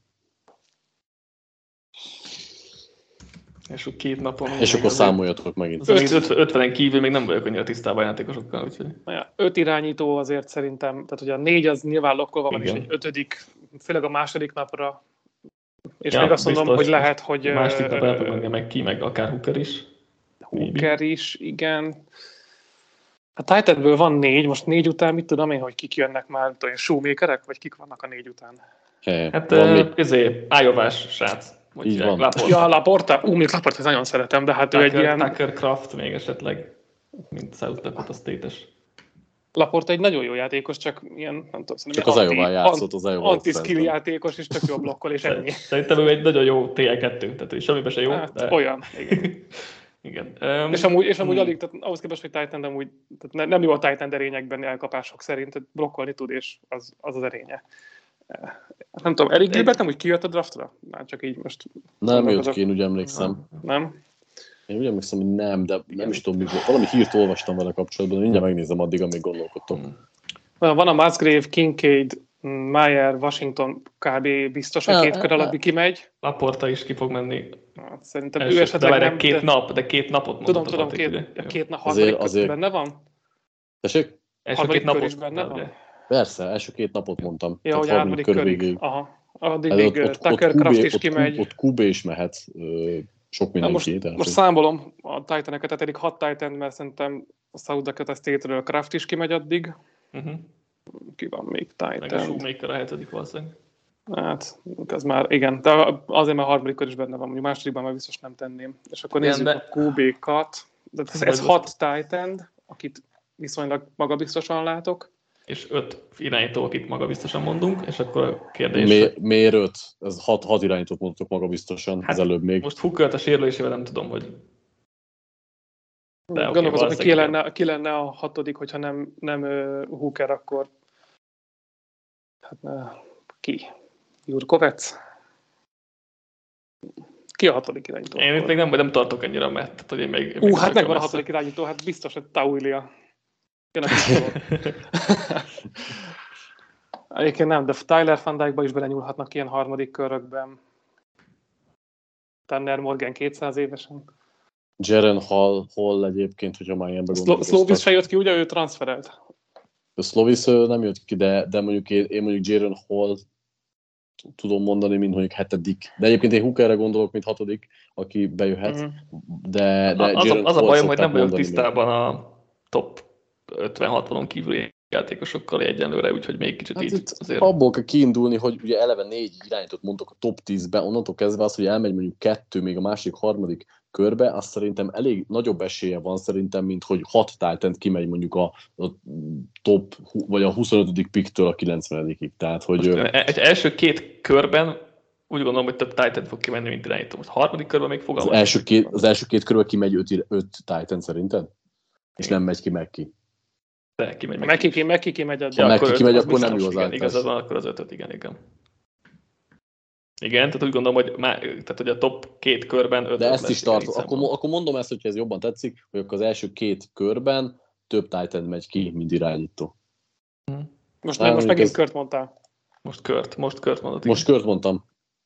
És akkor két napon... És akkor számoljatok megint. ötvenen kívül még nem vagyok annyira tisztában játékosokkal, úgyhogy... Ja, öt irányító azért szerintem, tehát hogy a négy az nyilván lokkolva van, és egy ötödik, főleg a második napra. És ja, még azt mondom, biztos, hogy lehet, hogy... A második nap el fog menni meg ki, meg akár Hooker is. Hooker is, igen. A Titanből van négy, most négy után mit tudom én, hogy kik jönnek már, tudom én, shoemakerek, vagy kik vannak a négy után? Hey, hát uh, közé, Ájovás srác. Így van. Laporta. Ja, Laporta, ú, még Laporta, nagyon szeretem, de hát Tucker, ő egy ilyen... Tucker Kraft még esetleg, mint South Dakota State-es. Laporta egy nagyon jó játékos, csak ilyen, nem tudom, csak az Iowa játszott, az Iowa anti-skill játékos, és csak jó blokkol, és ennyi. Szerintem ő egy nagyon jó té el kettő, tehát ő semmiben se jó. Hát, de... olyan, igen. igen. Um, és amúgy, és amúgy hmm. alig, tehát ahhoz képest, hogy Titan, de amúgy, tehát nem jó a Titan erényekben elkapások szerint, tehát blokkolni tud, és az az, az erénye. Nem tudom, Eric Gilbert nem úgy kijött a draftra? Már csak így most... Nem jött ki, én úgy emlékszem. Nem? Én úgy emlékszem, hogy nem, de nem is tudom, mikor. Valami hírt olvastam vele kapcsolatban, de mindjárt megnézem addig, amíg gondolkodtok. Van a Musgrave, Kincaid, Mayer, Washington kb. Biztos, hogy két kör alapig kimegy. Laporta is ki fog menni. Hát, szerintem ő esetleg de nem... két de... nap, de két napot tudom, tudom, két, két nap, harmadik azért... benne van? Tessék? Első két napot is benne van? Ugye? Persze, első két napot mondtam. Ja, hogy harmadik kör végéig. Aha, addig még Tucker Kraft is kimegy. Ott Q B is mehet, sok mindenki. Most, most számolom a Titaneket, tehát eddig hat Titan, mert szerintem a South Dakota State-ről Kraft is kimegy addig. Uh-huh. Ki van még Titan? Meg a Shoemaker a hetedik valószínűleg. Hát, az már, igen, de azért már harmadik kör is benne van, mondjuk másodikban már biztos nem tenném. És akkor nézzük igen, de... a Q B-kat. ez, ez hat tight end, akit viszonylag magabiztosan látok. És öt irányító, akit magabiztosan mondunk, és akkor a kérdés... Mi, miért öt? Ez hat, hat irányítót mondtok magabiztosan, hát az előbb még. Most Hookert a sérülésével nem tudom, hogy... De gondolkozom, okay, hogy ki lenne, ki lenne a hatodik, hogyha nem, nem uh, Hooker, akkor... Hát uh, ki? Jurkovec? Ki a hatodik irányító? Én itt még nem, nem tartok ennyire, mert tehát, hogy én még... Ú, uh, hát megvan a hatodik irányító, hát biztos, hogy Tauilia. Jön a Egyébként nem, de Tyler Van Dyke-ba is belenyúlhatnak ilyen harmadik körökben. Tanner Morgan kétszáz évesen. Jaren Hall, Hall egyébként, hogyha már ilyenbe gondolkoztak. Slovis se jött ki, ugye ő transferelt? A Slovis nem jött ki, de, de mondjuk én, én mondjuk Jaren Hall tudom mondani, mint mondjuk hetedik. De egyébként én Hookerre gondolok, mint hatodik, aki bejöhet. Mm-hmm. De, de az, a, az a bajom, hogy nem vagyok tisztában még a top ötven-hatvanon kívüli játékosokkal egyenlőre, úgyhogy még kicsit hát így azért... Abból kell kiindulni, hogy ugye eleve négy irányítót mondtok a top tízbe, onnantól kezdve az, hogy elmegy mondjuk kettő, még a másik, harmadik körbe, azt szerintem elég nagyobb esélye van szerintem, mint hogy hat tight end kimegy mondjuk a, a top, vagy a huszonötödik picktől a kilencvenedikig. Tehát, hogy... Most egy első két körben úgy gondolom, hogy több tight end fog kimenni, mint irányító. Most harmadik körben még fogalmaz. Az első két, az első két körben kimegy öt, öt tight end szerinted? És nem megy ki meg ki. De kimegy meg ki. Ki, meg ki, ki megy. Ha meg ki, ki megy, akkor nem jó az állítás. Igazad van, akkor az ötöt, igen, igen. Igen, tehát úgy gondolom, hogy, már, tehát, hogy a top két körben ötöt. De ezt is tartom. Akkor, akkor mondom ezt, hogyha ez jobban tetszik, hogy akkor az első két körben több tight end megy ki, mint irányító. Hmm. Most, meg, most megint ez... Kört mondtál. Most Kört, most Kört mondott. Most Kört mondtam.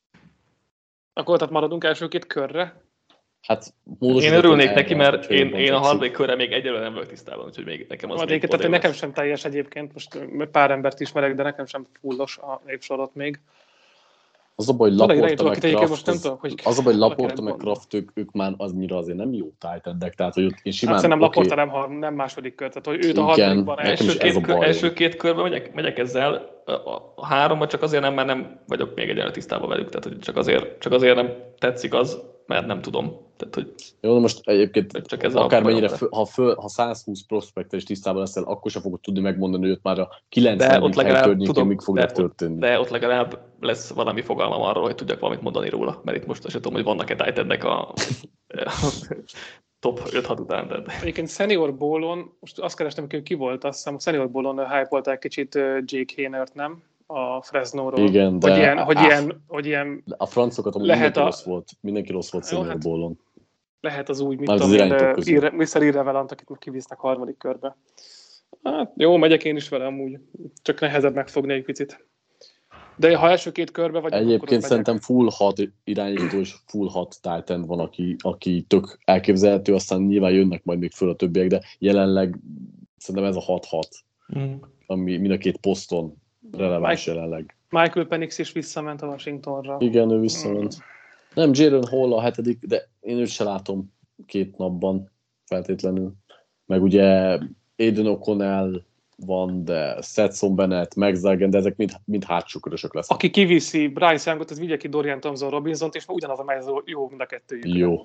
Akkor tehát maradunk első két körre? Hát, én örülnék neki, mert én, én a harmadik körre még egyelőre nem vagyok tisztában, úgyhogy még nekem az még tehát nekem sem teljes egyébként, most pár embert ismerek, de nekem sem fullos a népsorot még. Az a baj, hogy Laporta meg Kraft, most nem tudom, hogy az a baj, hogy Laporta meg Kraft, ők, ők már annyira azért nem jó tight endek, tehát hogy ott én simán... Hát szerintem okay. Laporta nem, nem második kör, tehát hogy őt a harmadikban első két, kör, első két körben megyek, megyek ezzel, a, a háromban csak azért nem, mert nem vagyok még egyenlő tisztában velük, tehát hogy csak azért, csak azért nem tetszik az, mert nem tudom. Tehát, hogy jó, de most egyébként csak ez akármennyire, föl, ha, föl, ha száz húsz prospektre is tisztában leszel, akkor sem fogod tudni megmondani, hogy ott már a kilencvenedik hely környékén mik fognak történni. De ott legalább lesz valami fogalmam arról, hogy tudjak valamit mondani róla, mert itt most azt sem tudom, hogy vannak-e tight endek a, a top öt-hat után. Tehát. Egyébként Senior Bowl-on, most azt kerestem, hogy ki volt, azt hiszem, a Senior Bowl-on hype-olták kicsit Jake Haenert, nem? A Fresno-ról. Igen, de... Hogy ilyen, hogy ilyen, hogy ilyen a francokat amúgy mindenki a... rossz volt. Mindenki rossz volt Senior hát, Bowl-on. Lehet az úgy, mit tudom én, mister Irrelevant, akit kivisznek harmadik körbe. Hát jó, megyek én is vele amúgy. Csak nehezebb megfogni egy picit. De ha első két körbe vagy, egyébként szerintem full hat irányító és full hat tight end van, aki, aki tök elképzelhető, aztán nyilván jönnek majd még föl a többiek, de jelenleg szerintem ez a hat-hat, mm. ami mind a két poszton releváns Mike, jelenleg. Michael Penix is visszament a Washingtonra. Igen, ő visszament. Mm. Nem, Jaren Hall a hetedik, de én őt se látom két napban feltétlenül. Meg ugye Aiden O'Connell van, de Stetson Bennett, Max Duggan, de ezek mind, mind hátsó körösök lesznek. Aki kiviszi Bryce Youngot, az vigye ki Dorian Thompson Robinsont, és ugyanaz a mező jó mind a kettőjük. Jó.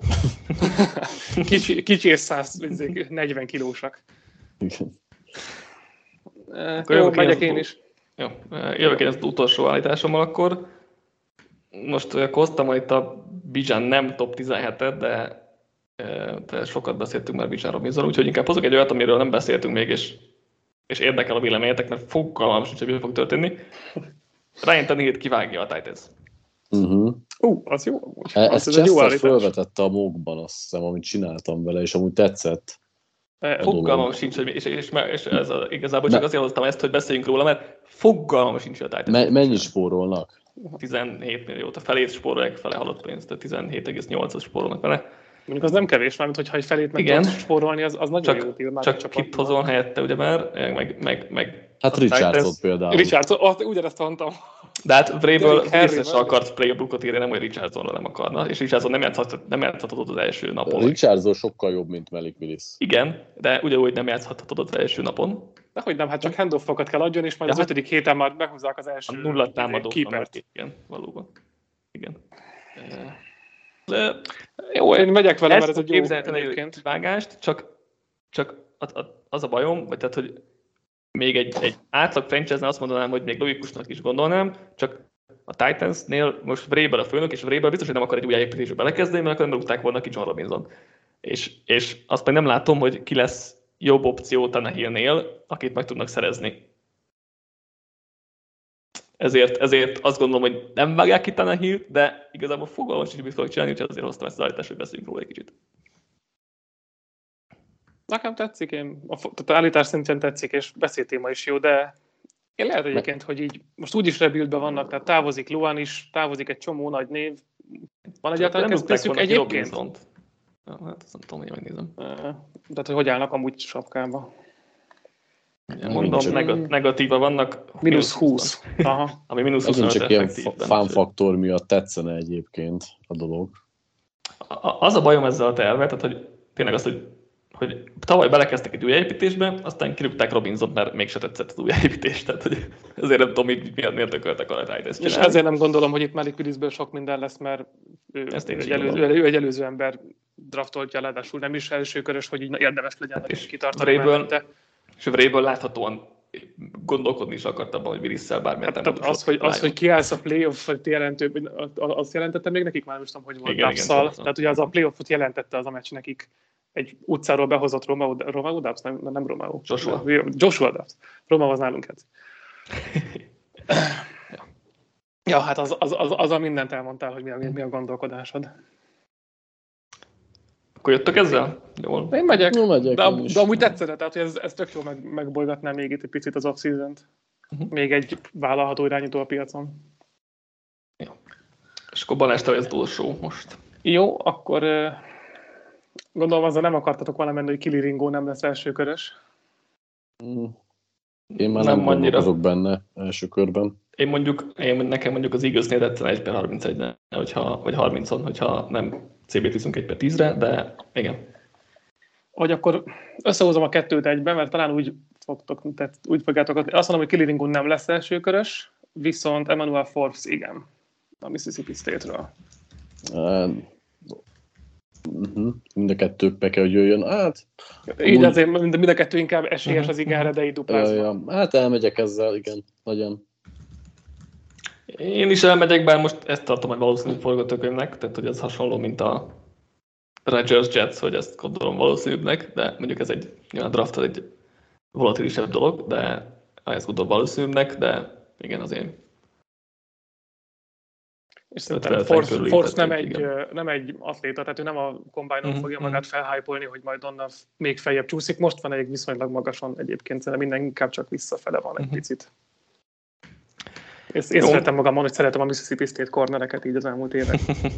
kicsi, kicsi és száz negyven kilósak. Igen. Jó, jó megyek én is. Jó, jövök én az utolsó állításommal akkor. Most hoztam hogy itt a Bijan nem top tizenhetet, de, de sokat beszéltünk már Bijan Robinson, úgyhogy inkább hozok egy olyat, amiről nem beszéltünk még, és, és érdekel a véleményetek, mert fogalmam sincs, hogy mi fog történni. Ryan Tannehill kivágja a Titans. Uh-huh. Uh, az jó. E, ezt ez Chester fölvetette a mókban, azt hiszem, amit csináltam vele, és amúgy tetszett. Fogalmam sincs, hogy, és, és, és ez a, igazából csak azért hoztam ezt, hogy beszéljünk róla, mert fogalmam sincs, hogy a Titans. Me, mennyi spórolnak? tizenhét milliót, a felét spórolják, fele halott pénzt, tehát tizenhét egész nyolcot spórolnak vele. Mondjuk az nem kevés, mármint hogyha egy felét meg tudsz spórolni, az, az nagyon csak, jó deal. Csak, csak kit hozol helyette, ugyebár, meg, meg, meg hát Richardson például. Richardson, ugyanezt mondtam. De hát Vrabel biztos akart playbookot írni, nem, hogy Richardsonra nem akarna, és Richardson nem játszhatott, nem játszhatott az első napon. Richardson sokkal jobb, mint Malik Willis. Igen, de ugyanúgy nem játszhatott az első napon. Dehogy nem, hát csak handoffokat kell adjon, és majd ja, az ötödik héten már behúzzák az első nulla támadó. keepert. Igen, valóban. Igen. De jó, én megyek vele, mert ezt ez egy jó képzelhetően egyébként. egy vágást, csak, csak az a bajom, vagy tehát, hogy még egy, egy átlag franchise-nál azt mondanám, hogy még logikusnak is gondolnám, csak a Titansnél most Vrabel a főnök, és Vrabel biztos, hogy nem akar egy új építésbe belekezdeni, mert akkor nem rúgták volna ki John Robinson. És, és azt meg nem látom, hogy ki lesz jobb opció Tannehillnél, akit meg tudnak szerezni. Ezért, ezért azt gondolom, hogy nem vágják ki Tannehillt, de igazából fogalmam sincs, hogy mit fogok csinálni, úgyhogy azért hoztam ezt az állítást, hogy beszéljünk róla egy kicsit. Nekem tetszik, én, a, tehát a állítás szintén tetszik, és beszédtéma is jó, de én lehet egyébként, hogy így most úgyis rebuildben vannak, tehát távozik Luan is, távozik egy csomó nagy név. Van egyáltalán kezdőszük egyébként? Ja, hát azt nem tudom, hogy megnézem. Tehát, hogy hogy állnak amúgy sapkába. Ja, mondom, neg- negatíva vannak. Mínusz húsz. Aha. Ami mínusz huszonöt csak ilyen effektívben. fánfaktor miatt tetszene egyébként a dolog. A- az a bajom ezzel a tervet, tehát, hogy tényleg az, hogy, hogy tavaly belekezdtek egy új építésbe, aztán kirúgták Robinsont, mert mégse tetszett az új építés. Tehát, hogy ezért nem tudom, hogy miért, miért tököltek arra rá ezt És ezért nem gondolom, hogy itt Malik Willisből sok minden lesz, mert ő, Ezt én egy, is elő, gondolom. ő egy előző ember draftoltja, ráadásul nem is elsőkörös, hogy így érdemes legyen Hát és kitartani mellette. És Vrabel láthatóan gondolkodni is akart abban, hogy Willisszel bármilyen hát, az, hogy, az, hogy kiállsz a playoff-ot jelentő, azt jelentette még nekik, már nem is tudom, hogy volt Dubs-szal. Tehát ugye az a playoffot jelentette az a meccs nekik. Egy utcáról behozott Romeo, Romeo Dubs? Nem, nem Romeo. Joshua. Joshua Dubs. Romeo az nálunk ez. ja. ja, hát az, az, az, az a mindent elmondtál, hogy mi a, mi a gondolkodásod. Akkor jöttök ezzel? Jól. Én megyek, no, megyek de, én de amúgy tetszene, tehát hogy ez, ez tök jól meg, megbolygatná még itt egy picit az off-season-t. Uh-huh. Még egy vállalható irányító a piacon. Ja. És akkor Balázs, te ez show most. Jó, akkor uh, gondolom azzal nem akartatok volna menni, hogy Kili Ringo nem lesz elsőkörös. Mm. Én már nem, nem gondolkozok benne első körben. Én mondjuk, én nekem mondjuk az Eaglesnél tetszene egy per harmincegyre, hogyha, vagy harmincon, hogyha nem cé bé tízünk egy per tízre, de igen. Hogy akkor összehozom a kettőt egyben, mert talán úgy fogtok, tehát úgy fogjátok, azt mondom, hogy Kili Ringo nem lesz elsőkörös, viszont Emmanuel Forbes igen, a Mississippi State-ről. Uh, uh-huh. Mind a kettő be kell, hogy jöjjön. Hát, így úgy... azért mind a kettő inkább esélyes az igenre, de így duplázva. Ja, ja. Hát elmegyek ezzel, igen, legyen. Én is elmegyek, bár most ezt tartom egy valószínű forgatókönyvnek, tehát hogy ez hasonló, mint a Rodgers Jets, hogy ezt gondolom valószínűbbnek, de mondjuk ez egy, a draft az egy volatilisebb dolog, de ezt gondolom valószínűbbnek, de igen, azért. És szerintem Force, Force nem, egy, nem egy atléta, tehát ő nem a combine-on uh-huh, fogja magát felhypolni, hogy majd onnan még feljebb csúszik. Most van egy viszonylag magason egyébként, szerintem minden inkább csak visszafele van egy uh-huh. picit. Én szeretem magamon, hogy szeretem a Mississippi State cornereket így az elmúlt évek.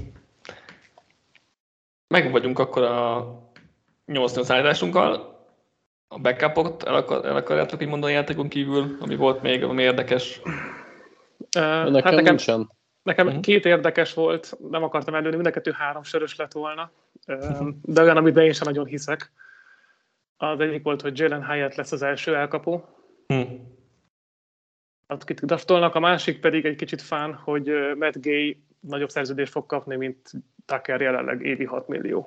Meg vagyunk akkor a nyolc-nyolc állításunkkal. A backupot el, akar, el akarjátok így mondani a játékon kívül, ami volt még, ami érdekes? Uh, nekem hát nekem, nincsen. Nekem uh-huh. két érdekes volt, nem akartam előni, mind a kettő három sörös lett volna, uh, de olyan, amiben én sem nagyon hiszek. Az egyik volt, hogy Jalen Hyatt lesz az első elkapó. Uh-huh. Akit draftolnak, a másik pedig egy kicsit fán, hogy Matt Gay nagyobb szerződést fog kapni, mint Tucker jelenleg évi hat millió.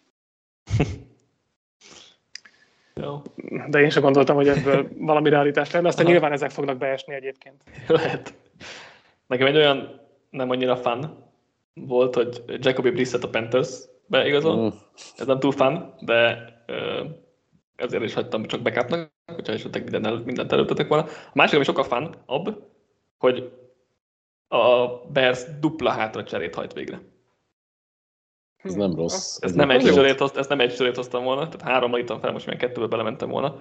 Jó. De én sem gondoltam, hogy ebből valami realitás lenne, aztán Aha. nyilván ezek fognak beesni egyébként. Lehet. Nekem egy olyan nem annyira fun volt, hogy Jacoby Brissett a Panthers-be igazol. Mm. Ez nem túl fun, de ezért is hagytam csak backupnak, hogyha esetleg minden el, mindent előttetek volna. A másik, ami sokkal fun-abb, hogy a Bears dupla hátra cserét hajt végre. Ez nem rossz. Ez, ez nem, egy sörét, hoz, ez nem egy sörét hoztam volna, tehát hárommal ittam fel, most még kettőbe belementem volna.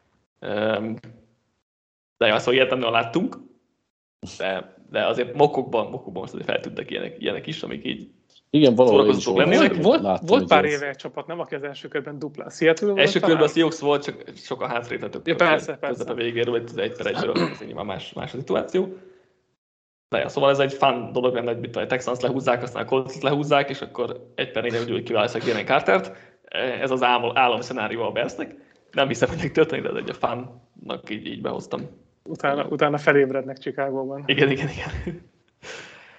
De jó, szóval ilyet nem láttunk, de, de azért mokokban, mokokban most azért feltűntek ilyenek, ilyenek is, amik így igen, valahol is lennének. Volt, láttam, volt pár éve egy csapat, nem, aki az első körben duplán. Seattle volt első körben a Seahawks volt, csak sokkal hátrétettük. Ja, persze, persze. Közben végéről, vagy az egy per egyről, ez nyilván más, más a szituáció. De ja, szóval ez egy fun dolog lenne, hogy a Texans lehúzzák, aztán a Colts lehúzzák, és akkor egy per négyre úgy kiválasztják Jalen Cartert. Ez az álom, álom szenárió a Bearsnek. Nem hiszem, hogy történik, de ez egy a funnak így, így behoztam. Utána, utána felébrednek Chicagóban. Igen, igen, igen.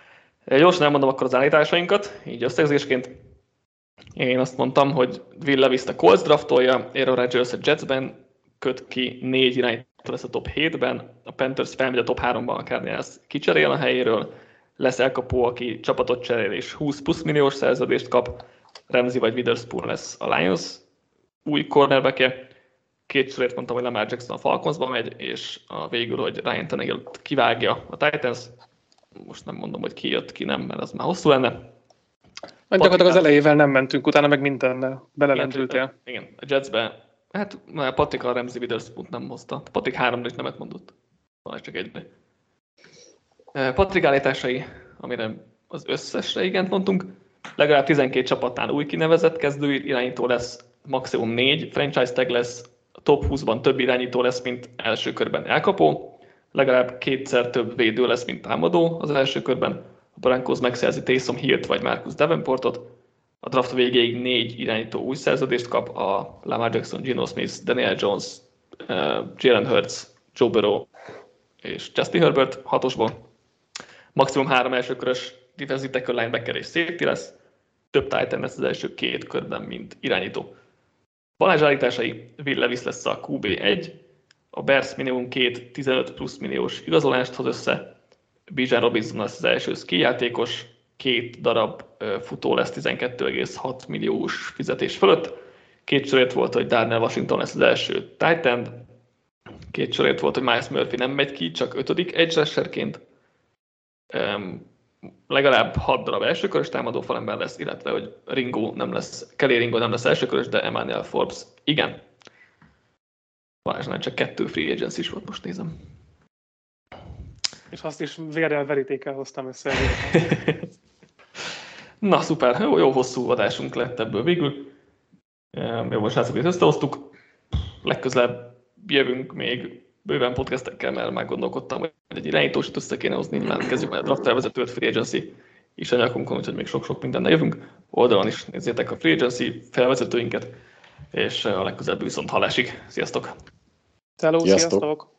Gyorsan elmondom akkor az állításainkat, így összegzésként. Én azt mondtam, hogy Will Levis-t a Colts draftolja, Aaron Rodgers a Jetsben, köt ki négy irányító lesz a top hétben, a Panthers felmegy a top háromban, a Cardinals kicserél a helyéről, lesz elkapó, aki csapatot cserél és húsz plusz milliós szerződést kap, Ramsey vagy Witherspoon lesz a Lions új cornerback-je, két cserét mondtam, hogy Lamar Jackson a Falconsba megy, és a végül, hogy Ryan Tannehill kivágja a Titans. Most nem mondom, hogy ki jött, ki nem, mert az már hosszú lenne. Gyakorlatilag az elejével nem mentünk, utána meg mindennel belelendültél. Igen, a Jetsbe, hát már Patrik a Ramsey Witherspoon nem hozta. Patrik háromra is nemet mondott. Van csak egyre. Patrik állításai, amire az összesre igent mondtunk, legalább tizenkét csapatnál új kinevezett kezdő irányító lesz, maximum négy franchise tag lesz, a top húszban több irányító lesz, mint első körben elkapó, legalább kétszer több védő lesz, mint támadó az első körben, a Broncos megszerzi Taysom Hillt vagy Marcus Davenportot, a draft végéig négy irányító új szerződést kap, a Lamar Jackson, Geno Smith, Daniel Jones, uh, Jalen Hurts, Joe Burrow és Justin Herbert hatosból. Maximum három elsőkörös defensive tackle, linebacker és safety lesz, több Titan lesz az első két körben, mint irányító. Balázs állításai, Will Levis lesz a kú bé egy, a Bears minimum két tizenöt plusz milliós igazolást hoz össze, Bijan Robinson lesz az első skill játékos, két darab futó lesz tizenkettő egész hat milliós fizetés fölött, két cserét volt, hogy Darnell Washington lesz az első tight end, két cserét volt, hogy Miles Murphy nem megy ki, csak ötödik edge rusherként, um, legalább hat darab elsőkörös támadó falember lesz, illetve hogy Ringo nem lesz, Kelly Ringo nem lesz elsőkörös, de Emmanuel Forbes igen. Balázsnál csak kettő free agency is volt, most nézem. És azt is vérrel, verítékkel hoztam össze. Na szuper, jó, jó hosszú adásunk lett ebből végül. Jó, most srácok, összehoztuk. Legközelebb jövünk még bőven podcastekkel, mert már gondolkodtam, hogy egy irányítósat össze kéne hozni, már kezdjük már a draft tervezetőt, free agency is anyagunkon, úgyhogy még sok-sok mindennel jövünk. Oldalon is nézzétek a free agency felvezetőinket, és a legközelebb viszont hallásig. Sziasztok! Hello, sziasztok! sziasztok.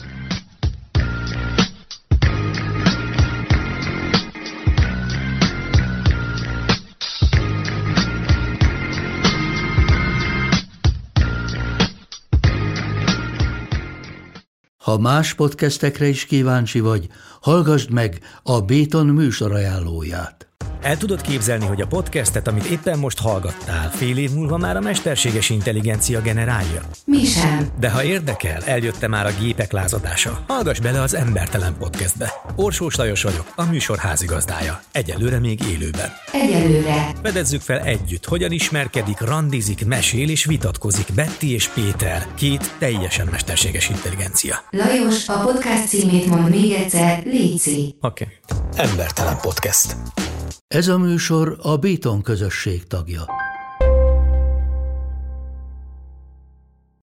Ha más podcastekre is kíváncsi vagy, hallgassd meg a Béton műsor ajánlóját. El tudod képzelni, hogy a podcastet, amit éppen most hallgattál, fél év múlva már a mesterséges intelligencia generálja? Mi sem. De ha érdekel, eljötte már a gépek lázadása. Hallgass bele az Embertelen podcastbe. Orsós Lajos vagyok, a műsor házigazdája. Egyelőre még élőben. Egyelőre. Fedezzük fel együtt, hogyan ismerkedik, randizik, mesél és vitatkozik Betty és Péter, két teljesen mesterséges intelligencia. Lajos, a podcast címét mond még egyszer, léci. Oké. Okay. Embertelen podcast. Ez a műsor a Béton közösség tagja.